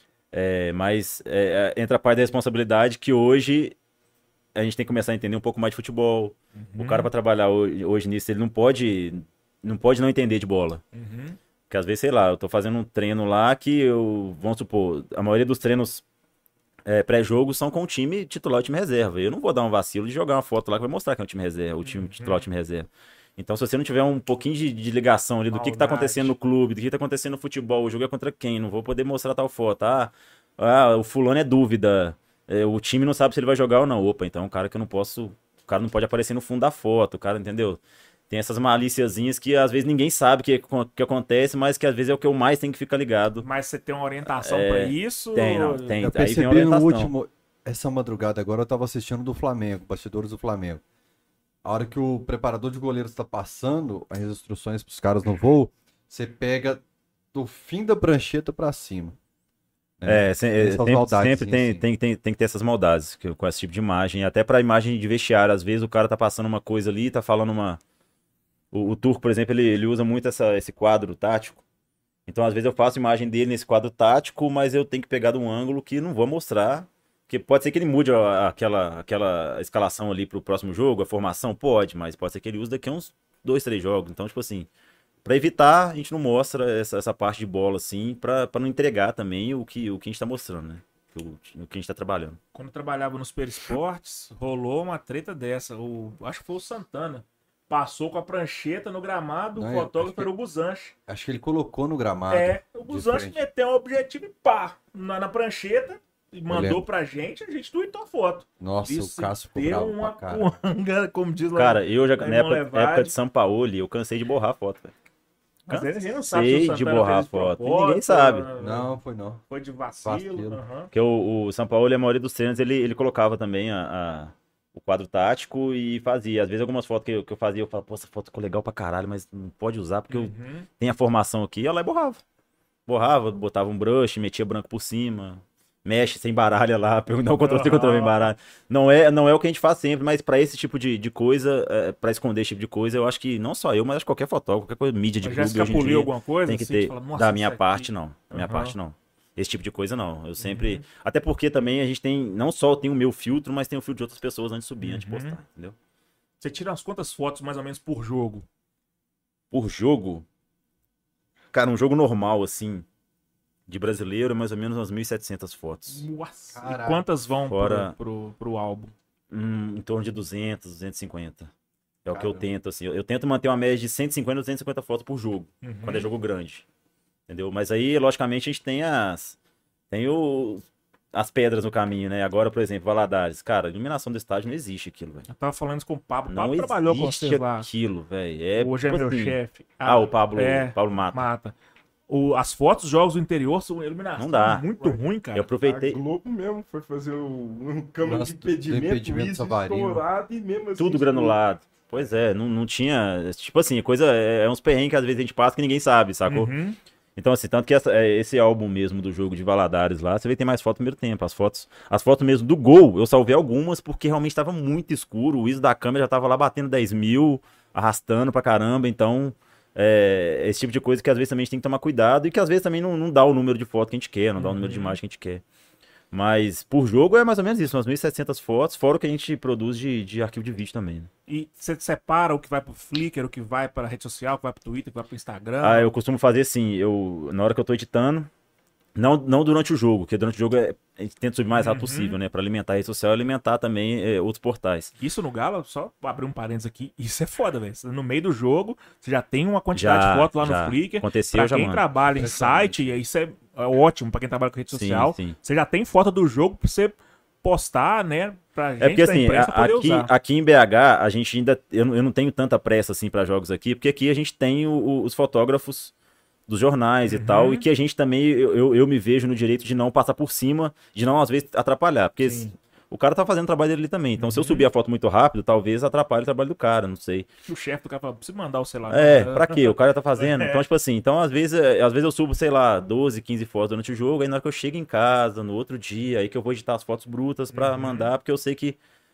Mas entra a parte da responsabilidade que hoje a gente tem que começar a entender um pouco mais de futebol. O cara, para trabalhar hoje nisso, ele não pode não entender de bola. Uhum. Porque às vezes, sei lá, eu tô fazendo um treino lá que vamos supor, a maioria dos treinos pré-jogo são com o time titular e o time reserva. Eu não vou dar um vacilo de jogar uma foto lá que vai mostrar que é o time reserva, o time titular e o time reserva. Então, se você não tiver um pouquinho de ligação ali do que tá Maldade. acontecendo no clube, do que tá acontecendo no futebol, o jogo é contra quem, não vou poder mostrar tal foto. O fulano é dúvida, o time não sabe se ele vai jogar ou não. Opa, então o cara não pode aparecer no fundo da foto, o cara, entendeu? Tem essas malíciazinhas que às vezes ninguém sabe que acontece, mas que às vezes é o que eu mais tenho que ficar ligado. Mas você tem uma orientação pra isso? Tem. Eu Aí vem a percebi no orientação. último, essa madrugada agora, eu tava assistindo do Flamengo, bastidores do Flamengo. A hora que o preparador de goleiros tá passando as instruções pros caras no voo, você pega do fim da prancheta pra cima. Essas maldades, Sempre assim. tem que ter essas maldades com esse tipo de imagem. Até pra imagem de vestiário, às vezes o cara tá passando uma coisa ali, tá falando O Turco, por exemplo, ele usa muito esse quadro tático. Então, às vezes, eu faço imagem dele nesse quadro tático, mas eu tenho que pegar de um ângulo que não vou mostrar. Porque pode ser que ele mude aquela escalação ali pro próximo jogo, a formação, pode, mas pode ser que ele use daqui a uns 2, 3 jogos. Então, tipo assim, pra evitar, a gente não mostra essa parte de bola, assim, pra não entregar também o que a gente tá mostrando, né? O que a gente tá trabalhando. Quando eu trabalhava no Super Esportes, rolou uma treta dessa. Acho que foi o Santana. Passou com a prancheta no gramado, Não, o fotógrafo acho era o Busanche. Acho que ele colocou no gramado. O de Busanche frente. meteu um objetivo e pá, na prancheta, e mandou lembro. pra gente, a gente tweetou a foto. Nossa, Isso o Cássio ficou deu bravo uma pra cara. coanga, como diz lá. Cara, eu já, Aí na vão época levar de São Paulo, eu cansei de borrar a foto, velho. Mas a gente não sabe se o Cansei de Santana borrar fez a foto. propósito, Ninguém sabe. Não, foi não. Foi de Vacilo. vacilo. aham. Porque o São Paulo, a maioria dos treinos, ele colocava também o quadro tático e fazia. Às vezes, algumas fotos que eu fazia, eu falava, pô, essa foto ficou legal pra caralho, mas não pode usar porque eu Uhum. tenho a formação aqui. Eu lá e borrava. Borrava, botava um brush, metia branco por cima. Mexe sem baralha lá, perguntar o Ctrl-C, Ctrl-V baralho. Não é o que a gente faz sempre, mas pra esse tipo de coisa, pra esconder esse tipo de coisa, eu acho que não só eu, mas acho que qualquer fotógrafo, qualquer coisa, mídia de Mas já clube hoje em escapuliu dia, alguma coisa? tem que assim, ter. de falar, "Nossa, Da minha isso aqui-" parte, não. Da minha Aham. parte, não. Esse tipo de coisa, não. Eu sempre. Até porque também a gente tem. Não só tem o meu filtro, mas tem o filtro de outras pessoas antes de subir, antes de postar, entendeu? Você tira umas quantas fotos mais ou menos por jogo? Por jogo. Cara, um jogo normal, assim. De brasileiro, é mais ou menos umas 1.700 fotos. Nossa. Caraca. E quantas vão Fora- pro álbum? Em torno de 200, 250. É o que eu Caramba. tento, assim. Eu tento manter uma média de 150, 250 fotos por jogo. Uhum. Quando é jogo grande. Entendeu? Mas aí, logicamente, a gente tem as pedras no caminho, né? Agora, por exemplo, Valadares. Cara, a iluminação do estádio não existe aquilo, velho. Eu tava falando isso com o Pablo. O Não Pablo trabalhou com existe vocês lá. aquilo, velho. Hoje é tipo meu assim, chefe. o Pablo Mata. Mata. As fotos dos jogos do interior são iluminação Não dá. muito ruim, cara. Eu aproveitei A Globo mesmo foi fazer um câmera Nossa, de do impedimento, impedimento isso Savarino. estourado e mesmo assim. tudo granulado. Pois é, não tinha. Tipo assim, uns perrengues que às vezes a gente passa que ninguém sabe, sacou? Uhum. Então, assim, tanto que esse álbum mesmo do jogo de Valadares lá, você vê que tem mais foto no primeiro tempo. As fotos mesmo do gol, eu salvei algumas porque realmente estava muito escuro. O ISO da câmera já tava lá batendo 10 mil, arrastando pra caramba. Então, esse tipo de coisa que às vezes também a gente tem que tomar cuidado e que às vezes também não dá o número de foto que a gente quer, não dá o número de imagem que a gente quer. Mas por jogo é mais ou menos isso, umas 1.700 fotos, fora o que a gente produz de arquivo de vídeo também, né? E você separa o que vai pro Flickr, o que vai pra rede social, o que vai pro Twitter, o que vai pro Instagram? Eu costumo fazer assim, na hora que eu tô editando, não durante o jogo, porque durante o jogo a gente tenta subir o mais rápido possível, né? Pra alimentar a rede social e alimentar também outros portais. Isso no Galo, só abrir um parênteses aqui, isso é foda, velho. No meio do jogo, você já tem uma quantidade de fotos lá no Flickr. Aconteceu, pra quem trabalha em site, e isso é ótimo pra quem trabalha com rede social. Sim. Você já tem foto do jogo pra você postar, né? Pra gente porque da assim, imprensa poder usar. aqui em BH, a gente ainda. Eu não tenho tanta pressa assim pra jogos aqui, porque aqui a gente tem os fotógrafos dos jornais e tal, e que a gente também, eu me vejo no direito de não passar por cima, de não às vezes atrapalhar, porque o cara tá fazendo o trabalho dele ali também, então se eu subir a foto muito rápido, talvez atrapalhe o trabalho do cara, não sei. O chefe do cara fala, preciso mandar o celular. Pra quê? O cara tá fazendo, então tipo assim, então às vezes eu subo, sei lá, 12, 15 fotos durante o jogo, aí na hora que eu chego em casa, no outro dia, aí que eu vou editar as fotos brutas pra mandar, porque eu sei que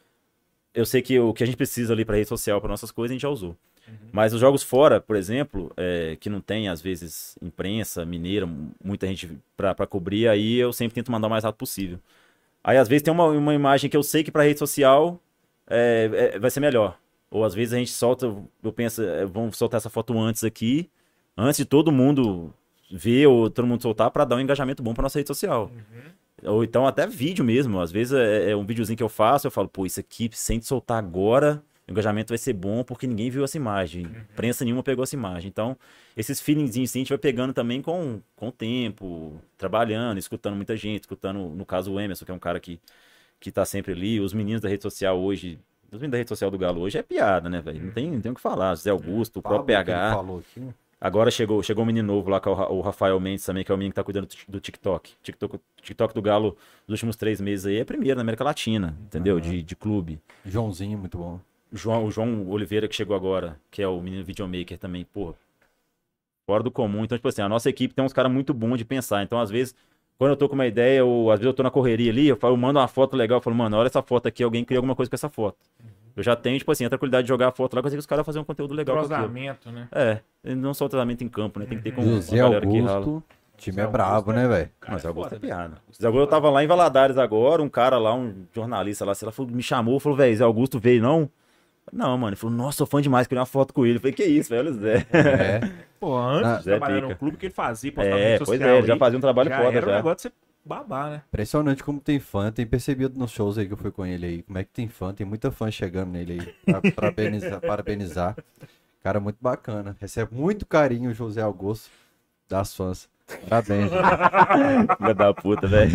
o que a gente precisa ali pra rede social, pra nossas coisas, a gente já usou. Mas os jogos fora, por exemplo, que não tem, às vezes, imprensa, mineira, muita gente pra cobrir, aí eu sempre tento mandar o mais rápido possível. Aí, às vezes, tem uma imagem que eu sei que pra rede social vai ser melhor. Ou, às vezes, a gente solta, eu penso, vamos soltar essa foto antes aqui, antes de todo mundo ver ou todo mundo soltar, pra dar um engajamento bom pra nossa rede social. Ou então, até vídeo mesmo. Às vezes, é um videozinho que eu faço, eu falo, pô, isso aqui, sem soltar agora... O engajamento vai ser bom porque ninguém viu essa imagem. Imprensa nenhuma pegou essa imagem. Então, esses feelingzinhos assim, a gente vai pegando também com o tempo, trabalhando, escutando muita gente, escutando, no caso, o Emerson, que é um cara que tá sempre ali. Os meninos da rede social hoje, os meninos da rede social do Galo hoje é piada, né, velho? Não tem o que falar. Zé Augusto, o próprio PH. Falou aqui. Agora chegou um menino novo lá, que é o Rafael Mendes também, que é o menino que tá cuidando do TikTok. TikTok do Galo, nos últimos 3 meses aí, é primeiro na América Latina, entendeu? De clube. Joãozinho, muito bom. O João Oliveira, que chegou agora, que é o menino videomaker também, porra, fora do comum. Então, tipo assim, a nossa equipe tem uns caras muito bons de pensar. Então, às vezes, quando eu tô com uma ideia, ou às vezes eu tô na correria ali, eu mando uma foto legal, eu falo, mano, olha essa foto aqui, alguém criou alguma coisa com essa foto. Eu já tenho, tipo assim, a tranquilidade de jogar a foto lá, que eu sei que os caras vão fazer um conteúdo legal. Cruzamento, né? Não só o treinamento em campo, né? Tem que ter com José a galera que rala. Augusto, o time é brabo, né, velho? Mas é eu gosto foda, de piada. Zé Augusto, eu tava lá em Valadares agora, um cara lá, um jornalista lá, sei lá, me chamou, falou, velho, Zé Augusto veio, não? Não, mano, ele falou, nossa, sou fã demais, queria uma foto com ele. Eu falei, que isso, velho, Zé. Pô, antes de Zé trabalhar pica. no clube, que ele fazia, postava na rede Pois social ele já aí, fazia um trabalho foda era um já. negócio de você babar, né? Impressionante como tem fã, tem percebido nos shows aí que eu fui com ele aí, como é que tem fã, tem muita fã chegando nele aí, pra parabenizar. Cara, muito bacana, recebe muito carinho o José Augusto das fãs. Parabéns, gente. Filha da puta, velho.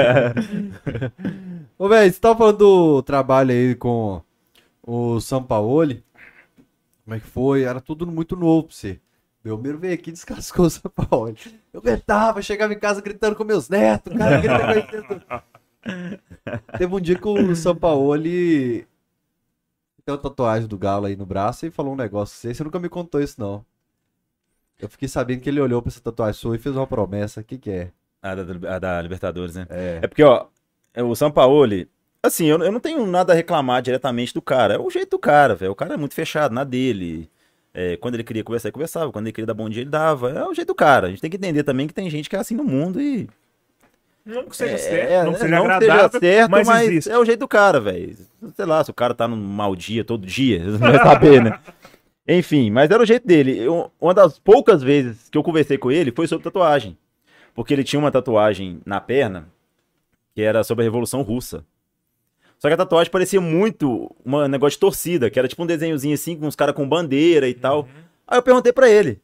Ô, velho, você tava falando do trabalho aí com o Sampaoli, como é que foi? Era tudo muito novo pra você. Meu primeiro veio aqui e descascou o Sampaoli. Eu gritava, chegava em casa gritando com meus netos, cara, gritando. Teve um dia que o Sampaoli tem uma tatuagem do Galo aí no braço e falou um negócio com você. Você nunca me contou isso, não. Eu fiquei sabendo que ele olhou pra essa tatuagem sua e fez uma promessa. O que que é? A da Libertadores, né? É. Porque, ó, o Sampaoli, assim, eu não tenho nada a reclamar diretamente do cara. É o jeito do cara, velho. O cara é muito fechado na dele. Quando ele queria conversar, ele conversava. Quando ele queria dar bom dia, ele dava. É o jeito do cara. A gente tem que entender também que tem gente que é assim no mundo e... Não que seja certo, não que seja não agradável, seja certo, mas existe. é o jeito do cara, velho. Sei lá, se o cara tá num mau dia todo dia, não vai saber, né? Enfim, mas era o jeito dele. Uma das poucas vezes que eu conversei com ele foi sobre tatuagem. Porque ele tinha uma tatuagem na perna que era sobre a Revolução Russa. Só que a tatuagem parecia muito um negócio de torcida, que era tipo um desenhozinho assim, com uns caras com bandeira e tal. Aí eu perguntei pra ele.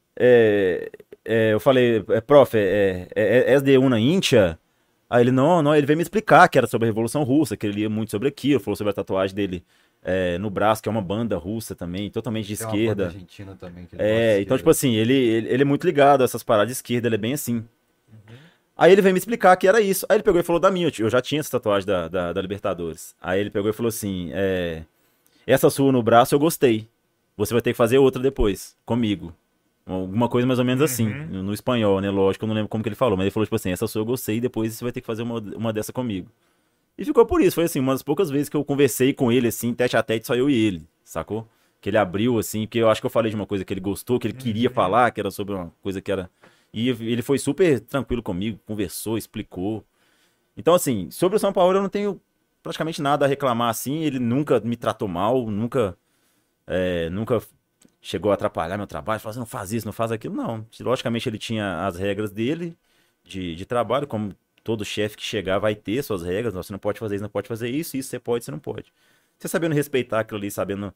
Eu falei, prof, é de uma Índia? Aí ele, não, ele veio me explicar que era sobre a Revolução Russa, que ele lia muito sobre aquilo, falou sobre a tatuagem dele no braço, que é uma banda russa também, totalmente de esquerda. Uma banda argentina também. Que ele gosta Então, de- tipo assim, ele é muito ligado a essas paradas de esquerda, ele é bem assim. Aí ele veio me explicar que era isso. Aí ele pegou e falou da minha, eu já tinha essa tatuagem da Libertadores. Aí ele pegou e falou assim, essa sua no braço eu gostei. Você vai ter que fazer outra depois, comigo. Alguma coisa mais ou menos assim, no espanhol, né? Lógico, eu não lembro como que ele falou, mas ele falou, tipo assim, essa sua eu gostei e depois você vai ter que fazer uma dessa comigo. E ficou por isso, foi assim, uma das poucas vezes que eu conversei com ele, assim, tete a tete, só eu e ele, sacou? Que ele abriu, assim, porque eu acho que eu falei de uma coisa que ele gostou, que ele queria falar, que era sobre uma coisa que era... E ele foi super tranquilo comigo, conversou, explicou. Então, assim, sobre o São Paulo eu não tenho praticamente nada a reclamar, assim, ele nunca me tratou mal, nunca chegou a atrapalhar meu trabalho, falou assim, não faz isso, não faz aquilo, não. Logicamente ele tinha as regras dele de trabalho, como todo chefe que chegar vai ter suas regras, você não pode fazer isso, não pode fazer isso você pode, você não pode. Você sabendo respeitar aquilo ali, sabendo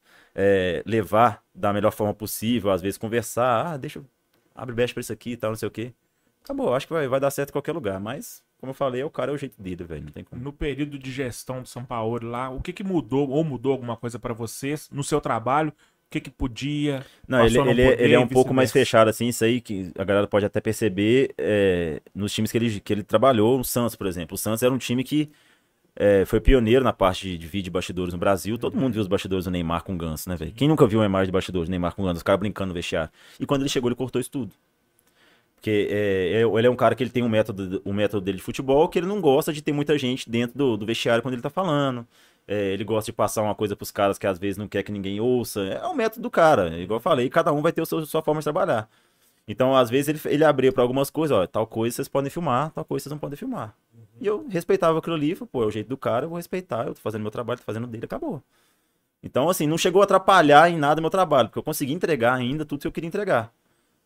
levar da melhor forma possível, às vezes conversar, deixa eu abrir brecha pra isso aqui e tal, não sei o quê. Acabou, acho que vai dar certo em qualquer lugar, mas, como eu falei, o cara é o jeito dele, velho, não tem como. No período de gestão do São Paulo lá, o que mudou, ou mudou alguma coisa pra vocês no seu trabalho? O que podia? Não, ele é um pouco mais fechado, assim, isso aí que a galera pode até perceber nos times que ele trabalhou, o Santos, por exemplo. O Santos era um time que foi pioneiro na parte de vídeo de bastidores no Brasil. Todo mundo viu os bastidores do Neymar com o Ganso, né, velho? Quem nunca viu uma imagem de bastidores do Neymar com o Ganso? Os caras brincando no vestiário. E quando ele chegou, ele cortou isso tudo. Porque ele é um cara que ele tem um método dele de futebol que ele não gosta de ter muita gente dentro do vestiário quando ele tá falando. Ele gosta de passar uma coisa pros caras que às vezes não quer que ninguém ouça. É o método do cara. Igual eu falei, cada um vai ter a sua forma de trabalhar. Então, às vezes, ele abria pra algumas coisas, ó, tal coisa vocês podem filmar, tal coisa vocês não podem filmar. E eu respeitava aquilo ali, falei, pô, é o jeito do cara, eu vou respeitar, eu tô fazendo meu trabalho, tô fazendo o dele, acabou. Então, assim, não chegou a atrapalhar em nada meu trabalho, porque eu consegui entregar ainda tudo que eu queria entregar.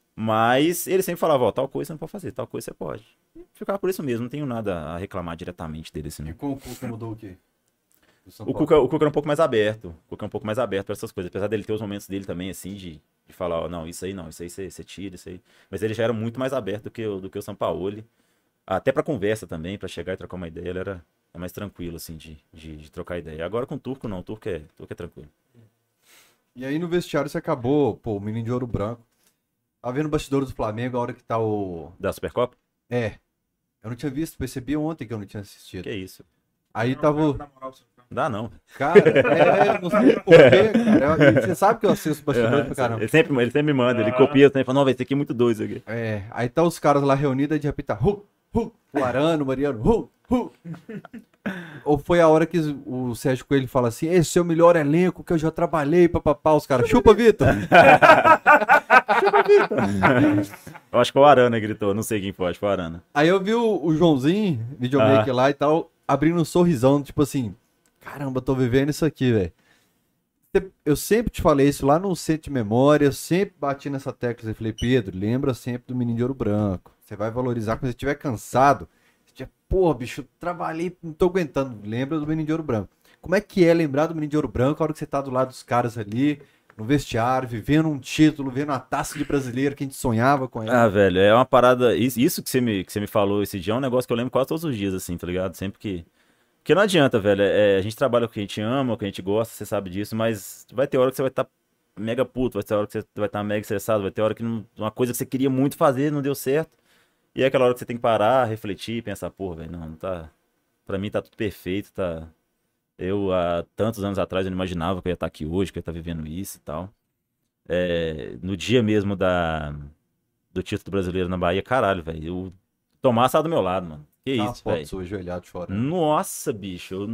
Mas ele sempre falava, ó, tal coisa você não pode fazer, tal coisa você pode. E ficava por isso mesmo, não tenho nada a reclamar diretamente dele, assim. E com o Cuca mudou o quê? O Cuca era um pouco mais aberto. O Cuca é um pouco mais aberto para essas coisas. Apesar dele ter os momentos dele também, assim, de falar, ó, não, isso aí você tira, isso aí. Mas ele já era muito mais aberto do que o Sampaoli. Até pra conversa também, pra chegar e trocar uma ideia, ele era mais tranquilo, assim, de trocar ideia. Agora com o Turco, não. O Turco é tranquilo. E aí no vestiário você acabou, pô, o menino de ouro branco. Tá vendo o bastidor do Flamengo, a hora que tá o... Da Supercopa? Eu não tinha visto, percebi ontem que eu não tinha assistido. Que isso. Aí tava... Não dá não. Cara, não sei porquê, cara. Você sabe que eu assisto bastidores pra caramba. Ele sempre me manda, ele copia, sempre fala, não, esse aqui é muito doido isso aqui. Aí tá os caras lá reunidos, aí de repente tá o Arano, o Mariano, Ou foi a hora que o Sérgio Coelho fala assim, esse é o melhor elenco que eu já trabalhei, papapá, os caras, chupa, Vitor! Chupa, Vitor! Eu acho que foi o Arana que gritou, não sei quem foi, acho que foi o Arana. Aí eu vi o Joãozinho, videomaker lá e tal, abrindo um sorrisão, tipo assim, caramba, tô vivendo isso aqui, velho. Eu sempre te falei isso lá no Centro de Memória, eu sempre bati nessa tecla e falei, Pedro, lembra sempre do Menino de Ouro Branco. Você vai valorizar quando você estiver cansado. Você tiver, pô, bicho, eu trabalhei, não tô aguentando. Lembra do Menino de Ouro Branco. Como é que é lembrar do Menino de Ouro Branco a hora que você tá do lado dos caras ali, no vestiário, vivendo um título, vendo uma taça de brasileiro que a gente sonhava com ela? Ah, velho, é uma parada... Isso que você me falou esse dia é um negócio que eu lembro quase todos os dias, assim, tá ligado? Sempre que... Porque não adianta, velho, a gente trabalha com o que a gente ama, o que a gente gosta, você sabe disso, mas vai ter hora que você vai estar mega puto, vai ter hora que você vai estar mega estressado, vai ter hora que uma coisa que você queria muito fazer não deu certo, e é aquela hora que você tem que parar, refletir, pensar, porra, velho, não tá... Pra mim tá tudo perfeito, tá... Eu, há tantos anos atrás, eu não imaginava que eu ia estar aqui hoje, que eu ia estar vivendo isso e tal. No dia mesmo do título brasileiro na Bahia, caralho, velho, o Tomás tava do meu lado, mano. Que isso, velho. Foto ajoelhado chorando. Nossa, bicho.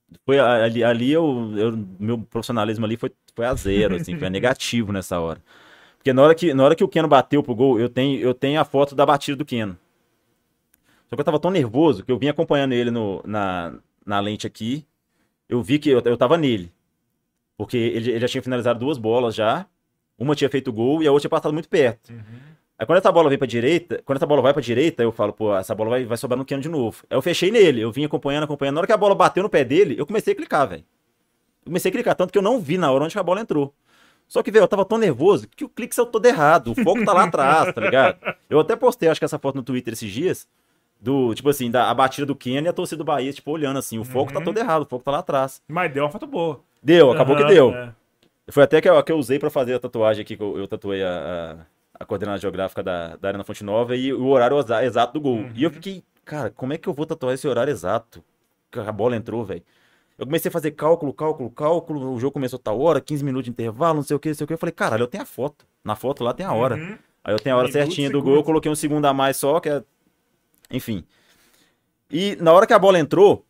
Meu profissionalismo ali foi a zero, assim, foi a negativo nessa hora. Porque na hora que o Keno bateu pro gol, eu tenho a foto da batida do Keno. Só que eu tava tão nervoso que eu vim acompanhando ele na lente aqui. Eu vi que eu tava nele. Porque ele já tinha finalizado 2 bolas já. Uma tinha feito gol e a outra tinha passado muito perto. Aí quando essa bola vai pra direita, eu falo, pô, essa bola vai sobrar no Keno de novo. Aí eu fechei nele, eu vim acompanhando. Na hora que a bola bateu no pé dele, eu comecei a clicar, velho. Tanto que eu não vi na hora onde a bola entrou. Só que, velho, eu tava tão nervoso que o clique saiu todo errado. O foco tá lá atrás, tá ligado? Eu até postei, acho que essa foto no Twitter esses dias, tipo assim, a batida do Keno e a torcida do Bahia, tipo, olhando assim. O foco tá todo errado, o foco tá lá atrás. Mas deu uma foto boa. Deu, acabou que deu. Foi até que eu usei pra fazer a tatuagem aqui, que eu tatuei a coordenada geográfica da Arena Fonte Nova e o horário exato do gol. E eu fiquei, cara, como é que eu vou tatuar esse horário exato? Que a bola entrou, velho. Eu comecei a fazer cálculo, o jogo começou tal hora, 15 minutos de intervalo, não sei o que. Eu falei, caralho, eu tenho a foto. Na foto lá tem a hora. Uhum. Aí eu tenho a hora Minuto, certinha do segundo. gol, eu coloquei um segundo a mais só, enfim. E na hora que a bola entrou,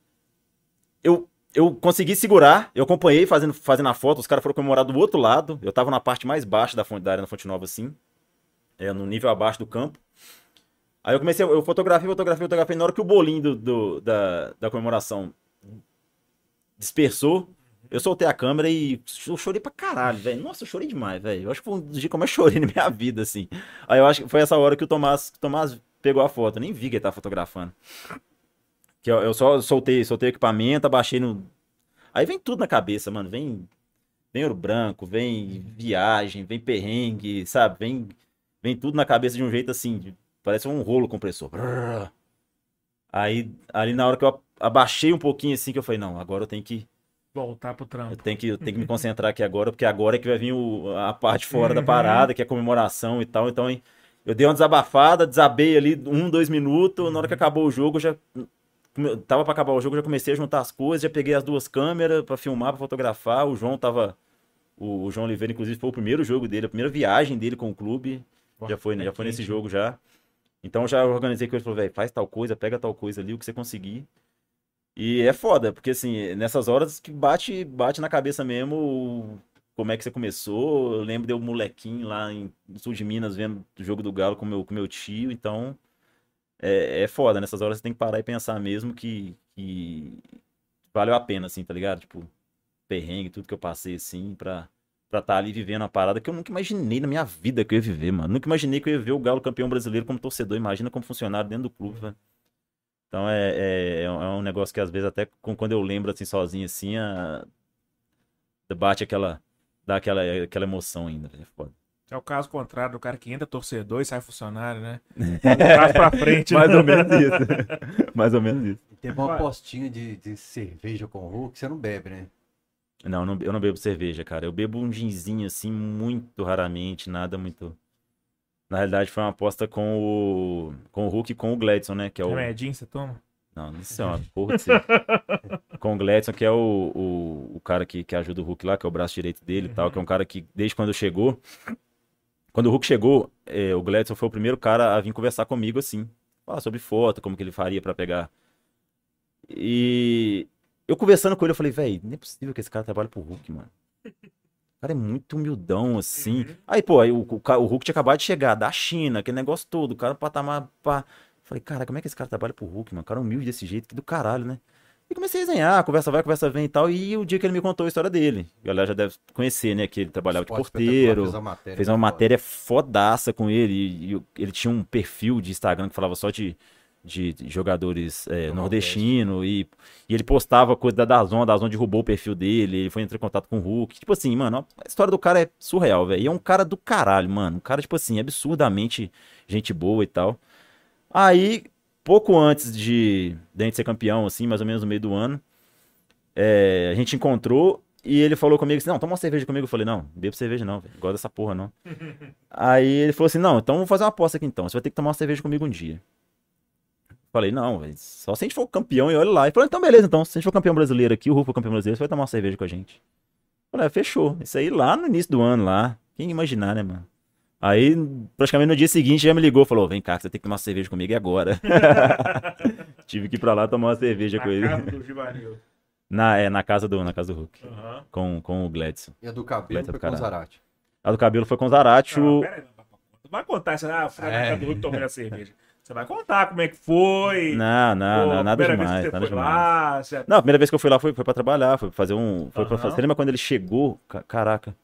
eu consegui segurar, eu acompanhei fazendo a foto, os caras foram comemorar do outro lado, eu tava na parte mais baixa da Arena Fonte Nova, assim, no nível abaixo do campo. Aí eu comecei, eu fotografei, na hora que o bolinho da comemoração dispersou, eu soltei a câmera e eu chorei pra caralho, velho. Nossa, eu chorei demais, velho. Eu acho que foi um dos dias que eu mais chorei na minha vida, assim. Aí eu acho que foi essa hora que o Tomás pegou a foto, eu nem vi que ele tava fotografando. Que eu só soltei o equipamento, abaixei no... Aí vem tudo na cabeça, mano. Vem Ouro Branco, vem viagem, vem perrengue, sabe? Vem tudo na cabeça de um jeito assim, parece um rolo compressor. Aí, ali na hora que eu abaixei um pouquinho assim, que eu falei, não, agora eu tenho que Voltar pro trampo. eu tenho que me concentrar aqui agora, porque agora é que vai vir a parte fora da parada, que é a comemoração e tal. Então, eu dei uma desabafada, desabei ali 2 minutos, na hora que acabou o jogo, tava pra acabar o jogo, eu já comecei a juntar as coisas, já peguei as 2 câmeras pra filmar, pra fotografar. O João Oliveira, inclusive, foi o primeiro jogo dele, a primeira viagem dele com o clube. Já foi nesse jogo já. Então eu já organizei com ele, falou, velho, faz tal coisa, pega tal coisa ali, o que você conseguir. E é foda, porque assim, nessas horas que bate na cabeça mesmo como é que você começou. Eu lembro de eu molequinho lá no sul de Minas vendo o jogo do Galo com meu tio, então é foda. Nessas horas você tem que parar e pensar mesmo que valeu a pena, assim, tá ligado? Tipo, perrengue, tudo que eu passei, assim, pra estar ali vivendo uma parada que eu nunca imaginei na minha vida que eu ia viver, mano. Nunca imaginei que eu ia ver o Galo campeão brasileiro como torcedor. Imagina como funcionário dentro do clube, velho. Então é um negócio que às vezes até quando eu lembro assim sozinho assim, bate dá aquela emoção ainda, é foda. É o caso contrário do cara que entra torcedor e sai funcionário, né? Traz pra frente. Mais ou menos isso. Mais ou menos isso. Teve uma postinha de cerveja com o Hulk, você não bebe, né? Não, eu não bebo cerveja, cara. Eu bebo um ginzinho assim, muito raramente, nada muito. Na realidade foi uma aposta com o Hulk e com o Gladson, né? Que é o... Remedinho você toma? Não, isso é uma porra de ser. Com o Gladson, que é o cara que ajuda o Hulk lá, que é o braço direito dele e tal, que é um cara que, desde quando chegou... Quando o Hulk chegou, o Gladson foi o primeiro cara a vir conversar comigo, assim. Falar sobre foto, como que ele faria pra pegar. E eu conversando com ele, eu falei, velho, não é possível que esse cara trabalhe pro Hulk, mano. O cara é muito humildão, assim. Aí o Hulk tinha acabado de chegar da China, aquele negócio todo, o cara patamar... Falei, cara, como é que esse cara trabalha pro Hulk, mano? O cara é humilde desse jeito, que do caralho, né? E comecei a resenhar, conversa vai, conversa vem e tal. E o dia que ele me contou a história dele, a galera já deve conhecer, né? Que ele trabalhava de porteiro, fez uma matéria fodaça com ele. E ele tinha um perfil de Instagram que falava só de jogadores nordestinos. E ele postava coisa da Dazon derrubou o perfil dele. Ele foi entrar em contato com o Hulk. Tipo assim, mano, a história do cara é surreal, velho. E é um cara do caralho, mano. Um cara, tipo assim, absurdamente gente boa e tal. Aí, pouco antes de a gente ser campeão, assim, mais ou menos no meio do ano, a gente encontrou e ele falou comigo assim, não, toma uma cerveja comigo. Eu falei, não bebo cerveja não, velho, gosto dessa porra não. Aí ele falou assim, não, então vamos fazer uma aposta aqui então, você vai ter que tomar uma cerveja comigo um dia. Eu falei, não, véio, só se a gente for campeão e olha lá. Ele falou, então beleza, então, se a gente for campeão brasileiro aqui, o Hulk for campeão brasileiro, você vai tomar uma cerveja com a gente. Eu falei, fechou. Isso aí lá no início do ano, lá, quem ia imaginar, né, mano? Aí, praticamente no dia seguinte, já me ligou, falou, vem cá, que você tem que tomar uma cerveja comigo agora. Tive que ir pra lá tomar uma cerveja com ele. Na casa do Givanil. Na casa do Hulk. Com o Gladson. E a do cabelo foi com o Zarate? A do cabelo foi com o Zarate. Pera aí, não vai contar isso, foi na casa do Hulk tomando a cerveja. Você vai contar como é que foi. Não, nada demais. Nada demais. Não, a primeira vez que eu fui lá foi pra trabalhar, foi pra fazer um... Você lembra quando ele chegou? Caraca.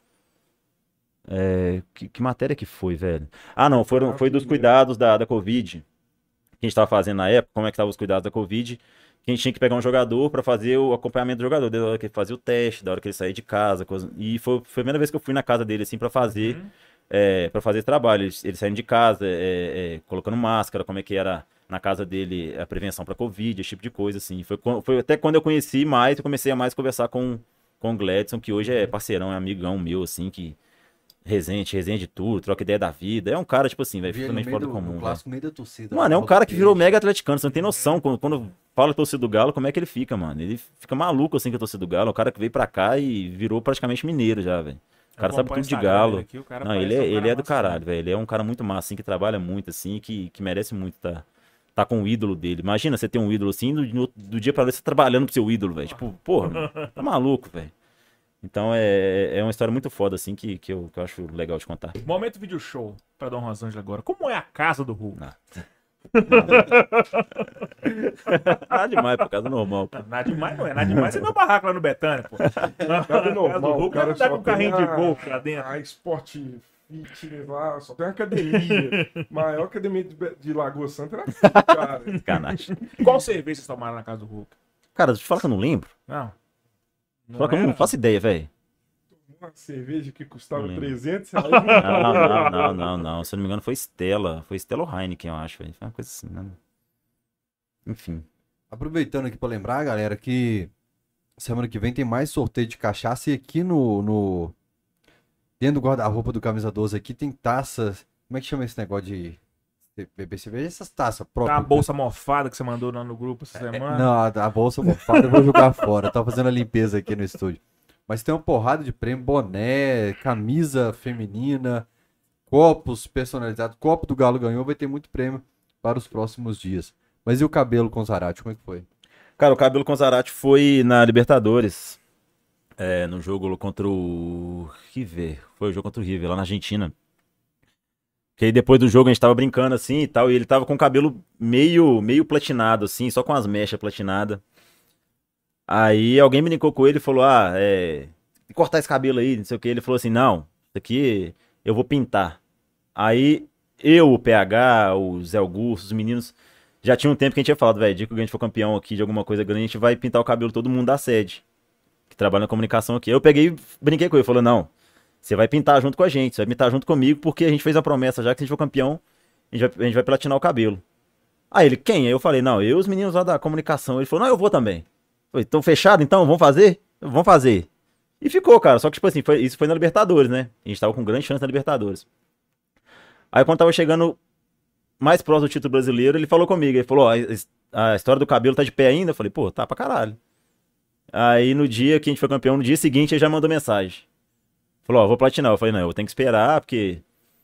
Que matéria que foi, velho? Ah, não, foi dos cuidados da Covid. Que a gente tava fazendo na época, como é que estavam os cuidados da Covid. Que a gente tinha que pegar um jogador pra fazer o acompanhamento do jogador. Da hora que ele fazia o teste, da hora que ele saía de casa. E foi a primeira vez que eu fui na casa dele, assim, pra fazer esse trabalho. Ele saindo de casa, colocando máscara, como é que era na casa dele a prevenção pra Covid, esse tipo de coisa, assim. Foi até quando eu conheci mais, eu comecei a mais conversar com o Gladson, que hoje é parceirão, é amigão meu, assim, que resenha de tudo, troca ideia da vida. É um cara, tipo assim, velho, Vi ele no totalmente meio fora do do comum, velho. clássico, no meio da torcida. Mano, é um Roda cara que virou peixe. mega atleticano, você não tem noção. Quando fala torcida do Galo, como é que ele fica, mano? Ele fica maluco assim com a torcida do Galo. É um cara que veio pra cá e virou praticamente mineiro já, velho. O cara sabe tudo de Galo. Não, ele é do caralho, velho. Ele é um cara muito massa, assim, que trabalha muito, assim, que merece muito tá com o ídolo dele. Imagina você ter um ídolo assim, do dia pra noite você trabalhando pro seu ídolo, velho. Tipo, porra, mano, tá maluco, velho. Então é uma história muito foda, assim, que eu acho legal de contar. Momento vídeo show pra Dom Rosângela agora. Como é a casa do Hulk? Nada demais, por causa normal. Pô. Nada demais, não é. Nada demais é meu barraco lá no Betânia, pô. Nada normal, O o cara cara tá só com um carrinho tem de golfe lá dentro. a Sport Fitness lá, só tem uma academia. Maior academia de Lagoa Santa era aqui, cara. Sacanagem. Qual cerveja vocês tomaram na casa do Hulk? Cara, deixa eu falar que eu não lembro. Não. Fala que eu não faço ideia, velho. Uma cerveja que custava Não lembro. 300 reais. Não. Se eu não me engano, foi Stella. Foi Stella ou Heineken, eu acho, velho. Foi uma coisa assim, né? Enfim. Aproveitando aqui pra lembrar, galera, que semana que vem tem mais sorteio de cachaça e aqui dentro do guarda-roupa do Camisa 12 aqui tem taças. Como é que chama esse negócio de beber cerveja? Essas taças Tá próprias. uma bolsa mofada que você mandou lá no grupo essa semana. Não, a bolsa mofada eu vou jogar fora. Eu tava fazendo a limpeza aqui no estúdio. Mas tem uma porrada de prêmio, boné, camisa feminina, copos personalizados. Copo do Galo ganhou, vai ter muito prêmio para os próximos dias. Mas e o cabelo com o Zarate, como é que foi? Cara, o cabelo com o Zarate foi na Libertadores. No jogo contra o River. Foi o jogo contra o River, lá na Argentina. Que aí depois do jogo a gente tava brincando assim e tal. E ele tava com o cabelo meio platinado, assim, só com as mechas platinadas. Aí alguém brincou com ele e falou: cortar esse cabelo aí, não sei o que. Ele falou assim: não, isso aqui eu vou pintar. Aí eu, o PH, o Zé Augusto, os meninos, já tinha um tempo que a gente tinha falado: velho, dia que a gente for campeão aqui de alguma coisa grande, a gente vai pintar o cabelo todo mundo da sede, que trabalha na comunicação aqui. Aí eu peguei e brinquei com ele, falou: não, você vai pintar junto com a gente, você vai pintar junto comigo, porque a gente fez a promessa, já que se a gente for campeão, a gente vai platinar o cabelo. Aí ele: quem? Aí eu falei: não, eu e os meninos lá da comunicação. Ele falou: não, eu vou também. Falei: então fechado então? Vamos fazer? Vamos fazer. E ficou, cara. Só que, tipo assim, isso foi na Libertadores, né? A gente tava com grande chance na Libertadores. Aí quando tava chegando mais próximo do título brasileiro, ele falou comigo. Ele falou: ó, a história do cabelo tá de pé ainda? Eu falei: pô, tá pra caralho. Aí no dia que a gente foi campeão, no dia seguinte, ele já mandou mensagem. Falou: ó, vou platinar. Eu falei: não, eu vou ter que esperar, porque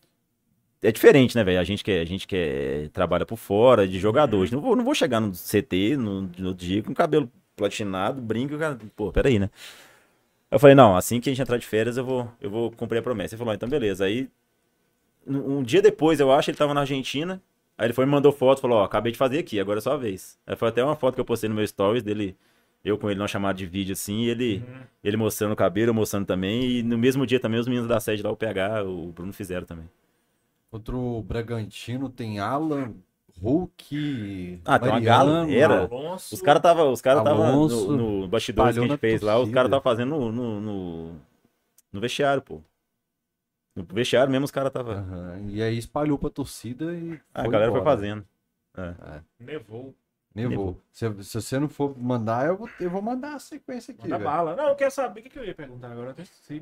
é diferente, né, velho? A gente que trabalha por fora, de jogadores. Não vou chegar no CT no dia com o cabelo platinado, brinco, cara. Pô, peraí, né? Eu falei: não, assim que a gente entrar de férias, eu vou cumprir a promessa. Ele falou: então beleza. Aí, um dia depois, eu acho, ele tava na Argentina. Aí ele foi e me mandou foto, falou: ó, acabei de fazer aqui, agora é sua vez. Aí foi até uma foto que eu postei no meu stories dele, eu com ele numa chamada de vídeo assim, e ele mostrando o cabelo, eu mostrando também. E no mesmo dia também os meninos da sede lá, o PH, o Bruno fizeram também. Contra o Bragantino tem Alan, Hulk, Ah, tem uma Mariano, galera. Alonso. Os caras tava Alonso, no bastidores que a espalhou gente na fez lá, os torcida. caras tava fazendo no vestiário, pô. No vestiário mesmo os caras tava. Aham, e aí espalhou pra torcida e A galera foi embora. fazendo. Nevou. Nevou. Se você não for mandar, eu vou mandar a sequência aqui, Manda velho. bala. Não, eu quero saber. O que eu ia perguntar agora? Eu até esqueci.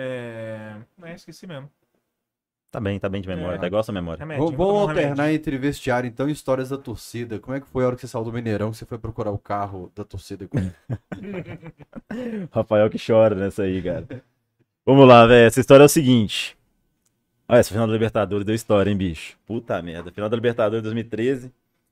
Esqueci mesmo. Tá bem de memória, tá igual a sua memória. Remedinho, Vamos vou tomar um alternar remedinho. entre vestiário, então, e histórias da torcida. Como é que foi a hora que você saiu do Mineirão, que você foi procurar o carro da torcida? Rafael que chora nessa aí, cara. Vamos lá, velho. Essa história é o seguinte. Olha, essa final da Libertadores deu história, hein, bicho? Puta merda. Final da Libertadores 2013.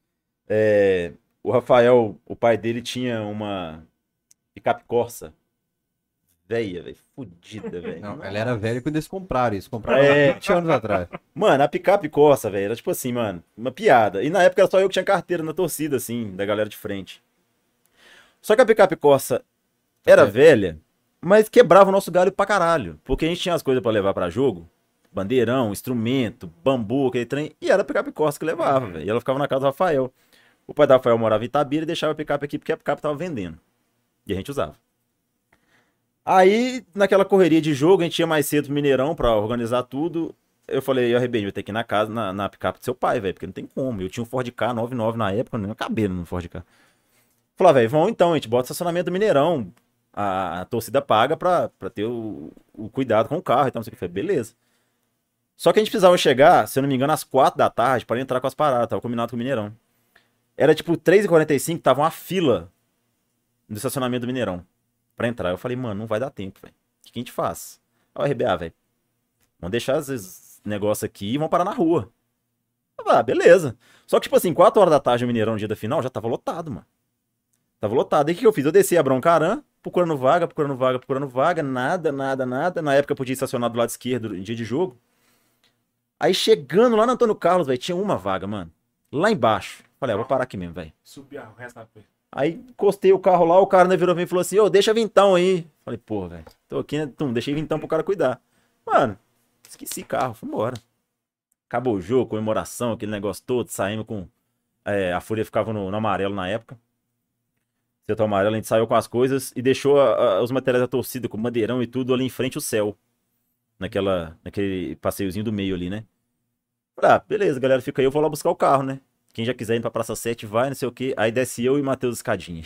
O Rafael, o pai dele tinha uma picape Corsa. Velha, velho. Fudida, velho. Não, ela era velha quando eles compraram isso. Compraram É. 20 anos atrás. Mano, a picape Corsa, velho, era tipo assim, mano, uma piada. E na época era só eu que tinha carteira na torcida, assim, da galera de frente. Só que a picape Corsa era velha, mas quebrava o nosso galho pra caralho. Porque a gente tinha as coisas pra levar pra jogo. Bandeirão, instrumento, bambu, aquele trem. E era a picape Corsa que levava, velho. E ela ficava na casa do Rafael. O pai do Rafael morava em Itabira e deixava a picape aqui porque a picape tava vendendo. E a gente usava. Aí, naquela correria de jogo, a gente ia mais cedo pro Mineirão pra organizar tudo. Eu falei: eu arrebentei, vou ter que ir na casa, na picape do seu pai, velho, porque não tem como. Eu tinha um Ford K 99 na época, não ia caber no Ford K. Falei: velho, vamos então, a gente bota o estacionamento do Mineirão. A torcida paga pra ter o cuidado com o carro. Então, eu falei: beleza. Só que a gente precisava chegar, se eu não me engano, às 4 da tarde para entrar com as paradas. Tava combinado com o Mineirão. Era tipo 3h45, tava uma fila no estacionamento do Mineirão pra entrar. Eu falei, mano, não vai dar tempo, velho. O que a gente faz? Aí o RBA, velho. Vamos deixar esses negócios aqui e vamos parar na rua. Ah, beleza. Só que, tipo assim, 4 horas da tarde no Mineirão, no dia da final, já tava lotado, mano. Tava lotado. E o que eu fiz? Eu desci a Broncaran, procurando vaga, nada. Na época eu podia estacionar do lado esquerdo em dia de jogo. Aí chegando lá no Antônio Carlos, velho, tinha uma vaga, mano. Lá embaixo. Falei, vou parar aqui mesmo, velho. Subi o resto da coisa. Aí encostei o carro lá, o cara virou pra mim e falou assim, ô, deixa vintão aí. Falei, pô, velho, tô aqui, né? Deixei vintão pro cara cuidar. Mano, esqueci carro, fui embora. Acabou o jogo, comemoração, aquele negócio todo, saímos com... a Fúria ficava no amarelo na época. Setor amarelo, a gente saiu com as coisas e deixou os materiais da torcida, com bandeirão e tudo, ali em frente ao céu. Naquele passeiozinho do meio ali, né? Falei, beleza, galera, fica aí, eu vou lá buscar o carro, né? Quem já quiser ir pra Praça 7 vai, não sei o quê. Aí desce eu e Matheus Escadinha.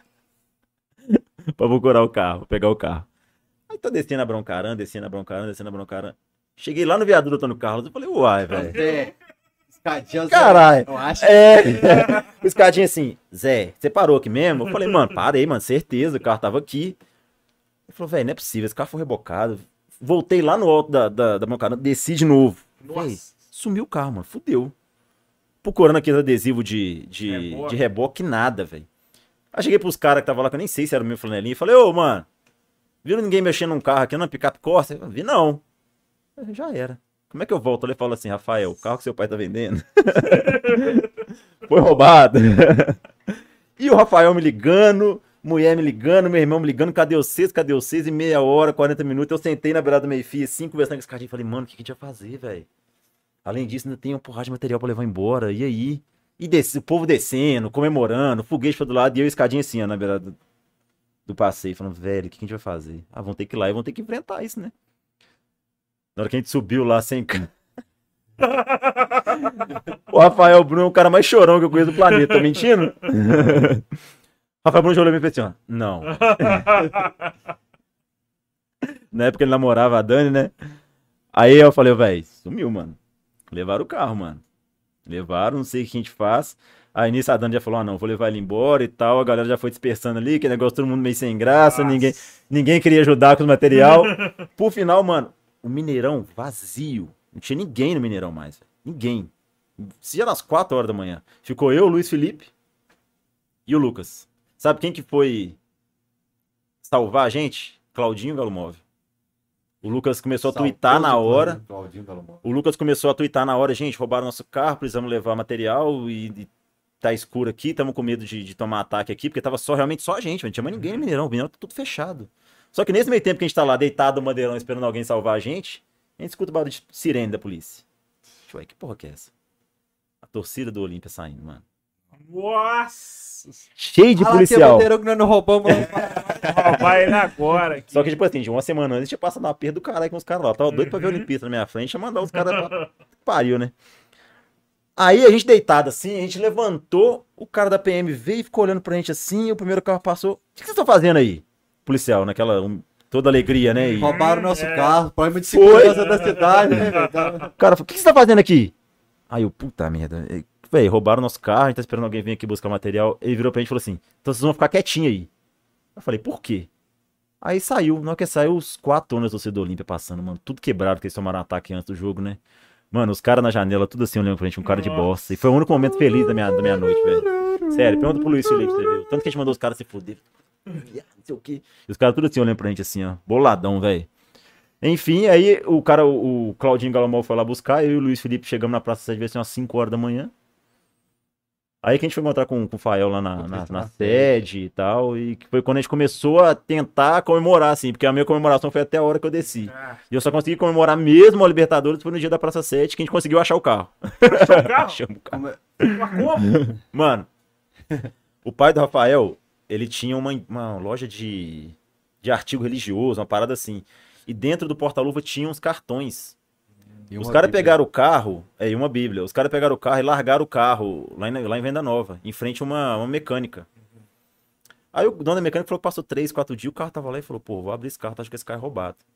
Pra procurar o carro, pegar o carro. Aí tô descendo a Broncaran. Cheguei lá no viaduto do Antônio Carlos, eu falei, uai, velho. Escadinha, Caralho. eu acho. O Escadinha assim, Zé, você parou aqui mesmo? Eu falei, mano, parei, mano, certeza, o carro tava aqui. Ele falou, velho, não é possível, esse carro foi rebocado. Voltei lá no alto da Broncaran, desci de novo. Véi, sumiu o carro, mano, fudeu. Procurando aquele adesivo de reboque, nada, velho. Aí cheguei pros caras que tava lá, que eu nem sei se era o meu flanelinha, e falei, ô, mano, viram ninguém mexendo num carro aqui, na picape Corsa? Eu vi, não. Eu, já era. Como é que eu volto? Ele falou assim, Rafael, o carro que seu pai tá vendendo foi roubado. E o Rafael me ligando, mulher me ligando, meu irmão me ligando, cadê vocês? E meia hora, 40 minutos, eu sentei na beirada do meio-fio, assim, conversando com esse cara, e falei, mano, o que a gente vai fazer, velho? Além disso, ainda tem uma porrada de material pra levar embora. E aí? O povo descendo, comemorando, foguete pra do lado, e eu escadinha assim, ó, na beirada do passeio, falando, velho, o que a gente vai fazer? Ah, vão ter que ir lá e vão ter que enfrentar isso, né? Na hora que a gente subiu lá sem carro. O Rafael Bruno é o cara mais chorão que eu conheço do planeta, tô mentindo? Rafael Bruno já olhou pra mim e falou assim, ó, não. Na época ele namorava a Dani, né? Aí eu falei, velho, sumiu, mano. Levaram o carro, mano. Levaram, não sei o que a gente faz. Aí nisso a Dani já falou, não, vou levar ele embora e tal. A galera já foi dispersando ali, que negócio todo mundo meio sem graça. Ninguém queria ajudar com o material. Por final, mano, o Mineirão vazio. Não tinha ninguém no Mineirão mais. Ninguém. Se era às 4 horas da manhã. Ficou eu, o Luiz Felipe e o Lucas. Sabe quem que foi salvar a gente? Claudinho Galomóvel. O Lucas começou a tuitar na hora. O Lucas começou a tuitar na hora, gente, roubaram nosso carro, precisamos levar material e tá escuro aqui, estamos com medo de tomar ataque aqui, porque tava realmente só a gente, não tinha mais ninguém no Mineirão, o Mineirão tá tudo fechado. Só que nesse meio tempo que a gente tá lá deitado no Madeirão esperando alguém salvar a gente escuta o barulho de sirene da polícia. Ué, que porra que é essa? A torcida do Olímpia saindo, mano. Nossa! Cheio de policial. Que nós não roubamos. Vai ele agora. Aqui. Só que, tipo assim, de uma semana antes, tinha passado uma perda do caralho com os caras lá. Eu tava doido pra ver o Olimpista na minha frente, ia mandar os caras pra... Pariu, né? Aí a gente deitado assim, a gente levantou, o cara da PM veio e ficou olhando pra gente assim, e o primeiro carro passou. O que vocês estão fazendo aí? Policial, naquela... toda alegria, né? E... roubaram nosso carro, problema de segurança da cidade, né? O cara falou, o que você tá fazendo aqui? Aí eu, puta merda... Véi, roubaram nosso carro, a gente tá esperando alguém vir aqui buscar material. Ele virou pra gente e falou assim, então vocês vão ficar quietinhos aí. Eu falei, por quê? Aí saiu, na hora que saiu, os 4 tonos do torcedor Olímpia passando, mano. Tudo quebrado, porque eles tomaram um ataque antes do jogo, né? Mano, os caras na janela, tudo assim, olhando pra gente, um cara de bosta. E foi o único momento feliz da minha noite, velho. Sério, pergunta pro Luiz Felipe, você viu? Tanto que a gente mandou os caras se foder. Não sei o quê. E os caras tudo assim, olhando pra gente assim, ó. Boladão, velho. Enfim, aí o Claudinho Galomol foi lá buscar, eu e o Luiz Felipe chegamos na Praça 7, assim, umas 5 horas da manhã. Aí que a gente foi encontrar com o Fael lá na sede e tal, e foi quando a gente começou a tentar comemorar, assim, porque a minha comemoração foi até a hora que eu desci. E eu só consegui comemorar mesmo a Libertadores foi no dia da Praça 7, que a gente conseguiu achar o carro. Achou o carro? Achamos o carro. Como? Mano, o pai do Rafael, ele tinha uma loja de artigo religioso, uma parada assim. E dentro do porta-luva tinha uns cartões. Os caras pegaram o carro, e uma bíblia, os caras pegaram o carro e largaram o carro lá em Venda Nova, em frente a uma mecânica. Aí o dono da mecânica falou que passou 3, 4 dias, o carro tava lá e falou, pô, vou abrir esse carro, acho que esse carro é roubado.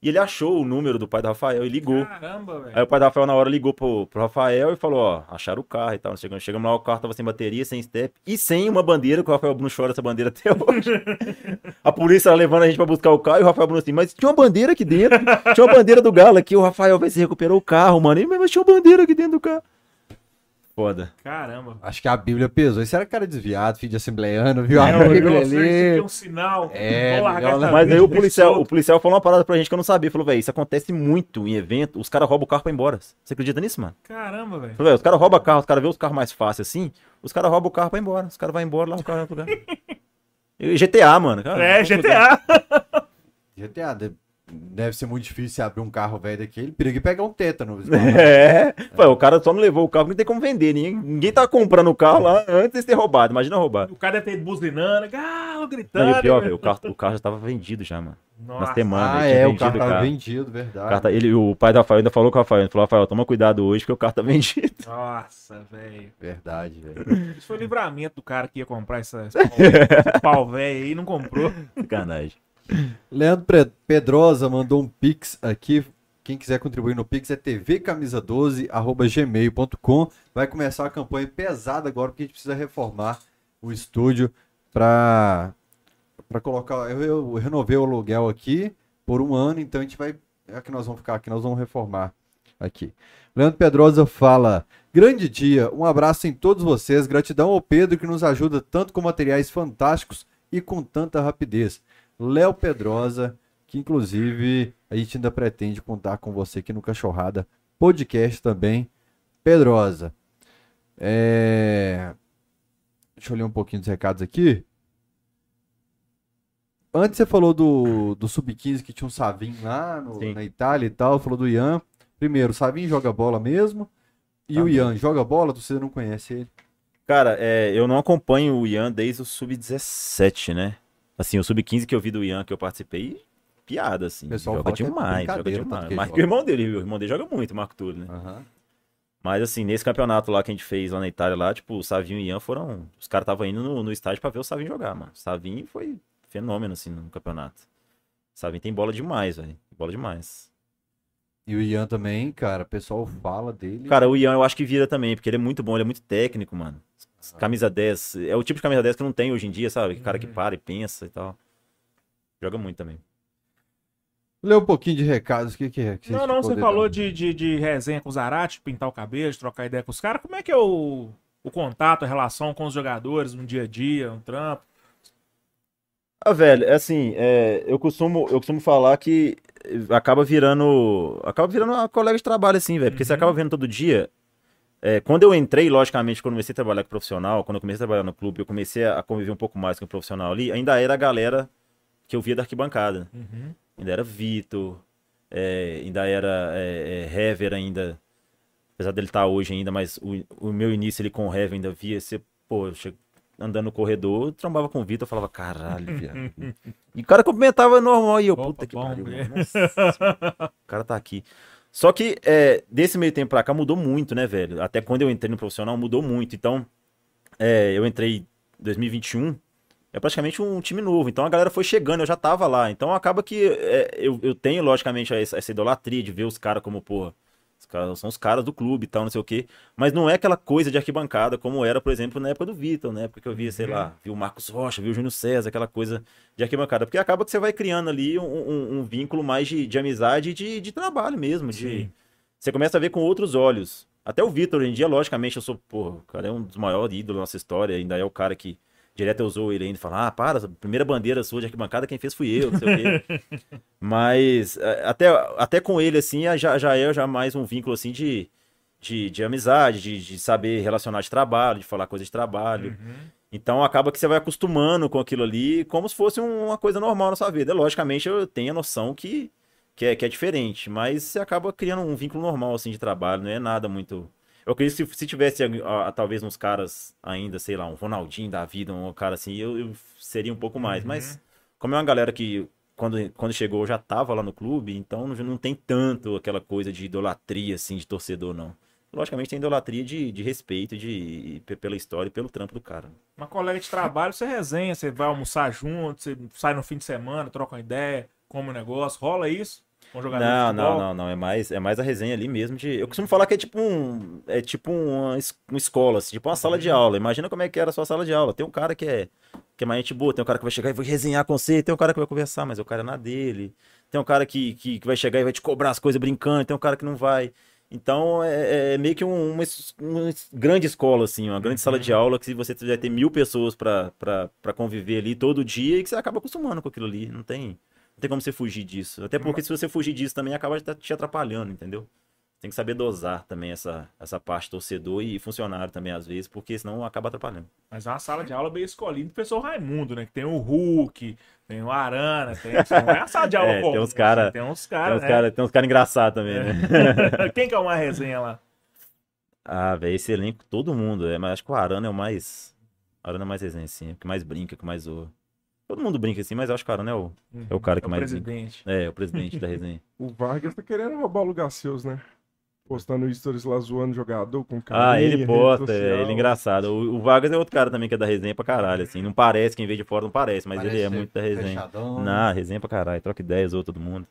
E ele achou o número do pai do Rafael e ligou. Caramba, velho. Aí o pai do Rafael na hora ligou pro Rafael e falou, ó, acharam o carro e tal. Chegamos lá, o carro tava sem bateria, sem step e sem uma bandeira, que o Rafael Bruno chora essa bandeira até hoje. A polícia levando a gente pra buscar o carro e o Rafael Bruno assim, mas tinha uma bandeira aqui dentro, tinha uma bandeira do Galo aqui, o Rafael vai se recuperou o carro, mano. E, mas tinha uma bandeira aqui dentro do carro. Foda. Caramba. Acho que a Bíblia pesou. Esse era cara desviado, filho de assembleiano, viu? A É, Bíblia isso aqui ali. é um sinal. É, Vou largar melhor essa Mas aí o vida solto. policial falou uma parada pra gente que eu não sabia. Falou, velho, isso acontece muito em evento, os caras roubam o carro pra ir embora. Você acredita nisso, mano? Caramba, velho. Falou, velho, os caras roubam carro, os caras vê os carros mais fáceis assim, os caras roubam o carro pra ir embora. Os caras vão embora lá, o carro vai pro lugar. E GTA, mano. Cara, É, GTA. GTA, deve ser muito difícil abrir um carro velho daquele. Perigo de pegar um tétano. É, pô, o cara só não levou o carro porque não tem como vender. Ninguém tá comprando o carro lá antes de ter roubado. Imagina roubar. O cara deve ter ido buzinando, Galo, Não, gritando. e o pior, velho, o carro já tava vendido já, mano. Na Nossa. semana. Ah, ele tinha o vendido carro tava vendido, verdade. O pai do Rafael ainda falou com o Rafael. Ele falou, Rafael, toma cuidado hoje porque o carro tá vendido. Nossa, velho. Verdade, velho. Isso foi o livramento do cara que ia comprar esse pau velho aí e não comprou. Sacanagem. Leandro Pedrosa mandou um pix aqui. Quem quiser contribuir no pix é tvcamisa12@gmail.com. Vai começar a campanha pesada agora porque a gente precisa reformar o estúdio para colocar. Eu renovei o aluguel aqui por um ano, então a gente vai. É que nós vamos ficar aqui, nós vamos reformar aqui. Leandro Pedrosa fala: grande dia, um abraço em todos vocês. Gratidão ao Pedro que nos ajuda tanto com materiais fantásticos e com tanta rapidez. Léo Pedrosa, que inclusive a gente ainda pretende contar com você aqui no Cachorrada Podcast também. Pedrosa, deixa eu ler um pouquinho dos recados aqui. Antes você falou do Sub-15 que tinha um Savinho lá na Itália e tal, falou do Ian. Primeiro, o Savinho joga bola mesmo. E o Ian joga bola? Você não conhece ele? Cara, eu não acompanho o Ian desde o Sub-17, né? Assim, o Sub-15 que eu vi do Ian, que eu participei, piada, assim. O pessoal joga fala que é demais, joga brincadeira, demais. tanto que ele Mais que joga. o irmão dele joga muito, o Marco Túlio, né? Aham. Mas assim, nesse campeonato lá que a gente fez lá na Itália, lá, tipo, o Savinho e o Ian foram... Os caras estavam indo no estádio pra ver o Savinho jogar, mano. O Savinho foi fenômeno, assim, no campeonato. O Savinho tem bola demais, velho. Bola demais. E o Ian também, cara, o pessoal fala dele. Cara, o Ian eu acho que vira também, porque ele é muito bom, ele é muito técnico, mano. Camisa 10, é o tipo de camisa 10 que não tem hoje em dia, sabe? Cara que para e pensa e tal. Joga muito também. Lê um pouquinho de recados, o que é? Que Não, você falou de resenha com o Zarate, pintar o cabelo, de trocar ideia com os caras. Como é que é o contato, a relação com os jogadores no dia a dia, um trampo? Ah, velho, é assim, eu costumo falar que acaba virando uma colega de trabalho, assim, velho. Porque você acaba vendo todo dia. Quando eu entrei, logicamente, quando eu comecei a trabalhar com profissional, quando eu comecei a trabalhar no clube, eu comecei a conviver um pouco mais com o profissional ali, ainda era a galera que eu via da arquibancada. Ainda era Vitor, ainda era Hever ainda, apesar dele estar hoje ainda, mas o meu início ali com o Hever ainda via, andando no corredor, eu trombava com o Vitor, eu falava, caralho, viado. E o cara cumprimentava normal, e eu, puta que pariu, mano, nossa, o cara tá aqui. Só que desse meio tempo pra cá mudou muito, né, velho? Até quando eu entrei no profissional mudou muito. Então, eu entrei em 2021, é praticamente um time novo. Então a galera foi chegando, eu já tava lá. Então acaba que eu tenho, logicamente, essa idolatria de ver os caras como, porra, os caras são os caras do clube e tal, não sei o quê. Mas não é aquela coisa de arquibancada como era, por exemplo, na época do Vitor, na época que eu via, sei lá, vi o Marcos Rocha, vi o Júnior César, aquela coisa de arquibancada. Porque acaba que você vai criando ali um vínculo mais de amizade e de trabalho mesmo. Você começa a ver com outros olhos. Até o Vitor, hoje em dia, logicamente, eu sou, porra, o cara é um dos maiores ídolos da nossa história, ainda é o cara que direto eu usou ele ainda e fala, para, a primeira bandeira sua de arquibancada quem fez fui eu, não sei o quê. Mas até com ele, assim, já é mais um vínculo, assim, de amizade, de saber relacionar de trabalho, de falar coisa de trabalho. Então acaba que você vai acostumando com aquilo ali como se fosse uma coisa normal na sua vida. Logicamente eu tenho a noção que é diferente, mas você acaba criando um vínculo normal, assim, de trabalho, não é nada muito... Eu acredito que se tivesse, talvez, uns caras ainda, sei lá, um Ronaldinho da vida, um cara assim, eu seria um pouco mais. Mas, como é uma galera que, quando chegou, já tava lá no clube, então não tem tanto aquela coisa de idolatria, assim, de torcedor, não. Logicamente tem idolatria de respeito pela história e pelo trampo do cara. Uma colega de trabalho, você resenha, você vai almoçar junto, você sai no fim de semana, troca uma ideia, come um negócio, rola isso? Um jogador de futebol? Não. É mais a resenha ali mesmo. Eu costumo falar que é tipo uma escola, assim, tipo uma sala de aula. Imagina como é que era a sua sala de aula. Tem um cara que é mais gente boa, tem um cara que vai chegar e vai resenhar com você, tem um cara que vai conversar, mas o cara é na dele. Tem um cara que vai chegar e vai te cobrar as coisas brincando, tem um cara que não vai. Então é meio que uma grande escola, assim, uma grande sala de aula que você vai ter 1000 pessoas pra conviver ali todo dia e que você acaba acostumando com aquilo ali. Não tem como você fugir disso. Até porque se você fugir disso também acaba te atrapalhando, entendeu? Tem que saber dosar também essa parte torcedor e funcionário também, às vezes, porque senão acaba atrapalhando. Mas é uma sala de aula bem escolhida do professor Raimundo, né? Que tem o Hulk, tem o Arana, não é uma sala de aula comum. Tem uns caras. Tem uns caras engraçados também, né? Quem que é uma resenha lá? Ah, velho, esse elenco, todo mundo. Mas acho que o Arana é o mais. O Arana é mais resenha, assim. Que mais brinca, que mais zoa. Todo mundo brinca assim, mas eu acho que o Arana é o cara que mais presidente. brinca. É o presidente da resenha. O Vargas tá querendo roubar o lugar seus, né? Postando stories lá zoando jogador com carinha, Ah, ele rede posta, social. ele é engraçado. O Vargas é outro cara também que é da resenha pra caralho, assim. Não parece, quem vê de fora não parece, mas Parece ele é ser muito da resenha. fechadão. Não, resenha pra caralho, troca ideias, zoa todo mundo.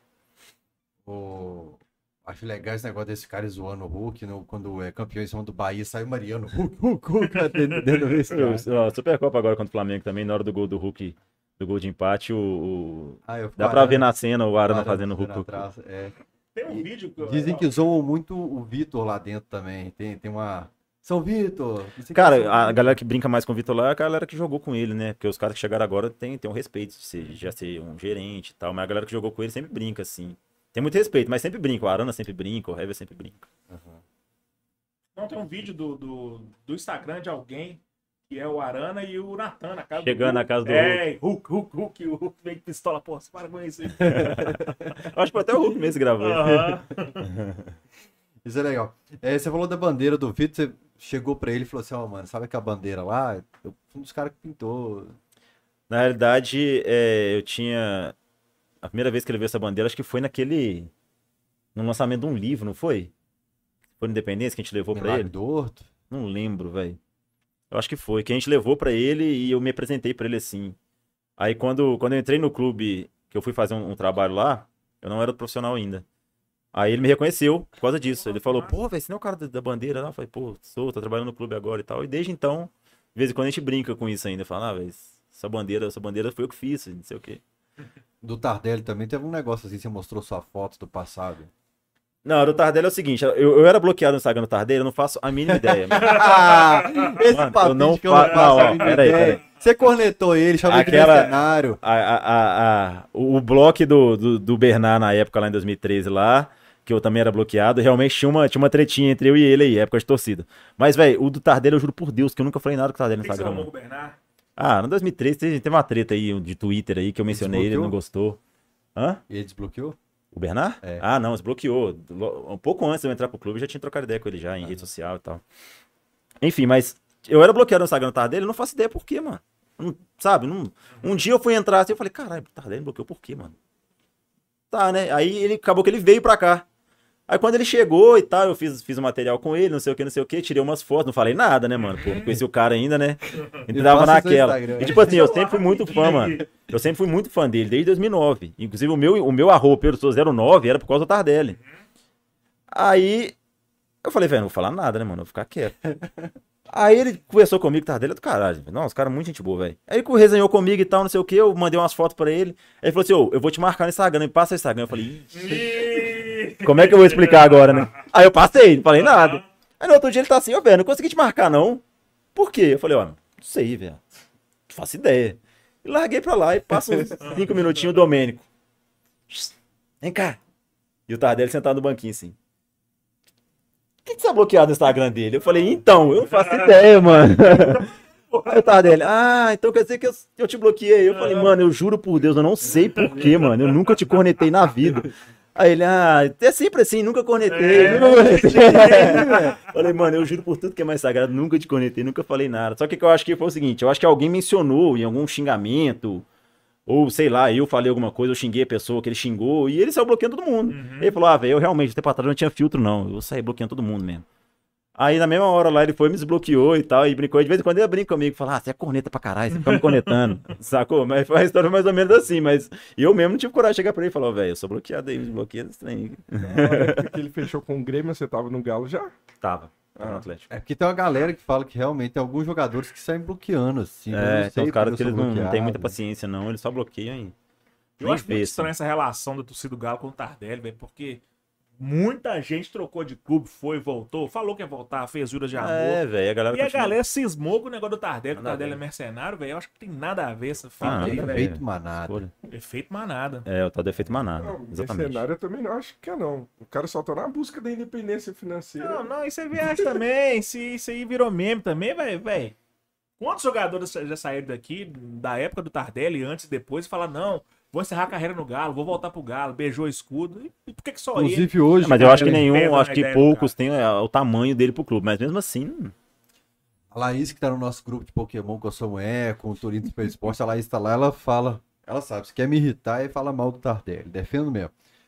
Acho legal esse negócio desse cara zoando o Hulk, quando é campeão em cima do Bahia, sai o Mariano, Hulk, dentro desse cara. Supercopa agora contra o Flamengo também, na hora do gol do Hulk, do gol de empate, dá pra Arana, ver na cena o Arana fazendo o Hulk. atrás, Tem um vídeo que Dizem que zoam muito o Vitor lá dentro também. Tem uma. São Vitor! Cara, a galera que brinca mais com o Vitor lá é a galera que jogou com ele, né? Porque os caras que chegaram agora tem um respeito de já ser um gerente e tal, mas a galera que jogou com ele sempre brinca, assim. Tem muito respeito, mas sempre brinca. O Arana sempre brinca, o Hever sempre brinca. Não, tem um vídeo do Instagram de alguém que é o Arana e o Natan na casa Chegando do na casa do Hulk. O Hulk vem com pistola, pô, você para com isso aí. Acho que foi até o Hulk mesmo que gravou. Isso é legal. Você falou da bandeira do Vitor, você chegou pra ele e falou assim, mano, sabe aquela bandeira lá? Eu fui um dos caras que pintou. Na realidade, eu tinha... A primeira vez que ele viu essa bandeira, acho que foi no lançamento de um livro, não foi? Foi no Independência que a gente levou pra ele? Do Horto? Não lembro, velho. Eu acho que foi. Que a gente levou pra ele e eu me apresentei pra ele assim. Aí quando eu entrei no clube, que eu fui fazer um trabalho lá, eu não era profissional ainda. Aí ele me reconheceu por causa disso. Ele falou, pô, velho, você não é o cara da bandeira lá? Eu falei, pô, tô trabalhando no clube agora e tal. E desde então, de vez em quando a gente brinca com isso ainda. Fala, velho, essa bandeira foi eu que fiz, não sei o quê. Do Tardelli também teve um negócio assim, você mostrou sua foto do passado. Não, do Tardelli é o seguinte, eu era bloqueado no Instagram do Tardelli, eu não faço a mínima ideia. Esse Mano, papinho eu não que eu não faço a mínima peraí. ideia. Você cornetou ele, chamou ele de mercenário. O bloco do Bernard na época, lá em 2013, lá, que eu também era bloqueado, realmente tinha uma tretinha entre eu e ele aí, época de torcida. Mas, velho, o do Tardelli, eu juro por Deus, que eu nunca falei nada com o Tardelli no Instagram. Você com o Bernard? No 2013 teve uma treta aí de Twitter aí, que eu mencionei, ele não gostou. Hã? E ele desbloqueou? O Bernard? É. Não, desbloqueou. Um pouco antes de eu entrar pro clube, eu já tinha trocado ideia com ele já, em rede social e tal. Enfim, mas eu era bloqueado no Instagram do Tardelli, eu não faço ideia por quê, mano. Sabe? Um dia eu fui entrar assim, eu falei, caralho, o Tardelli bloqueou por quê, mano? Tá, né? Aí acabou que ele veio pra cá. Aí quando ele chegou e tal, eu fiz um material com ele, não sei o que, tirei umas fotos, não falei nada, né, mano? Pô, não conheci o cara ainda, né? Ele tava naquela. E tipo assim, eu sempre fui muito fã, mano. Eu sempre fui muito fã dele, desde 2009. Inclusive o meu arroba, Pedro Souza 09, era por causa do Tardelli. Aí eu falei, velho, não vou falar nada, né, mano? Eu vou ficar quieto. Aí ele conversou comigo, Tardelli é do caralho. Não, os caras muito gente boa, velho. Aí ele resenhou comigo e tal, não sei o que, eu mandei umas fotos pra ele. Aí ele falou assim, eu vou te marcar no Instagram, me passa o Instagram. Eu falei, como é que eu vou explicar agora, né? Aí eu passei, não falei nada. Aí no outro dia ele tá assim, velho, não consegui te marcar, não. Por quê? Eu falei, não sei, velho. Não faço ideia. E larguei pra lá e passa uns 5 minutinhos o Domênico. Vem cá. E o Tardelli sentado no banquinho assim. Por que você tá bloqueado no Instagram dele? Eu falei, então, eu não faço ideia, mano. Aí o Tardelli, então quer dizer que eu te bloqueei. Eu falei, mano, eu juro por Deus, eu não sei por quê, mano. Eu nunca te cornetei na vida. Aí ele, é sempre assim, nunca cornetei. Falei, mano, eu juro por tudo que é mais sagrado, nunca te cornetei, nunca falei nada. Só que eu acho que foi o seguinte, eu acho que alguém mencionou em algum xingamento, ou sei lá, eu falei alguma coisa, eu xinguei a pessoa que ele xingou, e ele saiu bloqueando todo mundo. Ele falou, velho, eu realmente, até pra trás não tinha filtro não, eu saí bloqueando todo mundo mesmo. Aí na mesma hora lá ele foi, me desbloqueou e tal, e brincou. De vez em quando ele brinca comigo, fala, você é corneta pra caralho, você fica me cornetando, sacou? Mas foi uma história mais ou menos assim, mas eu mesmo não tive coragem de chegar pra ele e falar, velho, eu sou bloqueado aí, me desbloqueia desse trem. Na hora que ele fechou com o Grêmio, você tava no Galo já? Tava no Atlético. É porque tem uma galera que fala que realmente tem alguns jogadores que saem bloqueando, assim. Eu não Tem sei uns caras porque que eu eles sou não têm bloqueado. muita paciência não, eles só bloqueiam e Eu nem acho vê, muito assim. estranha essa relação da torcida do Galo com o Tardelli, velho, porque muita gente trocou de clube, foi, voltou, falou que ia voltar, fez juras de amor. velho, a galera E a continua- galera cismou com o negócio do Tardelli, que o Nada a Tardelli é ver. mercenário, velho. Eu acho que tem nada a ver essa fita Ah, aí, nada a velho. ver. Feito manada. Escolha. Efeito manada. É, o tal defeito manada, Não, exatamente. mercenário eu também não acho que é, não. O cara só tá na busca da independência financeira. Não, isso é viagem também. Isso aí virou meme também, velho. Quantos jogadores já saíram daqui, da época do Tardelli, antes e depois, e falaram, não, vou encerrar a carreira no Galo, vou voltar pro Galo, beijou o escudo. E por que só ele? Inclusive hoje. Mas eu acho que cara, pesa nenhum, na acho que ideia do poucos têm o tamanho dele pro clube, mas mesmo assim, A Laís, que tá no nosso grupo de Pokémon, que eu sou um com o Torino Super Esporte, a Laís tá lá, ela fala. Ela sabe, se quer me irritar, e fala mal do Tardelli. Defendo mesmo.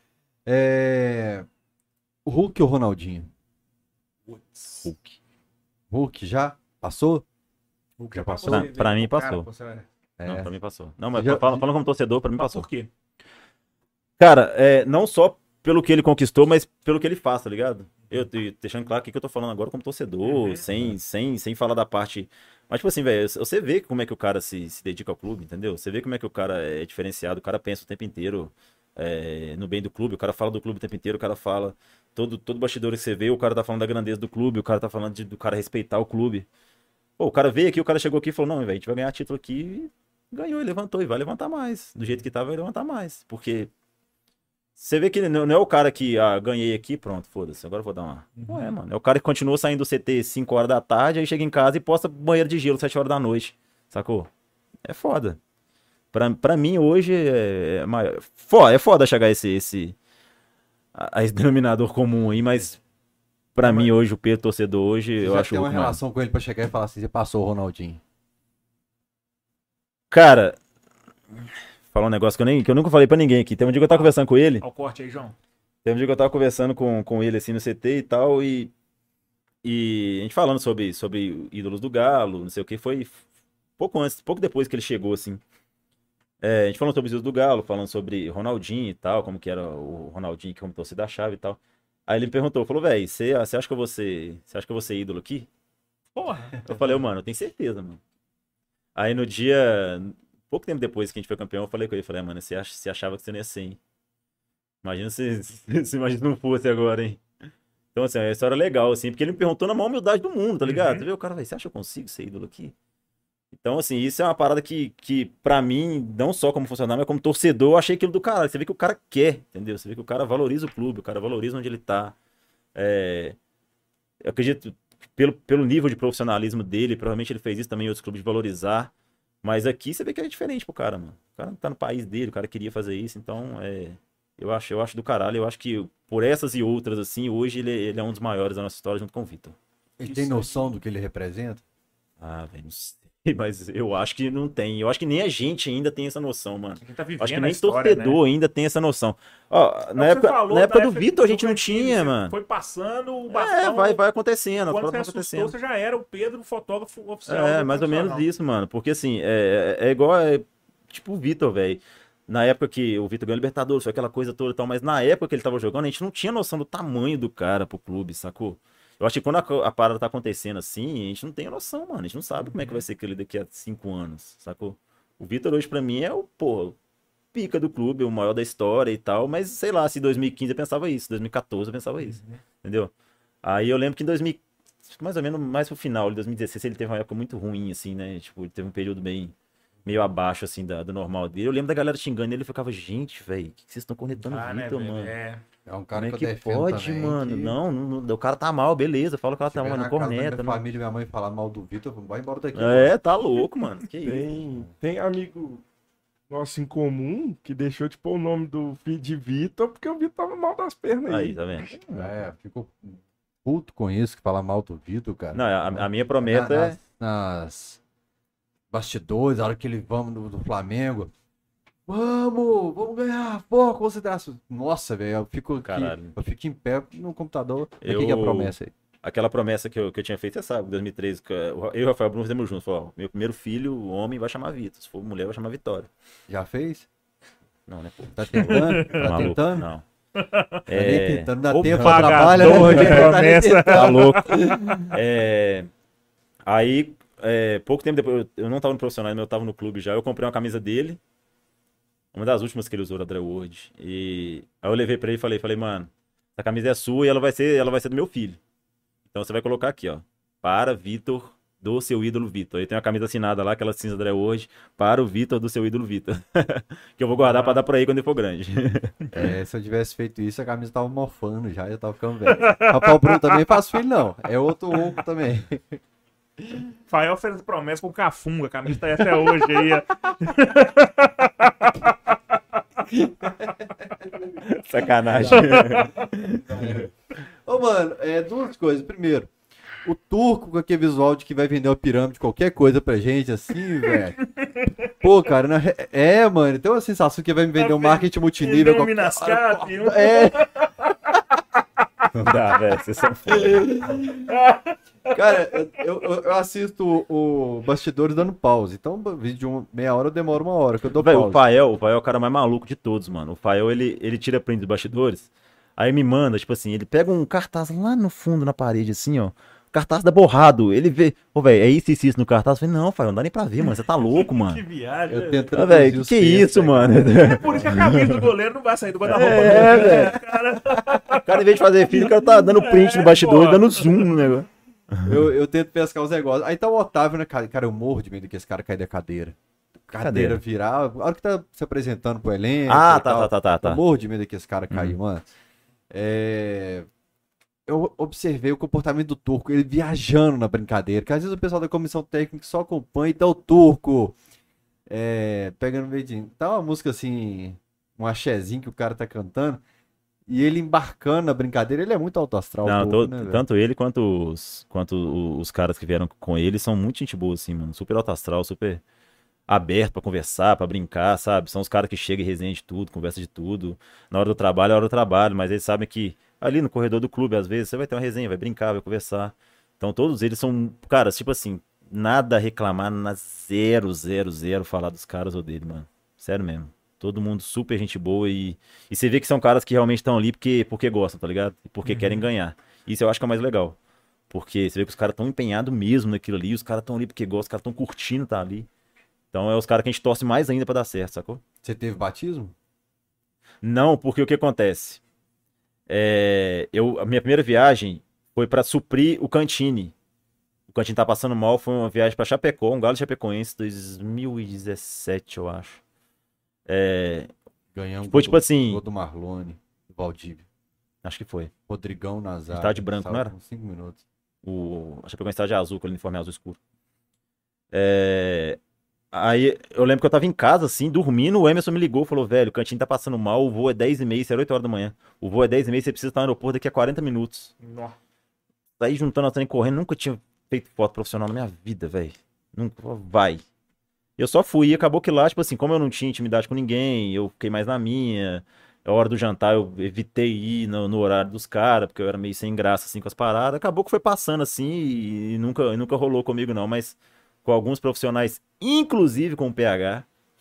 O Hulk ou o Ronaldinho? Hulk. Hulk já? Passou? Já passou? Pra mim passou. É. Não, pra mim passou. Não, mas Já- falando como torcedor, pra mim Mas passou. por quê? Cara, não só pelo que ele conquistou, mas pelo que ele faz, tá ligado? Eu tô deixando claro aqui que eu tô falando agora como torcedor, sem falar da parte. Mas, tipo assim, velho, você vê como é que o cara se dedica ao clube, entendeu? Você vê como é que o cara é diferenciado, o cara pensa o tempo inteiro no bem do clube, o cara fala do clube o tempo inteiro, o cara fala. Todo bastidor que você vê, o cara tá falando da grandeza do clube, o cara tá falando do cara respeitar o clube. Pô, o cara veio aqui, o cara chegou aqui e falou: não, velho, a gente vai ganhar título aqui. Ganhou e levantou, e vai levantar mais. Do jeito que tá, vai levantar mais. Porque você vê que não é o cara que, ganhei aqui, pronto, foda-se, agora eu vou dar uma. Não é, mano. É o cara que continua saindo do CT 5 horas da tarde, aí chega em casa e posta banheiro de gelo 7 horas da noite. Sacou? É foda. Pra mim, hoje, é foda chegar a esse denominador comum aí, mas pra mim, hoje, o Pedro torcedor, hoje, Você eu já acho tem o uma Hulk, mano. relação com ele pra chegar e falar assim, você passou o Ronaldinho. Cara, falar um negócio que eu nunca falei pra ninguém aqui. Tem um dia que eu tava conversando com ele. Olha o corte aí, João. Tem um dia que eu tava conversando com ele assim no CT e tal. E a gente falando sobre ídolos do Galo, não sei o que. Foi pouco depois que ele chegou, assim. A gente falando sobre os ídolos do Galo, falando sobre Ronaldinho e tal, como que era o Ronaldinho como torcedor da chave e tal. Aí ele me perguntou, falou, velho, você acha que eu vou ser ídolo aqui? Porra. Eu falei, mano, eu tenho certeza, mano. Aí no dia, pouco tempo depois que a gente foi campeão, eu falei com ele, falei, mano, você achava que você não ia ser, hein? Imagina se não fosse agora, hein? Então, assim, é uma história legal, assim, porque ele me perguntou na maior humildade do mundo, tá ligado? Você vê o cara, velho, você acha que eu consigo ser ídolo aqui? Então, assim, isso é uma parada que pra mim, não só como funcionário, mas como torcedor, eu achei aquilo do cara. Você vê que o cara quer, entendeu? Você vê que o cara valoriza o clube, o cara valoriza onde ele tá. Eu acredito que pelo nível de profissionalismo dele, provavelmente ele fez isso também em outros clubes de valorizar. Mas aqui você vê que é diferente pro cara, mano. O cara tá no país dele, o cara queria fazer isso, então eu acho do caralho. Eu acho que por essas e outras, assim, hoje ele é um dos maiores da nossa história junto com o Vitor. Ele tem noção do que ele representa? Ah, velho, não sei, mas eu acho que não tem. Eu acho que nem a gente ainda tem essa noção, mano. A gente tá vivendo Acho que a nem história, torcedor né? ainda tem essa noção. Ó, na Você época, falou na época da do Vitor a gente não Fantini, tinha, você mano. Foi passando o bastão. Vai acontecendo, as Quando coisas você vão assustou, acontecendo. você já era o Pedro, o fotógrafo oficial. É, do mais ou menos profissional. isso, mano. Porque assim, é igual, tipo o Vitor, velho. Na época que o Vitor ganhou o Libertadores, foi aquela coisa toda e tal, mas na época que ele tava jogando, a gente não tinha noção do tamanho do cara pro clube, sacou? Eu acho que quando a parada tá acontecendo assim, a gente não tem noção, mano. A gente não sabe como é que vai ser aquele daqui a 5 anos, sacou? O Vitor hoje pra mim é o pica do clube, o maior da história e tal, mas sei lá, se em 2015 eu pensava isso, 2014 eu pensava isso, entendeu? Aí eu lembro que em 2000, mais ou menos mais pro final de 2016 ele teve uma época muito ruim, assim, né? Tipo, ele teve um período meio abaixo, assim, do normal dele. Eu lembro da galera xingando ele e ficava, gente, velho, o que vocês estão cornetando o Vitor, velho? mano? É um cara Como é que eu que defendo pode, também, mano? que Não, o cara tá mal, beleza, fala que ela tá mal, mas não corneta, minha não. família, minha mãe falar mal do Vitor, vai embora daqui. Tá louco, mano. Que isso? Tem amigo nosso em comum que deixou de pôr o nome do filho de Vitor porque o Vitor tava mal das pernas aí. Aí, tá vendo? Fico puto com isso, que fala mal do Vitor, cara. Não, a minha promessa é. Nas bastidores, a hora que ele vamos do Flamengo. Vamos ganhar, pô, consideração. Nossa, velho, eu fico aqui, Caralho. eu fico em pé no computador. O Eu- que é a promessa aí? aquela promessa que eu tinha feito, você sabe, em 2013, eu e o Rafael Bruno fizemos juntos. Falou, ó, meu primeiro filho, o homem, vai chamar Vitor. Se for mulher, vai chamar Vitória. Já fez? Não, né, pô? Tá tentando? Tá Maluco, tentando? não. Tá nem tentando, dá o tempo pra trabalhar, pagador né? de promessa. Tá louco. Aí, pouco tempo depois, eu não tava no profissional, mas eu tava no clube já. Eu comprei uma camisa dele, uma das últimas que ele usou da Dre World. E aí eu levei pra ele e falei, mano, essa camisa é sua e ela vai ser do meu filho. Então você vai colocar aqui, ó. Para Vitor, do seu ídolo Vitor. Aí tem uma camisa assinada lá, aquela cinza Dre World, para o Vitor, do seu ídolo Vitor. Que eu vou guardar pra dar por aí quando ele for grande. Se eu tivesse feito isso, a camisa tava mofando já tava ficando velho. Rafael Bruno também faz filho, não. É outro oco também. Fael fez promessa com o Cafunga, a camisa tá aí até hoje aí. Sacanagem. Ô, mano, duas coisas. Primeiro, o turco com aquele visual de que vai vender uma pirâmide, qualquer coisa pra gente, assim, velho. Pô, cara, mano, tem uma sensação que vai me vender um marketing multinível. Um Minascap, Não dá, velho, vocês são foda. Cara, eu assisto o Bastidores dando pause. Então, vídeo de meia hora eu demoro uma hora, que eu dou Véio, pause. o Fael é o cara mais maluco de todos, mano. O Fael, ele tira print dos bastidores, aí me manda, tipo assim, ele pega um cartaz lá no fundo, na parede, assim, ó. Cartaz da borrado. Ele vê, pô, velho, é isso no cartaz. Eu falei, não, Fael, não dá nem pra ver, mano. Você tá louco, mano. Que viagem. Eu tento Ah, velho, que isso, mano? É por isso que a camisa do goleiro não vai sair do guarda-roupa. Velho. Cara. O cara, em vez de fazer filho, o cara tá dando print no bastidor, dando zoom no negócio. Eu tento pescar os negócios. Aí tá o Otávio, né, cara? Cara, eu morro de medo que esse cara cair da cadeira. Cadeira virar. A hora que tá se apresentando pro elenco. Ah, e tal, tá. Eu morro de medo que esse cara cair, mano. Eu observei o comportamento do turco, ele viajando na brincadeira. Que às vezes o pessoal da comissão técnica só acompanha e tá o turco pegando medinho. Tá uma música assim, um axézinho que o cara tá cantando. E ele embarcando na brincadeira, ele é muito alto astral. Não, turco, né, tanto ele quanto os caras que vieram com ele são muito gente boa, assim, mano. Super alto astral, super aberto pra conversar, pra brincar, sabe? São os caras que chegam e resenham de tudo, conversa de tudo. Na hora do trabalho é hora do trabalho, mas eles sabem que ali no corredor do clube, às vezes, você vai ter uma resenha, vai brincar, vai conversar. Então todos eles são, cara, tipo assim, nada a reclamar, zero falar dos caras ou dele, mano. Sério mesmo. Todo mundo super gente boa e você vê que são caras que realmente estão ali porque gostam, tá ligado? E porque querem ganhar. Isso eu acho que é o mais legal. Porque você vê que os caras estão empenhados mesmo naquilo ali, os caras estão ali porque gostam, os caras estão curtindo tá ali. Então é os caras que a gente torce mais ainda pra dar certo, sacou? Você teve batismo? Não, porque o que acontece? A minha primeira viagem foi pra suprir o Cantini. O Cantini tá passando mal, foi uma viagem pra Chapecó, um Galo Chapecoense, 2017, eu acho. Ganhamos Foi tipo assim. gol do Marlone, do Valdívia. Acho que foi. Rodrigão Nazar. Tá de branco, não era? Com 5 minutos. A Chapecoense tá de azul, com o uniforme azul escuro. Aí eu lembro que eu tava em casa, assim, dormindo, o Emerson me ligou e falou, velho, o Cantinho tá passando mal, o voo é 10h30, isso era 8 horas da manhã. O voo é 10h30, você precisa estar no aeroporto daqui a 40 minutos. Nossa. Aí juntando a trem correndo, nunca tinha feito foto profissional na minha vida, velho. Nunca, vai. Eu só fui e acabou que lá, tipo assim, como eu não tinha intimidade com ninguém, eu fiquei mais na minha. A hora do jantar eu evitei ir no horário dos caras, porque eu era meio sem graça, assim, com as paradas. Acabou que foi passando, assim, e nunca rolou comigo, não, mas com alguns profissionais, inclusive com o PH.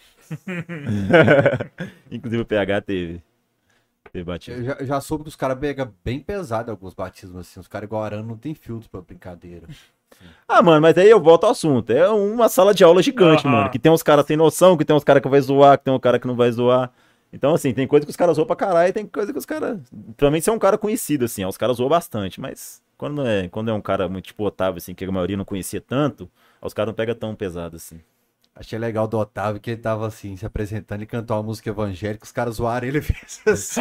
Inclusive o PH teve batismo. Eu já soube que os caras pegam bem pesado alguns batismos, assim. Os caras igual Arana não tem filtro pra brincadeira. Ah, mano, mas aí eu volto ao assunto. É uma sala de aula gigante, mano. Que tem uns caras sem noção, que tem uns caras que vai zoar, que tem um cara que não vai zoar. Então, assim, tem coisa que os caras zoam pra caralho e tem coisa que os caras... Principalmente se é um cara conhecido, assim, ó, os caras zoam bastante. Mas quando é um cara muito, tipo, Otávio, assim, que a maioria não conhecia tanto, os caras não pegam tão pesado, assim. Achei legal do Otávio que ele tava, assim, se apresentando e cantou uma música evangélica, os caras zoaram ele, fez assim.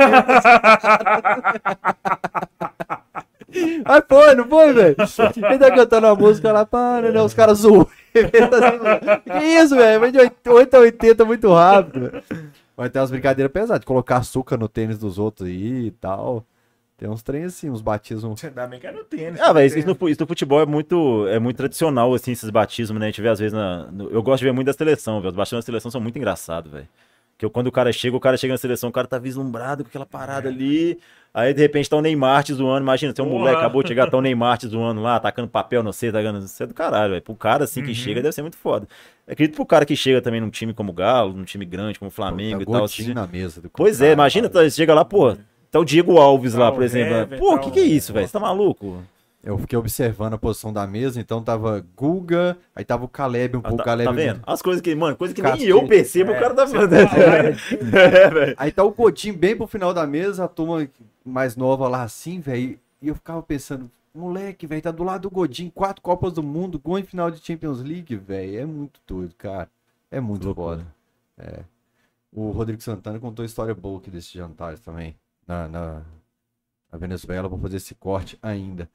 Aí foi, não foi, velho? Ele tá cantando a música lá, para, né? Os caras zoam. Que isso, velho? Vai de 8 a 80 muito rápido, velho. Mas tem umas brincadeiras pesadas, colocar açúcar no tênis dos outros aí e tal. Tem uns trem assim, uns batismos. Ainda bem que é no tênis. Ah, velho, isso no futebol é muito tradicional, assim, esses batismos, né? A gente vê às vezes eu gosto de ver muito da seleção, velho. Os batismos da seleção são muito engraçados, velho. Porque quando o cara chega na seleção, o cara tá vislumbrado com aquela parada ali. Aí, de repente, tá o Neymar te zoando. Imagina, tem um moleque, acabou de chegar, tá o Neymar te zoando lá, tacando papel, não sei, tacando... Isso é do caralho, velho. Pro cara, assim, que chega, deve ser muito foda. Acredito pro cara que chega também num time como o Galo, num time grande como o Flamengo e tal. Godinho na mesa do Pois é, imagina, chega lá, pô, tá o Diego Alves lá, por exemplo. Pô, que é isso, velho? Você tá maluco? Eu fiquei observando a posição da mesa, então tava Guga, aí tava o Caleb, pouco Caleb. Tá vendo? As coisas que, mano, coisa que nem Cacete. eu percebo, o cara tá fazendo. velho. Aí tá o Godinho bem pro final da mesa, a turma mais nova lá assim, velho. E eu ficava pensando, moleque, velho, tá do lado do Godinho, 4 Copas do Mundo, gol em final de Champions League, velho. É muito doido, cara. É muito foda. É. O Rodrigo Santana contou história boa aqui desses jantares também. Na Venezuela, vou fazer esse corte ainda.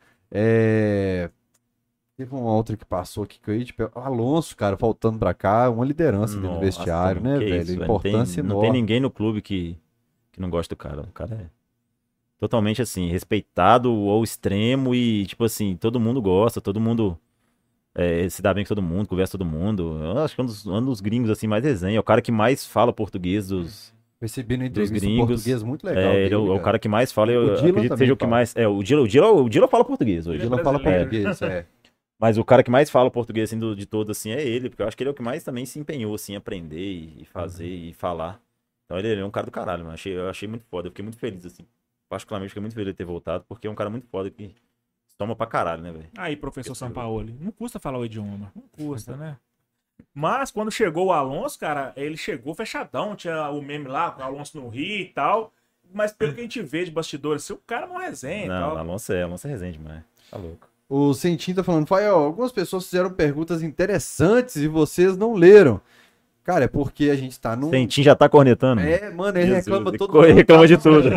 Teve uma outra que passou aqui que eu ia te perguntar. Alonso, cara, faltando pra cá, uma liderança dentro do vestiário, né, velho? Isso, Importância não tem ninguém no clube que não gosta do cara. O cara é totalmente assim, respeitado ao extremo e, tipo assim, todo mundo gosta, todo mundo se dá bem com todo mundo, conversa com todo mundo. Eu acho que é um dos gringos assim mais resenha. É o cara que mais fala português dos. Percebi na entrevista gringos. Português muito legal. Ele é o cara que mais fala. Eu acredito que seja o que mais. O Dila fala português hoje. O Dila fala português, Mas o cara que mais fala português assim, de todos assim, é ele, porque eu acho que ele é o que mais também se empenhou assim, em aprender e fazer e falar. Então ele é um cara do caralho, mano. Eu achei muito foda, eu fiquei muito feliz, assim. Particularmente fiquei muito feliz de ter voltado, porque é um cara muito foda que toma pra caralho, né, velho? Aí, professor Sampaoli, não custa falar o idioma, não custa, né? Mas quando chegou o Alonso, cara, ele chegou fechadão, tinha o meme lá com o Alonso no Rio e tal. Mas pelo que a gente vê de bastidores, assim, o cara não é resenha e tal. Não, Alonso é resenha demais. Tá louco. O Sentinho tá falando, Fael, algumas pessoas fizeram perguntas interessantes e vocês não leram. Cara, é porque a gente tá num... Sentinho já tá cornetando. Mano, ele Jesus, reclama todo mundo. Reclama de tudo.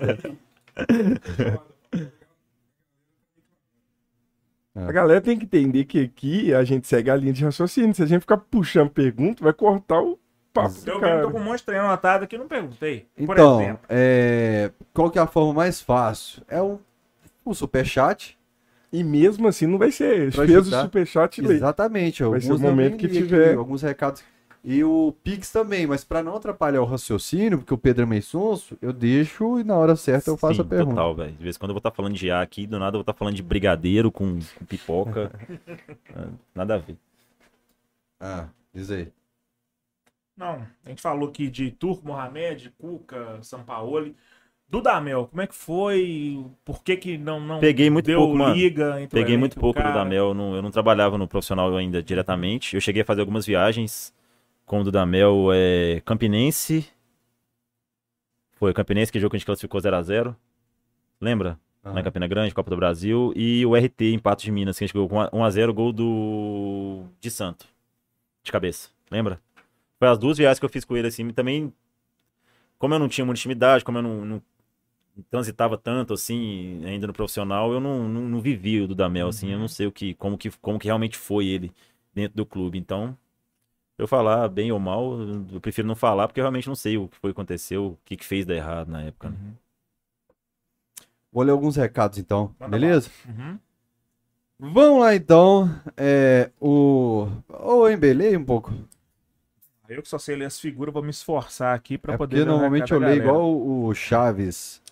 A galera tem que entender que aqui a gente segue a linha de raciocínio. Se a gente ficar puxando pergunta, vai cortar o papo do Eu cara. tô com um monte de treino anotado aqui e não perguntei. Por Então, exemplo. qual que é a forma mais fácil? É o superchat. E mesmo assim não vai ser. Pra Fez ajudar. o superchat lê. Exatamente. Vai ser o alguns eu momento nem que li aqui, tiver. alguns recados. E o Pix também, mas pra não atrapalhar o raciocínio, porque o Pedro é meio sonso, eu deixo e na hora certa eu faço a pergunta. Total, velho. De vez em quando eu vou estar falando de A aqui, do nada eu vou estar falando de brigadeiro com pipoca. Nada a ver. Diz aí. Não, a gente falou aqui de Turco Mohamed, Cuca, Sampaoli. Dudamel, como é que foi? Por que não Peguei muito deu pouco, mano. liga entre o Peguei elenco muito e o pouco do cara? Dudamel. Eu não trabalhava no profissional ainda diretamente. Eu cheguei a fazer algumas viagens com o Dudamel. Campinense. Foi o Campinense, que jogo que a gente classificou 0x0. Lembra? Lá em Campina Grande, Copa do Brasil. E o RT em Patos de Minas, que a gente jogou com 1x0, gol de Santo. De cabeça. Lembra? Foi as duas viagens que eu fiz com ele, assim. Também, como eu não tinha muita intimidade, como eu não transitava tanto, assim, ainda no profissional, eu não vivi o Dudamel, assim. Eu não sei como que realmente foi ele dentro do clube. Então, eu falar bem ou mal, eu prefiro não falar, porque eu realmente não sei o que foi que aconteceu, o que fez dar errado na época. Né? Vou ler alguns recados então, Manda beleza? Uhum. Vamos lá então. Embelei um pouco. Eu que só sei ler as figuras, vou me esforçar aqui pra poder Porque ler o normalmente eu recado da leio galera. igual o Chaves.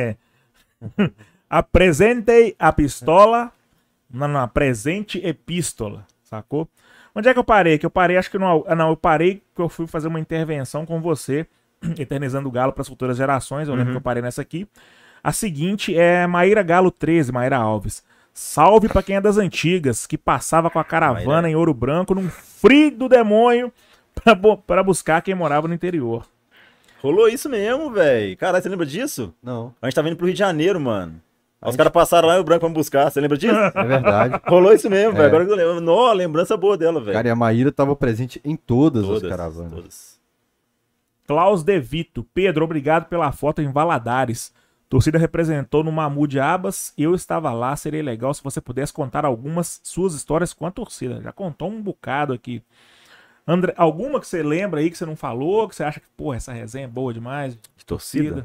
Apresentei a pistola. Não, apresente epístola, sacou? Onde é que eu parei? Que eu parei, acho que não. Não, eu parei que eu fui fazer uma intervenção com você, eternizando o Galo para as futuras gerações. Eu lembro que eu parei nessa aqui. A seguinte é Maíra Galo 13, Maíra Alves. Salve pra quem é das antigas, que passava com a caravana em Ouro Branco num frio do demônio pra buscar quem morava no interior. Rolou isso mesmo, velho. Caralho, você lembra disso? Não, A gente tava indo pro Rio de Janeiro, mano. Aí os caras passaram lá em Ouro Branco pra me buscar. Você lembra disso? é verdade. Rolou isso mesmo, velho. Agora que eu lembro. Nó, lembrança boa dela, velho. Cara, e a Maíra estava presente em todas as caravanas. Todas. Klaus De Vito. Pedro, obrigado pela foto em Valadares. Torcida representou no Mamu de Abas. Eu estava lá. Seria legal se você pudesse contar algumas suas histórias com a torcida. Já contou um bocado aqui. André, alguma que você lembra aí que você não falou? Que você acha que, pô, essa resenha é boa demais? De torcida?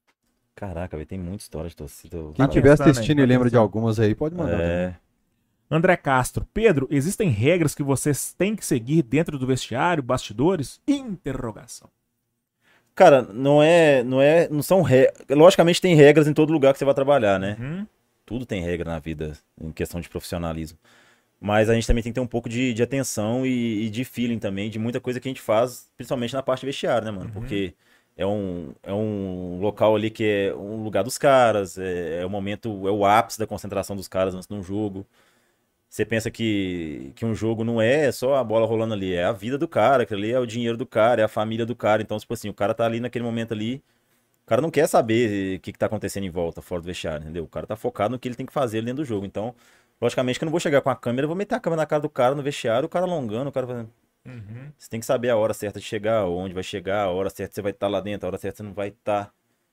Caraca, velho, tem muita história de torcida. Quem Tá estiver pensando aí, assistindo tá e lembra de pensando. algumas aí, pode mandar. também. André Castro. Pedro, existem regras que vocês têm que seguir dentro do vestiário, bastidores? Interrogação. Cara, não são regras. Logicamente tem regras em todo lugar que você vai trabalhar, né? Uhum. Tudo tem regra na vida, em questão de profissionalismo. Mas a gente também tem que ter um pouco de atenção e de feeling também, de muita coisa que a gente faz, principalmente na parte vestiária, né, mano? Uhum. Porque é um local ali que é um lugar dos caras, é o momento, é o ápice da concentração dos caras antes de um jogo. Você pensa que um jogo não é só a bola rolando ali, é a vida do cara, que ali é o dinheiro do cara, é a família do cara. Então, tipo assim, o cara tá ali naquele momento ali, o cara não quer saber o que tá acontecendo em volta, fora do vestiário, entendeu? O cara tá focado no que ele tem que fazer ali dentro do jogo. Então, logicamente que eu não vou chegar com a câmera, eu vou meter a câmera na cara do cara no vestiário, o cara alongando, o cara fazendo. Uhum. Você tem que saber a hora certa de chegar, onde vai chegar, a hora certa que você vai estar lá dentro, a hora certa que você não vai estar.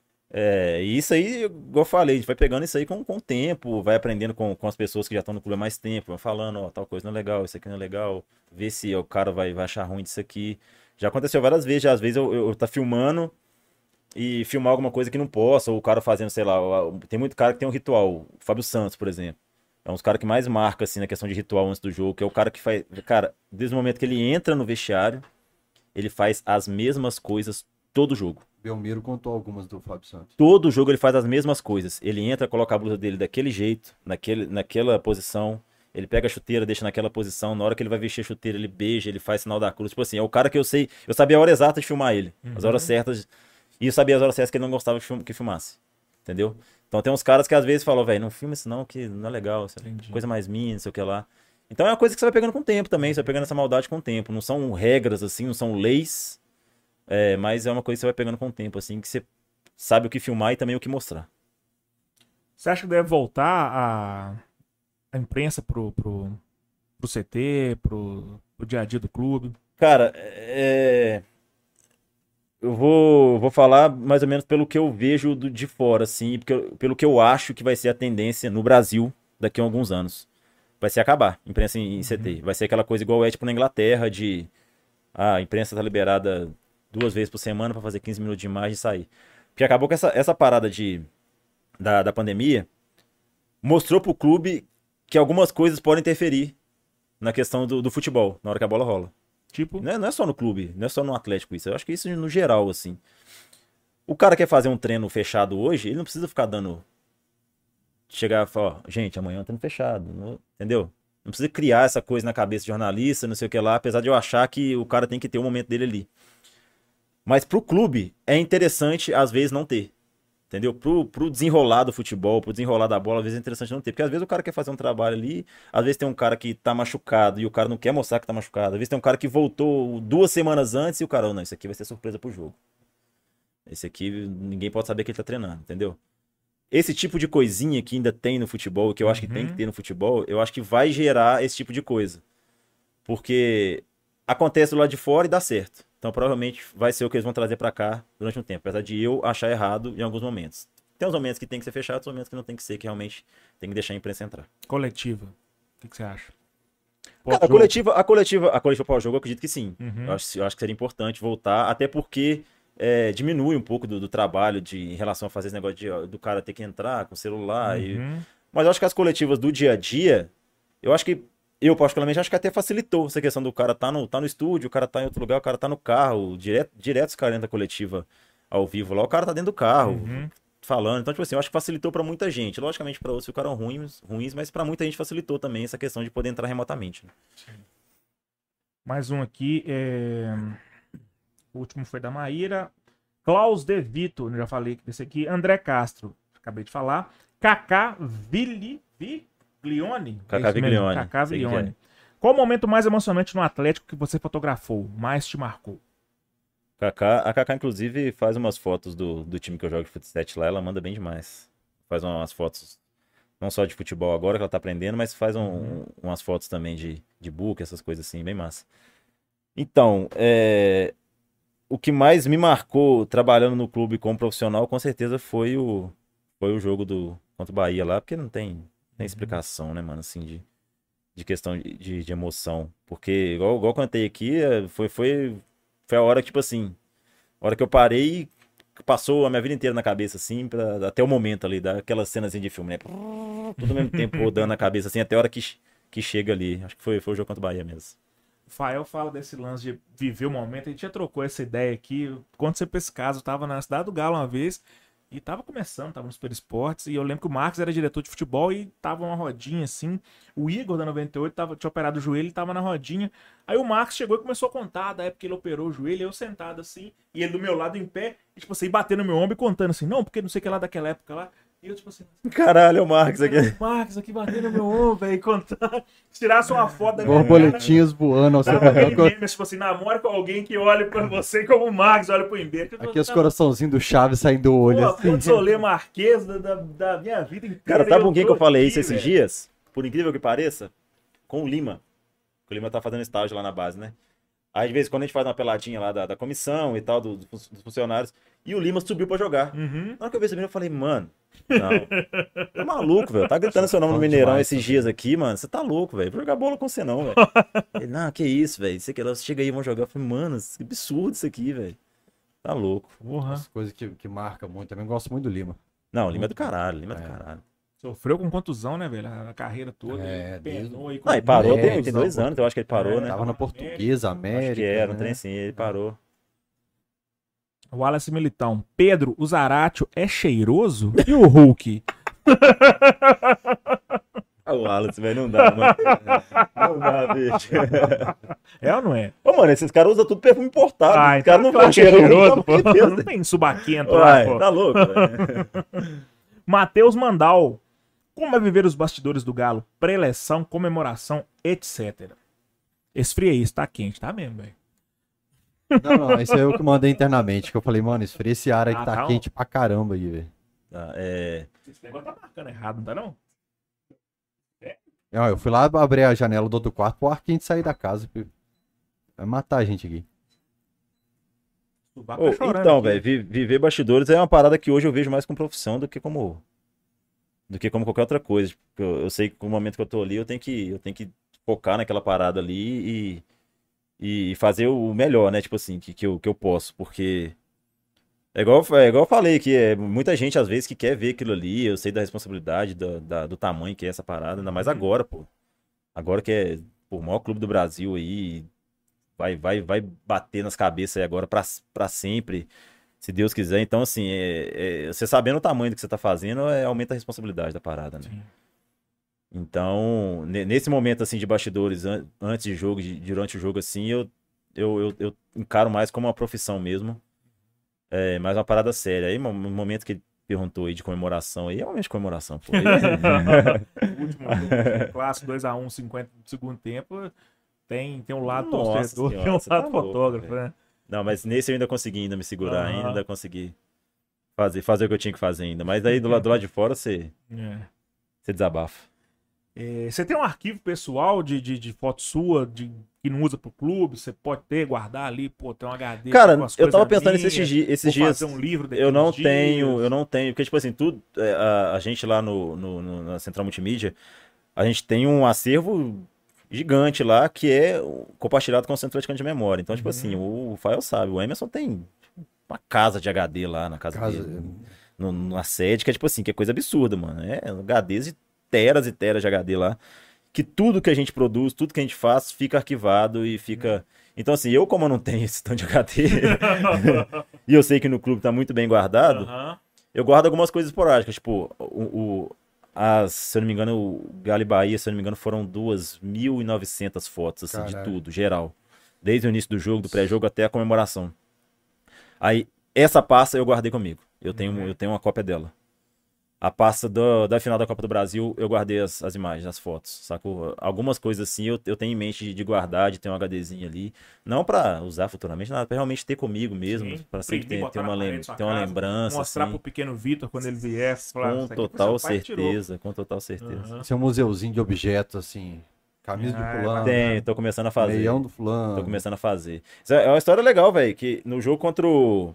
E isso aí, igual eu falei, a gente vai pegando isso aí com o tempo, vai aprendendo com as pessoas que já estão no clube há mais tempo, vai falando, ó, tal coisa não é legal, isso aqui não é legal, ver se o cara vai achar ruim disso aqui. Já aconteceu várias vezes, às vezes eu tá filmando e filmar alguma coisa que não possa, ou o cara fazendo, sei lá, tem muito cara que tem um ritual, o Fábio Santos, por exemplo. É um dos caras que mais marca, assim, na questão de ritual antes do jogo, que é o cara que faz. Cara, desde o momento que ele entra no vestiário, ele faz as mesmas coisas todo jogo. Belmiro contou algumas do Fábio Santos. Todo jogo ele faz as mesmas coisas. Ele entra, coloca a blusa dele daquele jeito, naquela posição. Ele pega a chuteira, deixa naquela posição. Na hora que ele vai vestir a chuteira, ele beija, ele faz sinal da cruz. Tipo assim, é o cara que eu sei. Eu sabia a hora exata de filmar ele. As horas certas. E eu sabia as horas certas que ele não gostava que filmasse. Entendeu? Então tem uns caras que às vezes falam, velho, não filma isso não, que não é legal. Isso é coisa mais minha, não sei o que lá. Então é uma coisa que você vai pegando com o tempo também. Você vai pegando essa maldade com o tempo. Não são regras, assim, não são leis. Mas é uma coisa que você vai pegando com o tempo, assim, que você sabe o que filmar e também o que mostrar. Você acha que deve voltar a imprensa pro CT, pro dia a dia do clube? Cara, eu vou falar mais ou menos pelo que eu vejo de fora, assim, pelo que eu acho que vai ser a tendência no Brasil daqui a alguns anos. Vai ser acabar, imprensa em CT. Vai ser aquela coisa igual é tipo na Inglaterra, a imprensa tá liberada 2 vezes por semana pra fazer 15 minutos de imagem e sair. Porque acabou que essa parada da pandemia mostrou pro clube que algumas coisas podem interferir na questão do futebol, na hora que a bola rola. Tipo, Não é só no clube, não é só no Atlético isso. Eu acho que isso no geral, assim. O cara quer fazer um treino fechado hoje, ele não precisa ficar chegar e falar, ó, gente, amanhã é um treino fechado, entendeu? Não precisa criar essa coisa na cabeça de jornalista, não sei o que lá, apesar de eu achar que o cara tem que ter o momento dele ali. Mas pro clube é interessante, às vezes, não ter. Entendeu? Pro desenrolar do futebol, pro desenrolar da bola, às vezes é interessante não ter. Porque às vezes o cara quer fazer um trabalho ali, às vezes tem um cara que tá machucado e o cara não quer mostrar que tá machucado. Às vezes tem um cara que voltou 2 semanas antes e o cara, não, isso aqui vai ser surpresa pro jogo. Esse aqui ninguém pode saber que ele tá treinando, entendeu? Esse tipo de coisinha que ainda tem no futebol, que eu acho que tem que ter no futebol, eu acho que vai gerar esse tipo de coisa. Porque acontece do lado de fora e dá certo. Então provavelmente vai ser o que eles vão trazer pra cá durante um tempo. Apesar de eu achar errado em alguns momentos. Tem uns momentos que tem que ser fechado, outros momentos que não tem que ser, que realmente tem que deixar a imprensa entrar. coletiva. O que você acha? Cara, a coletiva pós-jogo, eu acredito que sim. Eu acho que seria importante voltar, até porque diminui um pouco do trabalho em relação a fazer esse negócio do cara ter que entrar com o celular. Mas eu acho que as coletivas do dia a dia, eu particularmente acho que até facilitou essa questão do cara tá no estúdio, o cara tá em outro lugar, o cara tá no carro, direto os caras entram na coletiva ao vivo lá, o cara tá dentro do carro, falando. Então, tipo assim, eu acho que facilitou pra muita gente. Logicamente, pra outros ficaram ruins, mas pra muita gente facilitou também essa questão de poder entrar remotamente. Né? Mais um aqui. O último foi da Maíra. Klaus De Vito, já falei desse aqui. André Castro, acabei de falar. Kaká Viglione. Kaká Viglione. Kaká Viglione. Qual o momento mais emocionante no Atlético que você fotografou? Mais te marcou? A Kaká, inclusive, faz umas fotos do time que eu jogo de futsal lá, ela manda bem demais. Faz umas fotos, não só de futebol agora que ela tá aprendendo, mas faz umas fotos também de book, essas coisas assim, bem massa. Então, o que mais me marcou trabalhando no clube como profissional, com certeza foi o jogo contra o Bahia lá, porque não tem explicação, né, mano, assim, de questão de emoção. Porque, igual eu cantei aqui, foi a hora que, tipo assim, a hora que eu parei, passou a minha vida inteira na cabeça, assim, até o momento ali, daquelas cenas assim, de filme, né? Tudo ao mesmo tempo rodando na cabeça, assim, até a hora que que chega ali. Acho que foi o jogo contra o Bahia mesmo. O Fael fala desse lance de viver o momento. A gente já trocou essa ideia aqui. Quando você pra esse caso, eu tava na Cidade do Galo uma vez e tava começando, tava no Super Esportes. E eu lembro que o Marcos era diretor de futebol e tava uma rodinha assim. O Igor da 98 tinha operado o joelho e tava na rodinha. Aí o Marcos chegou e começou a contar da época que ele operou o joelho. Eu sentado assim, e ele do meu lado em pé, e tipo assim, batendo no meu ombro e contando assim, não, porque não sei o que lá daquela época lá. E eu, tipo assim, Caralho, é o Marcos aqui. o Marcos aqui batendo no meu ombro, velho, contando. Tirasse uma foto da minha Borboletinhas voando ao seu cara. redor. Meme, tipo assim, namora com alguém que olha pra você como o Marcos olha pro Imbé. Aqui os coraçãozinhos do Chaves saindo do olho. Pô, Assim. Consolê Marquês da minha vida inteira. Cara, e sabe com quem que eu tô falei aqui, isso esses velho. dias? Por incrível que pareça, com o Lima. O Lima tá fazendo estágio lá na base, né? Aí, de vez em quando, a gente faz uma peladinha lá da comissão e tal, dos funcionários. E o Lima subiu pra jogar. Uhum. Na hora que eu vi esse menino, eu falei, mano, não. Tá maluco, velho. Tá gritando seu nome no Bom Mineirão demais, esses dias aqui, mano. Você tá louco, velho. Vou jogar bola com você, não, velho. Ele, não, que isso, velho. Você chega aí, vamos jogar. Eu falei, mano, que absurdo isso aqui, velho. Tá louco. Porra. As coisas que marcam muito. Também gosto muito do Lima. Não, o Lima é do caralho, Lima é do É. caralho. Sofreu com contusão, né, velho? A carreira toda. É, Ele penou aí com Ah, e parou É, tem 2 anos, eu acho que ele parou, É, né? Tava na Portuguesa, América. Acho que era, um né? trem assim, ele parou. O Wallace Militão. Pedro, o Zaratio é cheiroso? E o Hulk? Ah, o Wallace, velho, não dá, mano. Não dá, bicho. É ou não é? Ô, mano, esses caras usam tudo perfume importado. Ah, Os caras não claro vão que é cheiroso, pô. pelo amor de Não tem subaquento Deus. lá, Uai, pô. tá louco, velho. Matheus Mandal. Como é viver os bastidores do Galo? Preleção, comemoração, etc. Esfria isso, tá quente, tá mesmo, velho. Não, isso é eu que mandei internamente. Que eu falei, mano, esfria esse ar aí que Ah, tá tá, quente pra caramba aí, velho. Tá, Esse negócio tá marcando errado, não tá não? Ó, eu fui lá abrir a janela do outro quarto pro ar quente sair da casa. Vai matar a gente aqui. O Vaca Ô, tá chorando então, aqui. velho, viver bastidores é uma parada que hoje eu vejo mais como profissão do que como qualquer outra coisa. Tipo, eu sei que no momento que eu tô ali, eu tenho que focar naquela parada ali e fazer o melhor, né? Tipo assim, que eu posso. Porque é igual eu falei, que é muita gente, às vezes, que quer ver aquilo ali. Eu sei da responsabilidade, do tamanho que é essa parada. Ainda mais agora, pô. Agora que é o maior clube do Brasil aí. Vai bater nas cabeças aí agora pra sempre. Se Deus quiser. Então, assim, você sabendo o tamanho do que você tá fazendo, aumenta a responsabilidade da parada, né? Sim. Então, nesse momento, assim, de bastidores, antes de jogo, durante o jogo, assim, eu encaro mais como uma profissão mesmo. É mais uma parada séria. Aí, no momento que ele perguntou aí de comemoração, aí é realmente comemoração, pô. O último jogo, clássico 2x1, 50 do segundo tempo, tem um lado Nossa torcedor, senhora, tem um você tá lado louco, fotógrafo, velho. né? Não, mas nesse eu ainda consegui me segurar, Aham. ainda consegui fazer o que eu tinha que fazer ainda. Mas aí do lado de fora você desabafa. Você tem um arquivo pessoal de foto sua, que não usa pro clube, você pode guardar ali, pô, tem um HD Cara, com as eu tava coisas pensando esses minhas, dias, vou fazer um livro eu não daqueles dias. tenho, porque tipo assim, tudo, a gente lá na Central Multimídia, a gente tem um acervo gigante lá que é compartilhado com o Centro Atlético de Memória. Então, tipo assim, o Fael sabe, o Emerson tem uma casa de HD lá na casa dele, na sede, que é tipo assim, que é coisa absurda, mano. É HDs de teras e teras de HD lá, que tudo que a gente produz, tudo que a gente faz, fica arquivado e fica... Então, assim, como eu não tenho esse tanto de HD, e eu sei que no clube tá muito bem guardado, Aham. eu guardo algumas coisas esporádicas, tipo, se eu não me engano, o Galo e Bahia, se eu não me engano, foram 2.900 fotos, assim, de Caralho. tudo, geral. Desde o início do jogo, do pré-jogo até a comemoração. Aí, essa pasta eu guardei comigo. Eu tenho uma cópia dela. A pasta da final da Copa do Brasil, eu guardei as imagens, as fotos, sacou? Algumas coisas assim eu tenho em mente de guardar, de ter um HDzinho ali. Não pra usar futuramente, nada, pra realmente ter comigo mesmo, Sim. pra sempre Imprimir, ter botar na parede da sua ter uma casa, lembrança, mostrar assim. pro pequeno Vitor quando ele vier. Falar, Com "Isso aqui foi total seu pai que tirou." certeza, com total certeza. Aham. Esse é um museuzinho de objetos, assim. Camisa do fulano. Tem, tô começando a fazer. Meião do fulano. Tô começando a fazer. Isso é uma história legal, velho, que no jogo contra o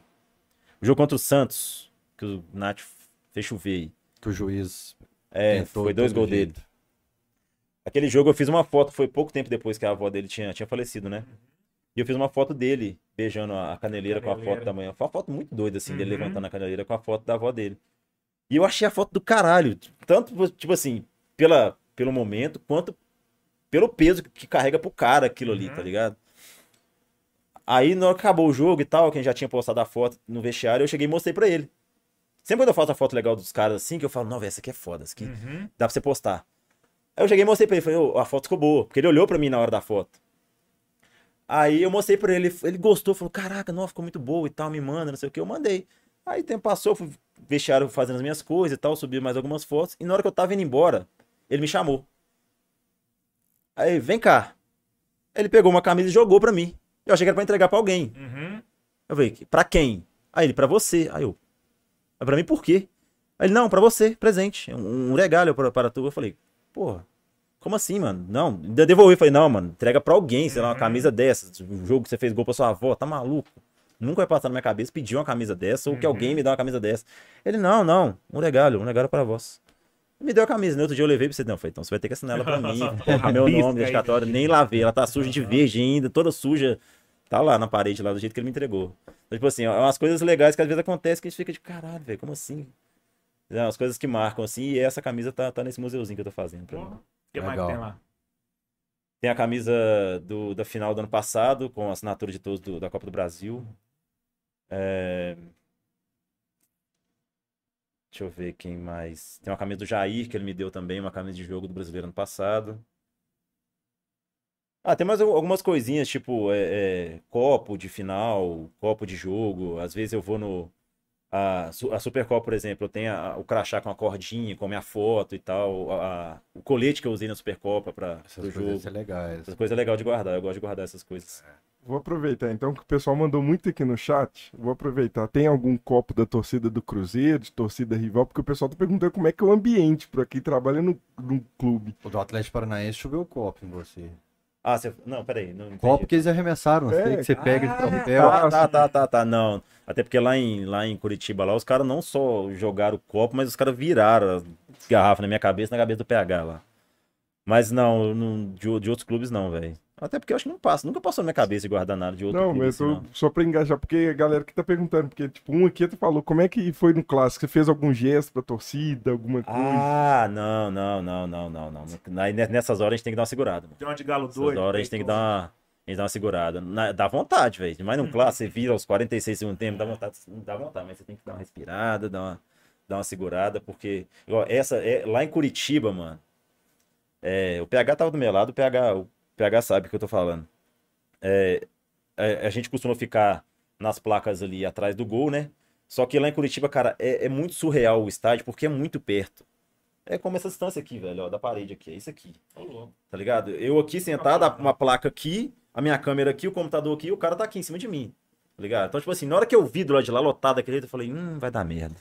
Santos, que o Nath fez chover aí. Que o juiz Foi 2 todo gols dele. jeito. Aquele jogo eu fiz uma foto, foi pouco tempo depois que a avó dele tinha falecido, né? E eu fiz uma foto dele beijando a caneleira com a foto da manhã. Foi uma foto muito doida, assim, dele levantando a caneleira com a foto da avó dele. E eu achei a foto do caralho. Tanto, tipo assim, pelo momento, quanto pelo peso que carrega pro cara aquilo ali, tá ligado? Aí, na hora que acabou o jogo e tal, quem já tinha postado a foto no vestiário, eu cheguei e mostrei pra ele. Sempre quando eu faço a foto legal dos caras assim, que eu falo, não, velho, essa aqui é foda, essa aqui dá pra você postar. Aí eu cheguei e mostrei pra ele, falei, a foto ficou boa, porque ele olhou pra mim na hora da foto. Aí eu mostrei pra ele, ele gostou, falou, caraca, não, ficou muito boa e tal, me manda, não sei o que, eu mandei. Aí o tempo passou, fui vestiário fazendo as minhas coisas e tal, subi mais algumas fotos, e na hora que eu tava indo embora, ele me chamou. Aí, vem cá. Ele pegou uma camisa e jogou pra mim. Eu achei que era pra entregar pra alguém. Eu falei, pra quem? Aí ele, pra você. Aí eu, mas pra mim por quê? Aí ele, não, pra você, presente, um regalo para tu. Eu falei, porra, como assim, mano? Não, ainda devolvi. Eu falei, não, mano, entrega pra alguém, sei lá, uma camisa dessa. Um jogo que você fez gol pra sua avó, tá maluco? Nunca vai passar na minha cabeça pedir uma camisa dessa ou que alguém me dá uma camisa dessa. Ele, não, um regalo para vós. Me deu a camisa, no outro dia eu levei pra você. Não, falei, então você vai ter que assinar ela pra mim. Meu nome, dedicatória, nem lavei. Ela tá suja de verde ainda, toda suja. Tá lá na parede, lá do jeito que ele me entregou. Então, tipo assim, é umas coisas legais que às vezes acontecem que a gente fica de caralho, velho, como assim? É umas coisas que marcam assim, e essa camisa tá nesse museuzinho que eu tô fazendo pra mim. O que mais que tem lá? Tem a camisa da final do ano passado, com a assinatura de todos da Copa do Brasil. Deixa eu ver quem mais. Tem uma camisa do Jair, que ele me deu também, uma camisa de jogo do Brasileiro ano passado. Tem mais algumas coisinhas, tipo copo de final, copo de jogo. Às vezes eu vou no... A Supercopa, por exemplo, eu tenho o crachá com a cordinha, com a minha foto e tal. O colete que eu usei na Supercopa para o jogo. Essas legais. Essa coisa é legal de guardar, eu gosto de guardar essas coisas. Vou aproveitar, então, que o pessoal mandou muito aqui no chat. Vou aproveitar. Tem algum copo da torcida do Cruzeiro, de torcida rival? Porque o pessoal tá perguntando como é que é o ambiente para quem trabalha no clube. O do Atlético Paranaense choveu o copo em você. Não, peraí. Não entendi. Copo que eles arremessaram, que você pega de troféu. Tá, não. Até porque lá em Curitiba, lá, os caras não só jogaram o copo, mas os caras viraram as garrafas na minha cabeça, na cabeça do PH lá. Mas não, de outros clubes não, velho. Até porque eu acho que nunca passou na minha cabeça de guardar nada de outro clube. Mas só pra engajar, porque a galera que tá perguntando, porque tipo, um aqui tu falou, como é que foi no clássico? Você fez algum gesto pra torcida, alguma coisa? Não. Nessas horas a gente tem que dar uma segurada. Tem uma de galo Nessas doido. horas a gente tem que dar uma segurada. Dá vontade, velho. Mas num clássico, você vira aos 46 segundos tempo, dá vontade, mas você tem que dar uma respirada, dar uma segurada, porque igual, lá em Curitiba, mano, o PH tava do meu lado, o PH sabe o que eu tô falando. A gente costuma ficar nas placas ali atrás do gol, né? Só que lá em Curitiba, cara, é muito surreal o estádio, porque é muito perto. É como essa distância aqui, velho, ó, da parede aqui, é isso aqui. Tá ligado? Eu aqui sentado, uma placa aqui, a minha câmera aqui, o computador aqui, e o cara tá aqui em cima de mim. Tá ligado? Então, tipo assim, na hora que eu vi do lado de lá lotado daquele jeito, eu falei, vai dar merda.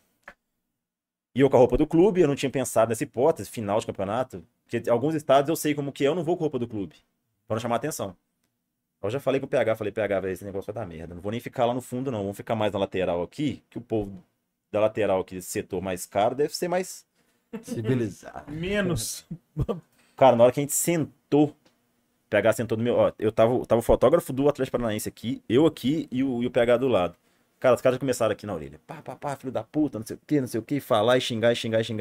E eu com a roupa do clube, eu não tinha pensado nessa hipótese, final de campeonato. Porque alguns estados eu sei como que é, eu não vou com roupa do clube. Pra não chamar atenção. Eu já falei com o PH, velho, esse negócio vai dar merda. Não vou nem ficar lá no fundo, não. Vamos ficar mais na lateral aqui, que o povo da lateral aqui, esse setor mais caro, deve ser mais civilizado. Menos. Cara, na hora que a gente sentou, o PH sentou no meu... Ó, eu tava o fotógrafo do Atlético Paranaense aqui, eu aqui e o PH do lado. Cara, os caras já começaram aqui na orelha. Pá, filho da puta, não sei o que, falar e xingar.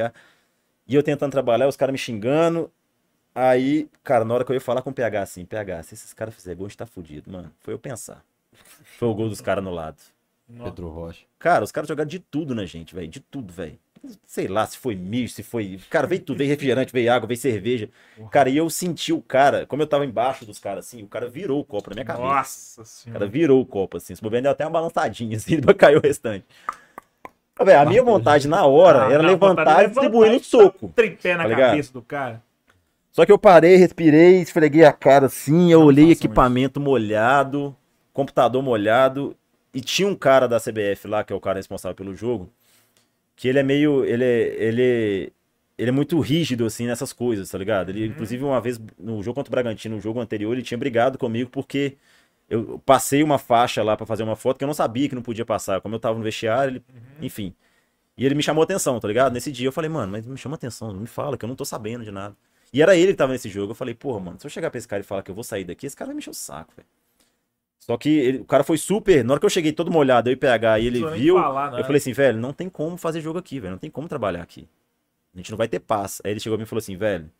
E eu tentando trabalhar, os caras me xingando. Aí, cara, na hora que eu ia falar com o PH assim, PH, se esses caras fizerem gol, a gente tá fudido, mano. Foi eu pensar. Foi o gol dos caras no lado. Pedro Rocha. Cara, os caras jogaram de tudo na gente, velho. De tudo, velho. Sei lá se foi misto, se foi... Cara, veio tudo. Veio refrigerante, veio água, veio cerveja. Cara, e eu senti o cara... Como eu tava embaixo dos caras, assim, o cara virou o copo na minha cabeça. Nossa O senhora. cara virou o copo, assim. Se bobear, deu até uma balançadinha, assim, pra cair o restante. Véio, a minha vontade na hora era levantar e distribuir no soco. Tripé na Tá ligado? cabeça do cara. Só que eu parei, respirei, esfreguei a cara assim, eu olhei façam equipamento molhado, computador molhado, e tinha um cara da CBF lá, que é o cara responsável pelo jogo, que ele é meio, ele é muito rígido, assim, nessas coisas, tá ligado? Ele, inclusive, uma vez, no jogo contra o Bragantino, no jogo anterior, ele tinha brigado comigo porque eu passei uma faixa lá pra fazer uma foto que eu não sabia que não podia passar. Como eu tava no vestiário, ele, enfim. E ele me chamou atenção, tá ligado? Nesse dia eu falei, mano, mas me chama atenção, não me fala, que eu não tô sabendo de nada. E era ele que tava nesse jogo. Eu falei, porra, mano, se eu chegar pra esse cara e falar que eu vou sair daqui, esse cara vai me encher o saco, velho. Só que o cara foi super... Na hora que eu cheguei todo molhado, eu e PH, e ele viu... Eu falei assim, velho, não tem como fazer jogo aqui, velho. Não tem como trabalhar aqui. A gente não vai ter paz. Aí ele chegou a mim e falou assim, velho,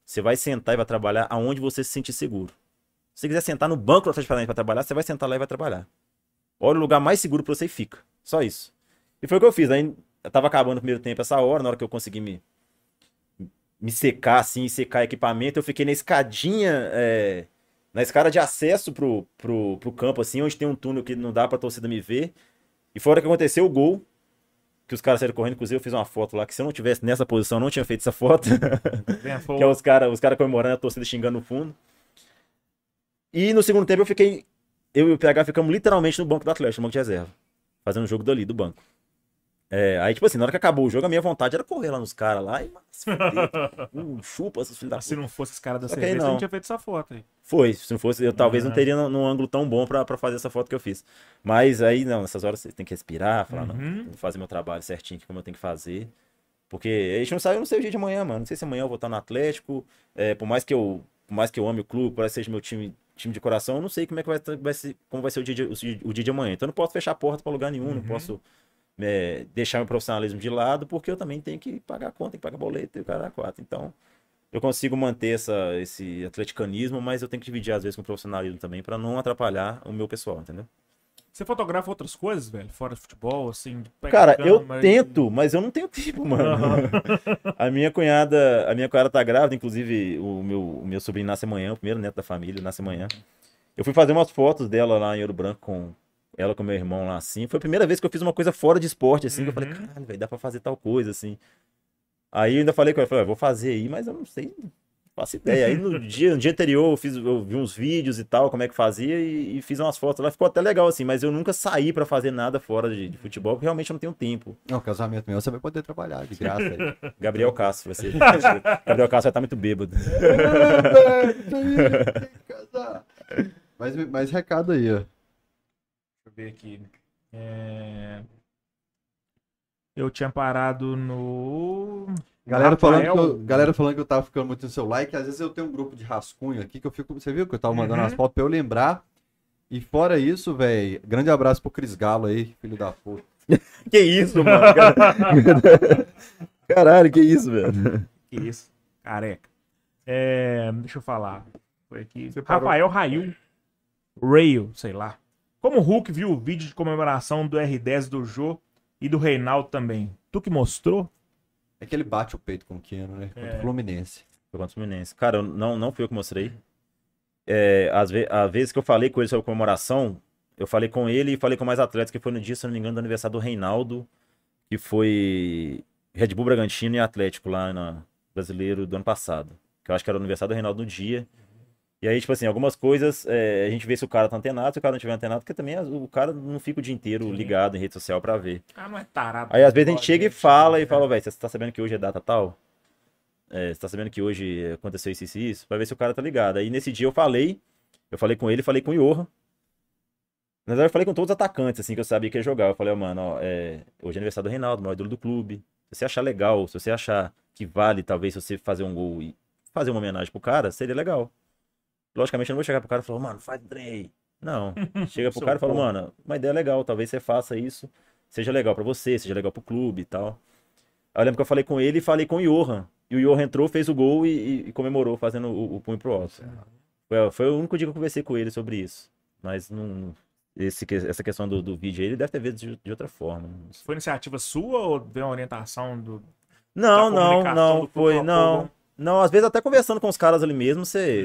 Você vai sentar e vai trabalhar aonde você se sentir seguro. Se você quiser sentar no banco do Atlético Paranaense para trabalhar, você vai sentar lá e vai trabalhar. Olha o lugar mais seguro para você e fica. Só isso. E foi o que eu fiz. Aí eu tava acabando o primeiro tempo essa hora, na hora que eu consegui me secar, assim, secar equipamento, eu fiquei na escadinha, na escada de acesso pro campo, assim, onde tem um túnel que não dá pra torcida me ver. E foi a hora que aconteceu o gol, que os caras saíram correndo, inclusive eu fiz uma foto lá, que se eu não tivesse nessa posição, eu não tinha feito essa foto. Que é os cara comemorando, a torcida xingando no fundo. E no segundo tempo eu e o PH ficamos literalmente no banco do Atlético, no banco de reserva, fazendo o jogo dali, do banco. Aí, tipo assim, na hora que acabou o jogo, a minha vontade era correr lá nos caras lá e chupa esses filhos da puta. Se não fosse os caras da Só que cerveja, aí você não não tinha feito essa foto aí. Foi, se não fosse, eu talvez não teria num ângulo tão bom pra fazer essa foto que eu fiz. Mas aí, não, nessas horas você tem que respirar, falar, não, vou fazer meu trabalho certinho aqui como eu tenho que fazer. Porque a gente não sabe, eu não sei o dia de amanhã, mano. Não sei se amanhã eu vou estar no Atlético, por mais que eu ame o clube, por mais que seja meu time de coração, eu não sei como é que como vai ser o dia de amanhã. Então eu não posso fechar a porta pra lugar nenhum, não posso deixar meu profissionalismo de lado, porque eu também tenho que pagar a conta, tenho que pagar boleto e o cara a quatro. Então, eu consigo manter esse atleticanismo, mas eu tenho que dividir às vezes com o profissionalismo também, pra não atrapalhar o meu pessoal, entendeu? Você fotografa outras coisas, velho? Fora de futebol, assim? Cara, eu tento, mas eu não tenho tempo, mano. A minha cunhada tá grávida, inclusive o meu sobrinho nasce amanhã, o primeiro neto da família nasce amanhã. Eu fui fazer umas fotos dela lá em Ouro Branco com ela com meu irmão lá, assim. Foi a primeira vez que eu fiz uma coisa fora de esporte, assim, que eu falei, caralho, velho, dá pra fazer tal coisa, assim. Aí eu ainda falei com ela, vou fazer aí, mas eu não sei, não faço ideia. Aí no dia anterior eu vi uns vídeos e tal, como é que fazia, e fiz umas fotos lá, ficou até legal, assim, mas eu nunca saí pra fazer nada fora de futebol, porque realmente eu não tenho tempo. Não, casamento meu, você vai poder trabalhar de graça aí. Gabriel Castro vai ser. Gabriel Castro vai estar muito bêbado. Tem que casar. Mais recado aí, ó. Deixa eu ver aqui. Eu tinha parado no... Galera falando que eu tava ficando muito no seu like. Às vezes eu tenho um grupo de rascunho aqui que eu fico. Você viu que eu tava mandando as fotos pra eu lembrar. E fora isso, velho, grande abraço pro Cris Galo aí, filho da puta. Que isso, mano? Caralho, que isso, velho? Que isso, careca. Deixa eu falar. Foi aqui. Você parou? Rafael Rail, sei lá. Como o Hulk viu o vídeo de comemoração do R10 do Jô e do Reinaldo também? Tu que mostrou? É que ele bate o peito com o Keno, né? Contra o Fluminense. Foi contra o Fluminense. Cara, não fui eu que mostrei. Às vezes que eu falei com ele sobre a comemoração, eu falei com ele e falei com mais atletas, que foi no dia, se não me engano, do aniversário do Reinaldo, que foi Red Bull Bragantino e Atlético lá no Brasileiro do ano passado. Que eu acho que era o aniversário do Reinaldo no dia. E aí, tipo assim, algumas coisas, a gente vê se o cara tá antenado, se o cara não tiver antenado, porque também o cara não fica o dia inteiro ligado em rede social pra ver. Ah, não é tarado. Aí às vezes a gente chega e fala, velho, você tá sabendo que hoje é data tal? Você tá sabendo que hoje aconteceu isso e isso? Pra ver se o cara tá ligado. Aí nesse dia eu falei com ele, falei com o Johan. Na verdade eu falei com todos os atacantes, assim, que eu sabia que ia jogar. Eu falei, mano, hoje é aniversário do Reinaldo, maior ídolo do clube. Se você achar legal, se você achar que vale, talvez, se você fazer um gol e fazer uma homenagem pro cara, seria legal. Logicamente eu não vou chegar pro cara e falar, mano, faz trem aí. Não. Chega pro cara e fala, mano, uma ideia legal, talvez você faça isso, seja legal pra você, seja legal pro clube e tal. Aí eu lembro que eu falei com ele e falei com o Johan. E o Johan entrou, fez o gol e comemorou fazendo o punho pro alto. Foi o único dia que eu conversei com ele sobre isso. Mas essa questão do vídeo aí, ele deve ter visto de outra forma. Foi iniciativa sua ou veio uma orientação do... Não, foi, não. Não, às vezes até conversando com os caras ali mesmo,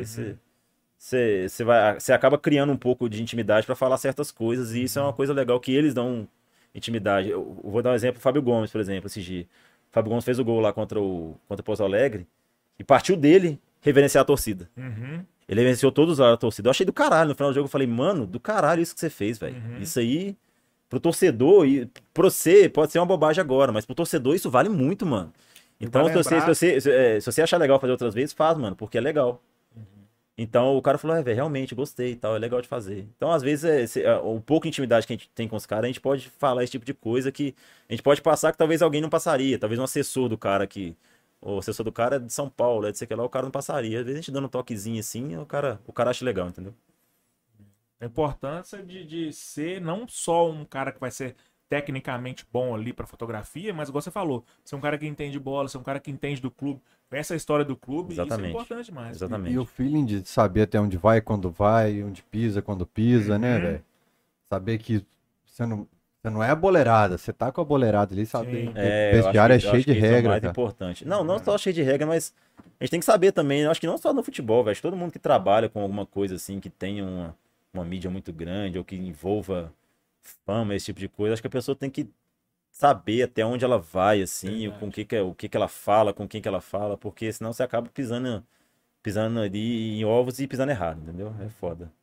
você acaba criando um pouco de intimidade pra falar certas coisas, e isso é uma coisa legal que eles dão intimidade. Eu vou dar um exemplo, o Fábio Gomes, por exemplo, esse dia. O Fábio Gomes fez o gol lá contra o Pouso Alegre e partiu dele reverenciar a torcida. Ele reverenciou todos a torcida. Eu achei do caralho. No final do jogo eu falei, mano, do caralho isso que você fez, velho. Isso aí, pro torcedor, e pra você pode ser uma bobagem agora, mas pro torcedor isso vale muito, mano. Então, se você achar legal fazer outras vezes, faz, mano, porque é legal. Então o cara falou, velho, realmente gostei e tal, é legal de fazer. Então, às vezes, um pouco de intimidade que a gente tem com os caras, a gente pode falar esse tipo de coisa que a gente pode passar que talvez alguém não passaria. Talvez um assessor do cara que. O assessor do cara é de São Paulo, é de sei que lá, o cara não passaria. Às vezes a gente dando um toquezinho assim, o cara acha legal, entendeu? A importância de ser não só um cara que vai ser tecnicamente bom ali pra fotografia, mas igual você falou, ser um cara que entende bola, ser um cara que entende do clube, conhece a história do clube, isso é Exatamente. importante demais. Exatamente. E o feeling de saber até onde vai, quando vai, onde pisa, quando pisa, né, velho? Saber que você não é a boleirada, você tá com a boleirada ali, sabe? Sim. O Eu vestiário é acho que cheio de isso é o regra, mais cara. importante. Não só cheio de regra, mas a gente tem que saber também. Eu acho que não só no futebol, velho. Todo mundo que trabalha com alguma coisa assim, que tenha uma mídia muito grande ou que envolva fama, esse tipo de coisa, acho que a pessoa tem que saber até onde ela vai, assim, Verdade. com o que ela fala, com quem que ela fala, porque senão você acaba pisando ali em ovos e pisando errado, entendeu? É foda.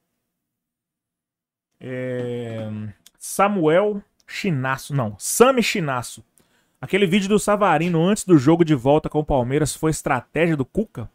Samuel Chinasso, não, Sami Chinasso. Aquele vídeo do Savarino antes do jogo de volta com o Palmeiras foi estratégia do Cuca?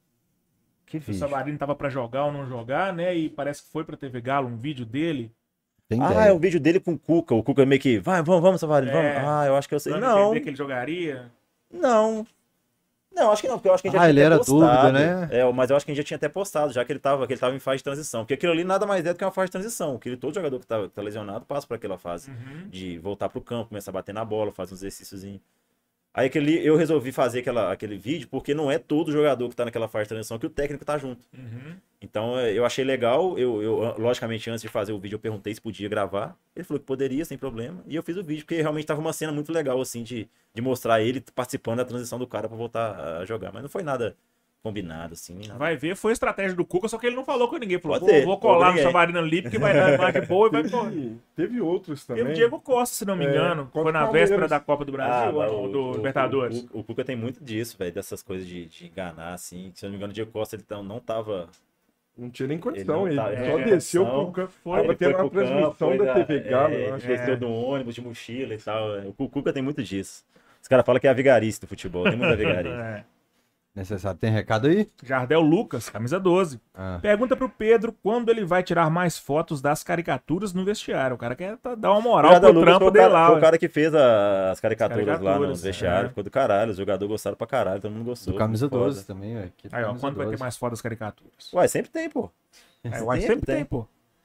Que O vídeo. Savarino tava pra jogar ou não jogar, né? E parece que foi pra TV Galo um vídeo dele. Tem Ah, ideia. é o vídeo dele com o Cuca. O Cuca meio que, vamos, Savarino, vamos. É. Ah, eu acho que eu sei. Dando a Não, entender que ele jogaria. não. Não, acho que não, porque eu acho que a gente já Ah, tinha ele até era postado. dúvida, né? Mas eu acho que a gente já tinha até postado, já que ele tava em fase de transição. Porque aquilo ali nada mais é do que uma fase de transição. Todo jogador que tá lesionado passa por aquela fase de voltar pro campo, começar a bater na bola, fazer uns exercícios. Aí eu resolvi fazer aquele vídeo porque não é todo jogador que tá naquela fase de transição que o técnico tá junto. Então eu achei legal. Eu, logicamente, antes de fazer o vídeo, eu perguntei se podia gravar. Ele falou que poderia, sem problema. E eu fiz o vídeo, porque realmente tava uma cena muito legal, assim, de mostrar ele participando da transição do cara pra voltar a jogar. Mas não foi nada combinado, assim, nem nada. Vai ver, foi estratégia do Cuca, só que ele não falou com ninguém. Falou, Pode ser, vou colar no ninguém. Savarino ali, porque vai dar imagem boa e vai correr. Teve outros também. Teve o Diego Costa, se não me engano. contra Foi na o Palmeiras. véspera da Copa do Brasil, mas ou do Libertadores. O Cuca tem muito disso, velho, dessas coisas de enganar, assim. Se eu não me engano, o Diego Costa ele não tava. Não tinha nem condição. Ele Ele, não só tá- desceu condição. pro campo. Foi, Aí Tava ele tendo foi uma pro campo, transmissão da foi TV Galo, eu acho. desceu do ônibus, de mochila e tal. O Cuca tem muito disso. Os caras falam que é a vigarice do futebol, tem muita vigarice. É. Necessário. Tem recado aí? Jardel Lucas, camisa 12. Ah. Pergunta pro Pedro quando ele vai tirar mais fotos das caricaturas no vestiário. O cara quer dar uma O moral Jardel pro Lucas trampo foi dele lá. foi o ué. cara que fez as caricaturas lá Caricaturas, nos vestiários. é. Ficou do caralho. Os jogadores gostaram pra caralho, todo mundo gostou. Do camisa muito foda. 12 também, velho. Que Aí, ó, camisa quando vai ter 12? mais fotos das caricaturas? Ué, sempre tem, pô. É, uai, sempre tem, pô.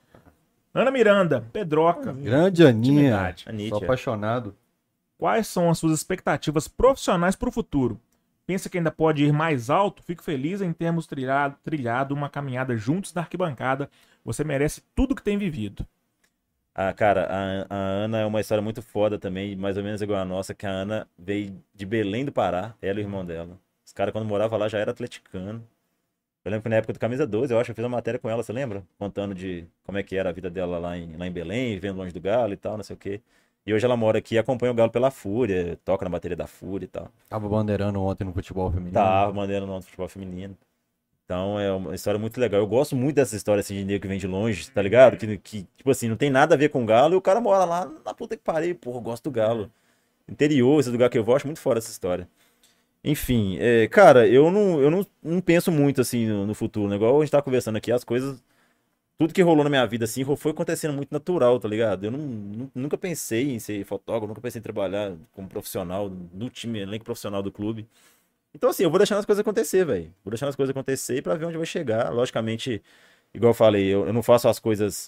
Ana Miranda, Pedroca. Grande Aninha. Intimidade. Anitta. Sou apaixonado. Quais são as suas expectativas profissionais pro futuro? Pensa que ainda pode ir mais alto? Fico feliz em termos trilhado uma caminhada juntos na arquibancada. Você merece tudo que tem vivido. Ah, cara, a Ana é uma história muito foda também, mais ou menos igual a nossa, que a Ana veio de Belém do Pará, ela e o irmão dela. Os caras, quando moravam lá, já era atleticano. Eu lembro que na época do Camisa 12, eu acho, eu fiz uma matéria com ela, você lembra? Contando de como é que era a vida dela lá em Belém, vivendo longe do Galo e tal, não sei o quê. E hoje ela mora aqui e acompanha o Galo pela Fúria, toca na bateria da Fúria e tal. Tava bandeirando ontem no futebol feminino. Tava mandando no futebol feminino. Então é uma história muito legal. Eu gosto muito dessa história assim, de nego que vem de longe, tá ligado? Que, tipo assim, não tem nada a ver com o Galo e o cara mora lá na puta que pariu. Porra, eu gosto do Galo. Interior, esse lugar que eu vou, acho muito fora essa história. Enfim, cara, eu não penso muito assim no futuro, né? Igual a gente tá conversando aqui, as coisas. Tudo que rolou na minha vida assim foi acontecendo muito natural, tá ligado? Eu nunca pensei em ser fotógrafo, nunca pensei em trabalhar como profissional no time, elenco profissional do clube. Então, assim, eu vou deixando as coisas acontecer, velho. Vou deixando as coisas acontecer pra ver onde vai chegar. Logicamente, igual eu falei, eu não faço as coisas.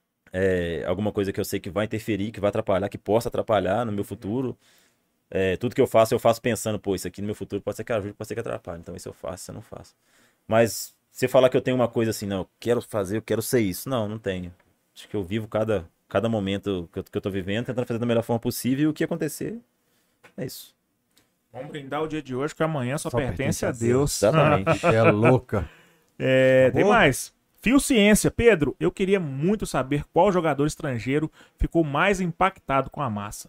Alguma coisa que eu sei que vai interferir, que vai atrapalhar, que possa atrapalhar no meu futuro. Tudo que eu faço pensando, pô, isso aqui no meu futuro pode ser que ajude, pode ser que atrapalhe. Então, isso eu faço, isso eu não faço. Mas, se falar que eu tenho uma coisa assim, não, eu quero fazer, eu quero ser isso. Não tenho. Acho que eu vivo cada momento que eu tô vivendo, tentando fazer da melhor forma possível e o que acontecer, é isso. Vamos brindar o dia de hoje, que amanhã só Só pertence a pertence a Deus. Deus. Exatamente. É louca. Tem mais. Fio Ciência. Pedro, eu queria muito saber qual jogador estrangeiro ficou mais impactado com a massa.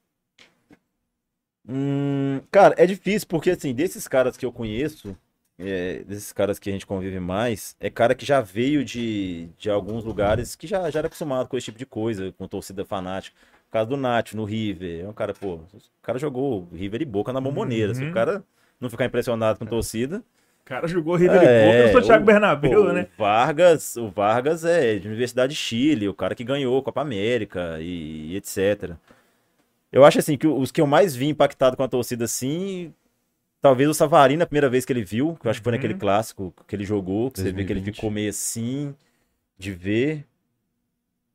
Cara, é difícil, porque assim, desses caras que eu conheço, desses caras que a gente convive mais, é cara que já veio de alguns lugares que já era acostumado com esse tipo de coisa, com torcida fanática. O caso do Nacho, no River, é um cara, pô, o cara jogou River e Boca na Bomboneira. Se o cara não ficar impressionado com torcida... O cara jogou River e Boca no Santiago Bernabéu, né? O Vargas é de Universidade de Chile, o cara que ganhou Copa América e etc. Eu acho assim que os que eu mais vi impactado com a torcida assim, talvez o Savarino, a primeira vez que ele viu, que eu acho que foi naquele clássico que ele jogou, que você vê que ele 2020. ficou meio assim de ver.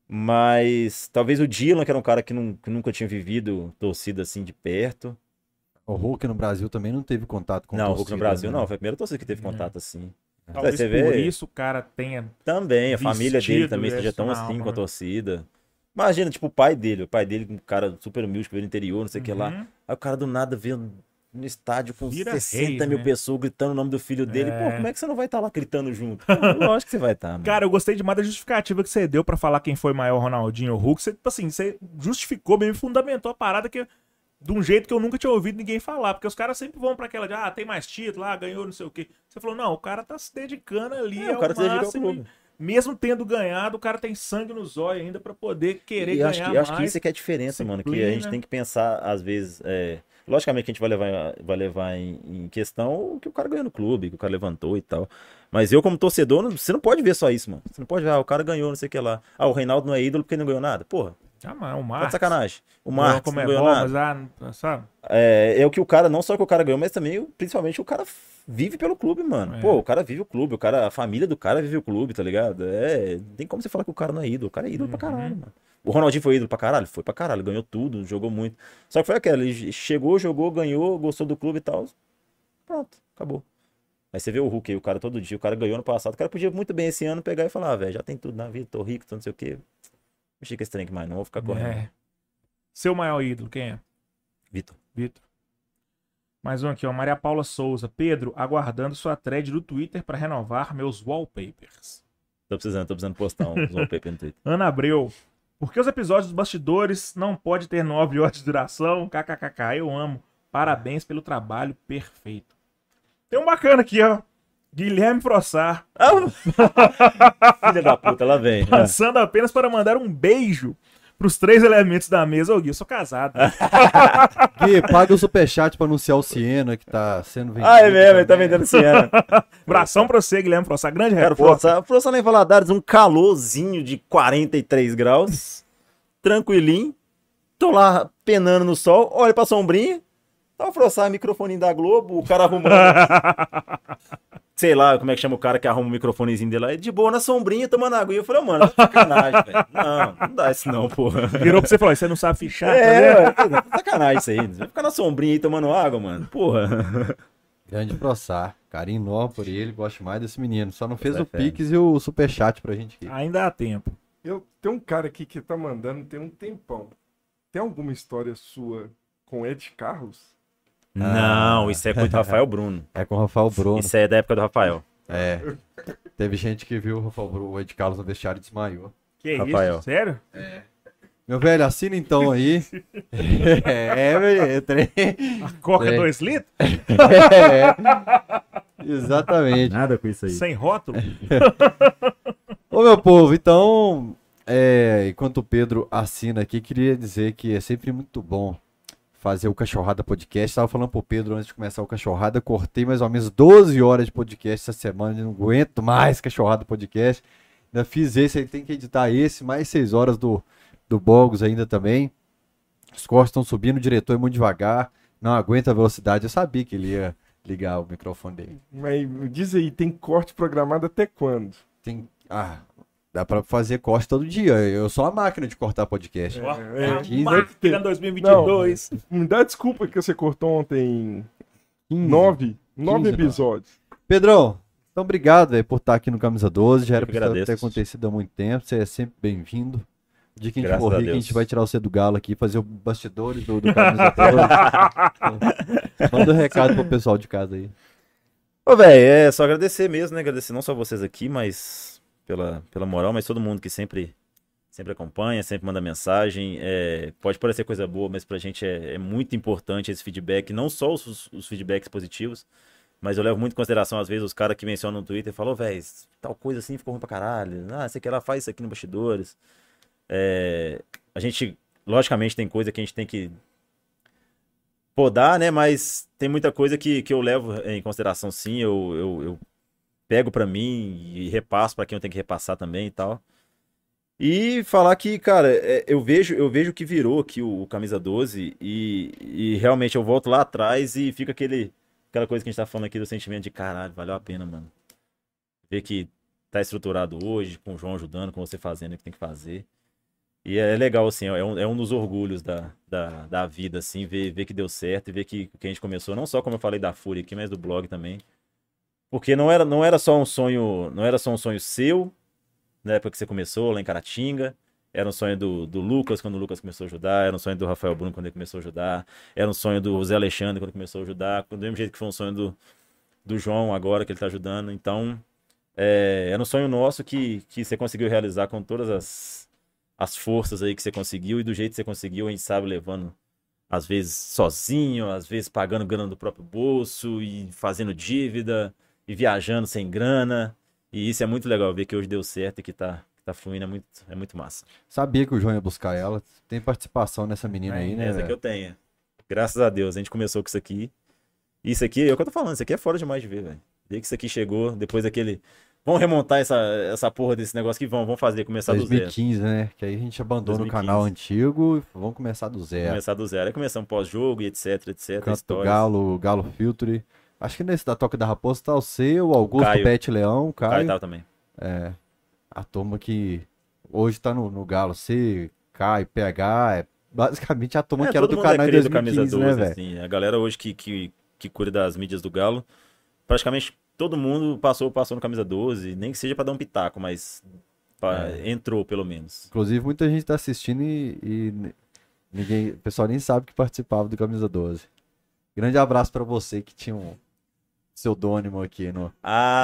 Mas talvez o Dylan, que era um cara que nunca tinha vivido torcida assim de perto. O Hulk no Brasil também não teve contato com Não, o Hulk torcida, no Brasil né? não, foi a primeira torcida que teve contato assim. Talvez Você por vê- isso o cara tenha... Também, a família dele Vestido também seja isso tão na assim alma, com a né? torcida. Imagina, tipo, o pai dele, um cara super humilde, que veio do interior, não sei o que lá. Uhum. Aí o cara do nada vê no estádio com Vira 60 reis, mil né? pessoas gritando o nome do filho dele. É. Pô, como é que você não vai estar lá gritando junto? Pô, lógico que você vai estar, mano. Cara, eu gostei demais da justificativa que você deu pra falar quem foi maior, Ronaldinho ou Hulk. Você, tipo assim, você justificou mesmo, fundamentou a parada que, de um jeito que eu nunca tinha ouvido ninguém falar. Porque os caras sempre vão pra aquela de, tem mais título, ganhou não sei o quê. Você falou, não, o cara tá se dedicando ali O cara se dedica ao máximo. clube. Mesmo tendo ganhado, o cara tem sangue no zóio ainda pra poder querer E ganhar eu acho que mais. isso é que é a diferença, mano. Que a gente disciplina. tem que pensar, às vezes. Logicamente que a gente vai levar em questão o que o cara ganhou no clube, que o cara levantou e tal. Mas eu, como torcedor, você não pode ver só isso, mano. Você não pode ver, o cara ganhou, não sei o que lá. O Reinaldo não é ídolo porque não ganhou nada. Porra, Jamais, o tá de Marcos. sacanagem. O Não, Marcos como não é ganhou bom, nada. mas, sabe? É o que o cara, não só que o cara ganhou, mas também, principalmente, o cara vive pelo clube, mano. É. Pô, o cara vive o clube, a família do cara vive o clube, tá ligado? Não tem como você falar que o cara não é ídolo. O cara é ídolo pra caralho, mano. O Ronaldinho foi ídolo pra caralho? Foi pra caralho, ganhou tudo, jogou muito. Só que foi aquela, ele chegou, jogou, ganhou, gostou do clube e tal. Pronto, acabou. Aí você vê o Hulk aí, o cara todo dia, o cara ganhou no passado, o cara podia muito bem esse ano pegar e falar, velho, já tem tudo na vida, tô rico, tô não sei o quê. Mexi com esse trem aqui mais não, vou ficar correndo. É. Seu maior ídolo, quem é? Vitor. Vitor. Mais um aqui, ó. Maria Paula Souza. Pedro, aguardando sua thread do Twitter para renovar meus wallpapers. Tô precisando postar um wallpaper no Twitter. Ana Abreu. Por que os episódios dos bastidores não pode ter 9 horas de duração? KKKK, eu amo. Parabéns pelo trabalho perfeito. Tem um bacana aqui, ó. Guilherme Frossar. Filha da puta, lá vem. Passando apenas para mandar um beijo pros 3 elementos da mesa. Ô, Gui, eu sou casado. Gui, paga o superchat pra anunciar o Siena, que tá sendo vendido. É mesmo, ele tá vendendo Siena. Abração pra você, Guilherme Frossar. Grande Cara, repórter. o Flossar lá em Valadares, um calorzinho de 43 graus, tranquilinho. Tô lá penando no sol, olha pra sombrinha. Tá o Flossar, microfoninho da Globo, o cara arrumando. Sei lá como é que chama o cara que arruma o microfonezinho dele lá. De boa na sombrinha, tomando água. E eu falei, mano, tá sacanagem, velho. Não dá isso não, porra. Virou pra você e falou, você não sabe fichar, tá vendo? Ué, tá sacanagem isso aí. Você vai ficar na sombrinha aí tomando água, mano. Porra. Grande Proçar. Carinho enorme por ele, gosto mais desse menino. Só não fez Proçar o é fera. Pix e o superchat pra gente aqui. Ainda há tempo. Tem um cara aqui que tá mandando tem um tempão. Tem alguma história sua com Ed Carlos? Não, isso é com o Rafael Bruno. É com o Rafael Bruno. Isso é da época do Rafael. É. Teve gente que viu o Rafael Bruno, o Ed Carlos no vestiário e desmaiou. Que Rafael. isso? Sério? Meu velho, assina então aí. Velho, trem. A Coca É. 2 litros? Exatamente. Nada com isso aí. Sem rótulo? Ô meu povo, então, enquanto o Pedro assina aqui, queria dizer que é sempre muito bom fazer o Cachorrada Podcast. Tava falando pro Pedro antes de começar o Cachorrada, cortei mais ou menos 12 horas de podcast essa semana, não aguento mais Cachorrada Podcast. Ainda fiz esse, aí tem que editar esse, mais 6 horas do Bogos ainda também. Os cortes estão subindo, o diretor é muito devagar, não aguenta a velocidade. Eu sabia que ele ia ligar o microfone dele. Mas diz aí, tem corte programado até quando? Dá pra fazer corte todo dia. Eu sou uma máquina de cortar podcast. Ó, é, diz- máquina 2022. Me dá desculpa que você cortou ontem 15. 9 15, episódios. Pedrão, então obrigado véio, por estar aqui no Camisa 12. Já era que pra agradeço. ter acontecido há muito tempo. Você é sempre bem-vindo. O dia que a gente Graças for a rico, a Deus. gente vai tirar você do galo aqui, fazer o bastidores do Camisa 12. Manda um recado pro pessoal de casa aí. Ô, velho, é só agradecer mesmo, né? Agradecer não só vocês aqui, mas pela moral, mas todo mundo que sempre acompanha, sempre manda mensagem. Pode parecer coisa boa, mas pra gente é muito importante esse feedback, não só os feedbacks positivos, mas eu levo muito em consideração, às vezes, os caras que mencionam no Twitter e falam, velho, tal coisa assim ficou ruim pra caralho. Você quer lá, faz isso aqui no bastidores. A gente, logicamente, tem coisa que a gente tem que podar, né? Mas tem muita coisa que eu levo em consideração, sim. Eu pego pra mim e repasso pra quem eu tenho que repassar também e tal. E falar que, cara, eu vejo o que virou aqui o Camisa 12 e realmente eu volto lá atrás e fica aquela coisa que a gente tá falando aqui do sentimento de caralho, valeu a pena, mano. Ver que tá estruturado hoje, com o João ajudando, com você fazendo o que tem que fazer. E é legal, assim, é um dos orgulhos da vida, assim, ver que deu certo e ver que a gente começou, não só como eu falei da Fúria aqui, mas do blog também. Porque não era só um sonho, não era só um sonho seu, na época que você começou, lá em Caratinga. Era um sonho do Lucas, quando o Lucas começou a ajudar. Era um sonho do Rafael Bruno, quando ele começou a ajudar. Era um sonho do Zé Alexandre, quando começou a ajudar. Do mesmo jeito que foi um sonho do João, agora, que ele tá ajudando. Então, era um sonho nosso que você conseguiu realizar com todas as forças aí que você conseguiu. E do jeito que você conseguiu, a gente sabe, levando, às vezes, sozinho, às vezes pagando grana do próprio bolso e fazendo dívida e viajando sem grana. E isso é muito legal, ver que hoje deu certo e que tá fluindo, é muito massa. Sabia que o João ia buscar ela. Tem participação nessa menina aí, né? Essa que eu tenho. Graças a Deus, a gente começou com isso aqui. Isso aqui, é o que eu tô falando, isso aqui é fora demais de ver, velho. Ver que isso aqui chegou, depois daquele... Vamos remontar essa porra desse negócio que vamos fazer, começar 2015, do zero. né? Que aí a gente abandona 2015. o canal antigo e vamos começar do zero. Começar do zero. Aí começamos pós-jogo e etc. Canto do Galo Filtre. Acho que nesse da Toca da Raposa tá o seu, o Augusto, Caio. Bete Leão, o Caio Caio. tava também. A turma que hoje tá no Galo C, Caio, PH, basicamente a turma que era todo do mundo canal em cria do Camisa 2015, 12, né, velho? assim. A galera hoje que cuida das mídias do Galo, praticamente todo mundo passou no Camisa 12, nem que seja pra dar um pitaco, mas entrou pelo menos. Inclusive, muita gente tá assistindo e ninguém, o pessoal nem sabe que participava do Camisa 12. Grande abraço pra você que tinha um pseudônimo aqui no...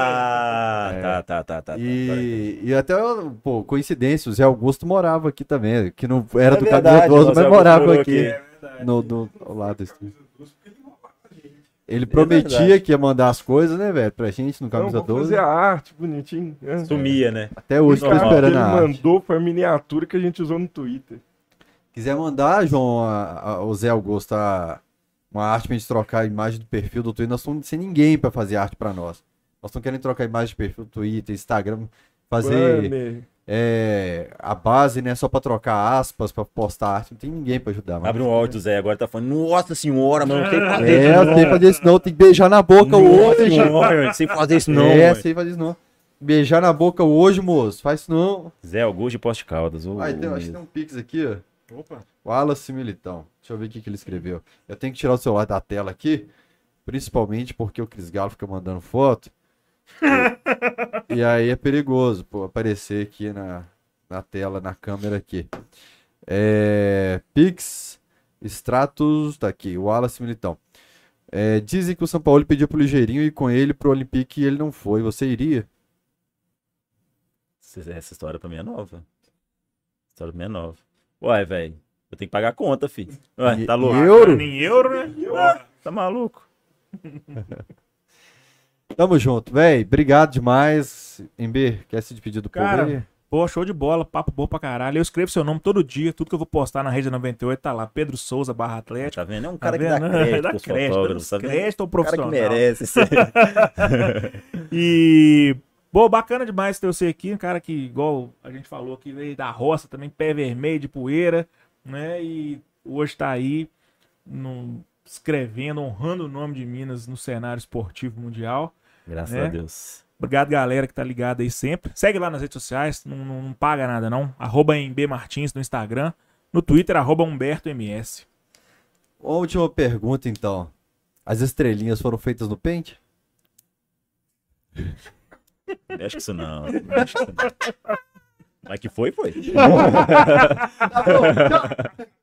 Tá. E até, pô, coincidência, o Zé Augusto morava aqui também, que não era do verdade, Camisa 12, o Zé mas Augusto morava morou aqui, aqui. ao lado do estúdio. Ele prometia que ia mandar as coisas, né, velho, pra gente no Camisa Não, vou 12. fazer a arte bonitinho. Sumia, né? Até hoje tô Normal. esperando Ele a arte. mandou foi a miniatura que a gente usou no Twitter. Quiser mandar, João, o Zé Augusto, uma arte pra gente trocar a imagem do perfil do Twitter, nós estamos sem ninguém pra fazer arte pra nós. Nós estamos querendo trocar a imagem do perfil do Twitter, Instagram, fazer Banner. a base, né, só pra trocar aspas, pra postar arte. Não tem ninguém pra ajudar. Abre um áudio do Zé, agora tá falando, nossa senhora, mano, não sei fazer Eu sei fazer isso não, tem que beijar na boca hoje. Não sei fazer isso não, Sei fazer isso não. Beijar na boca hoje, moço, faz isso não. Zé Augusto de Poste Caldas. Acho que tem um pix aqui, ó. Opa. Wallace Militão. Deixa eu ver o que ele escreveu. Eu tenho que tirar o celular da tela aqui, principalmente porque o Cris Galo fica mandando foto. E aí é perigoso, pô, aparecer aqui na tela, na câmera aqui. Pix, Stratos, tá aqui, Wallace Militão. Dizem que o São Paulo pediu pro Ligeirinho ir com ele pro Olympique e ele não foi. Você iria? Essa história pra mim é nova. História pra mim é nova. Uai, velho, eu tenho que pagar a conta, filho. Ué, tá louco? Euro? Em euro, né? Tá maluco? Tamo junto, velho. Obrigado demais. Ember, quer se despedir do povo Cara, aí? Pô, show de bola, papo bom pra caralho. Eu escrevo seu nome todo dia, tudo que eu vou postar na Rede 98 tá lá, Pedro Souza /Atlético. Tá vendo? É um Tá cara que vendo? dá crédito Dá pros crédito, fotógrafos, tá vendo? crédito ao O cara que profissional. merece isso aí. E, pô, bacana demais ter você aqui, um cara que, igual a gente falou aqui, veio da roça também, pé vermelho de poeira, né? E hoje tá aí escrevendo, honrando o nome de Minas no cenário esportivo mundial. Graças né? a Deus. Obrigado, galera, que tá ligada aí sempre. Segue lá nas redes sociais, não paga nada não. @mbmartins no Instagram, no Twitter, @humbertoms. Uma última pergunta, então. As estrelinhas foram feitas no Paint? Acho que isso não. Acho que isso não. Mas que foi, foi. Tá bom, tchau.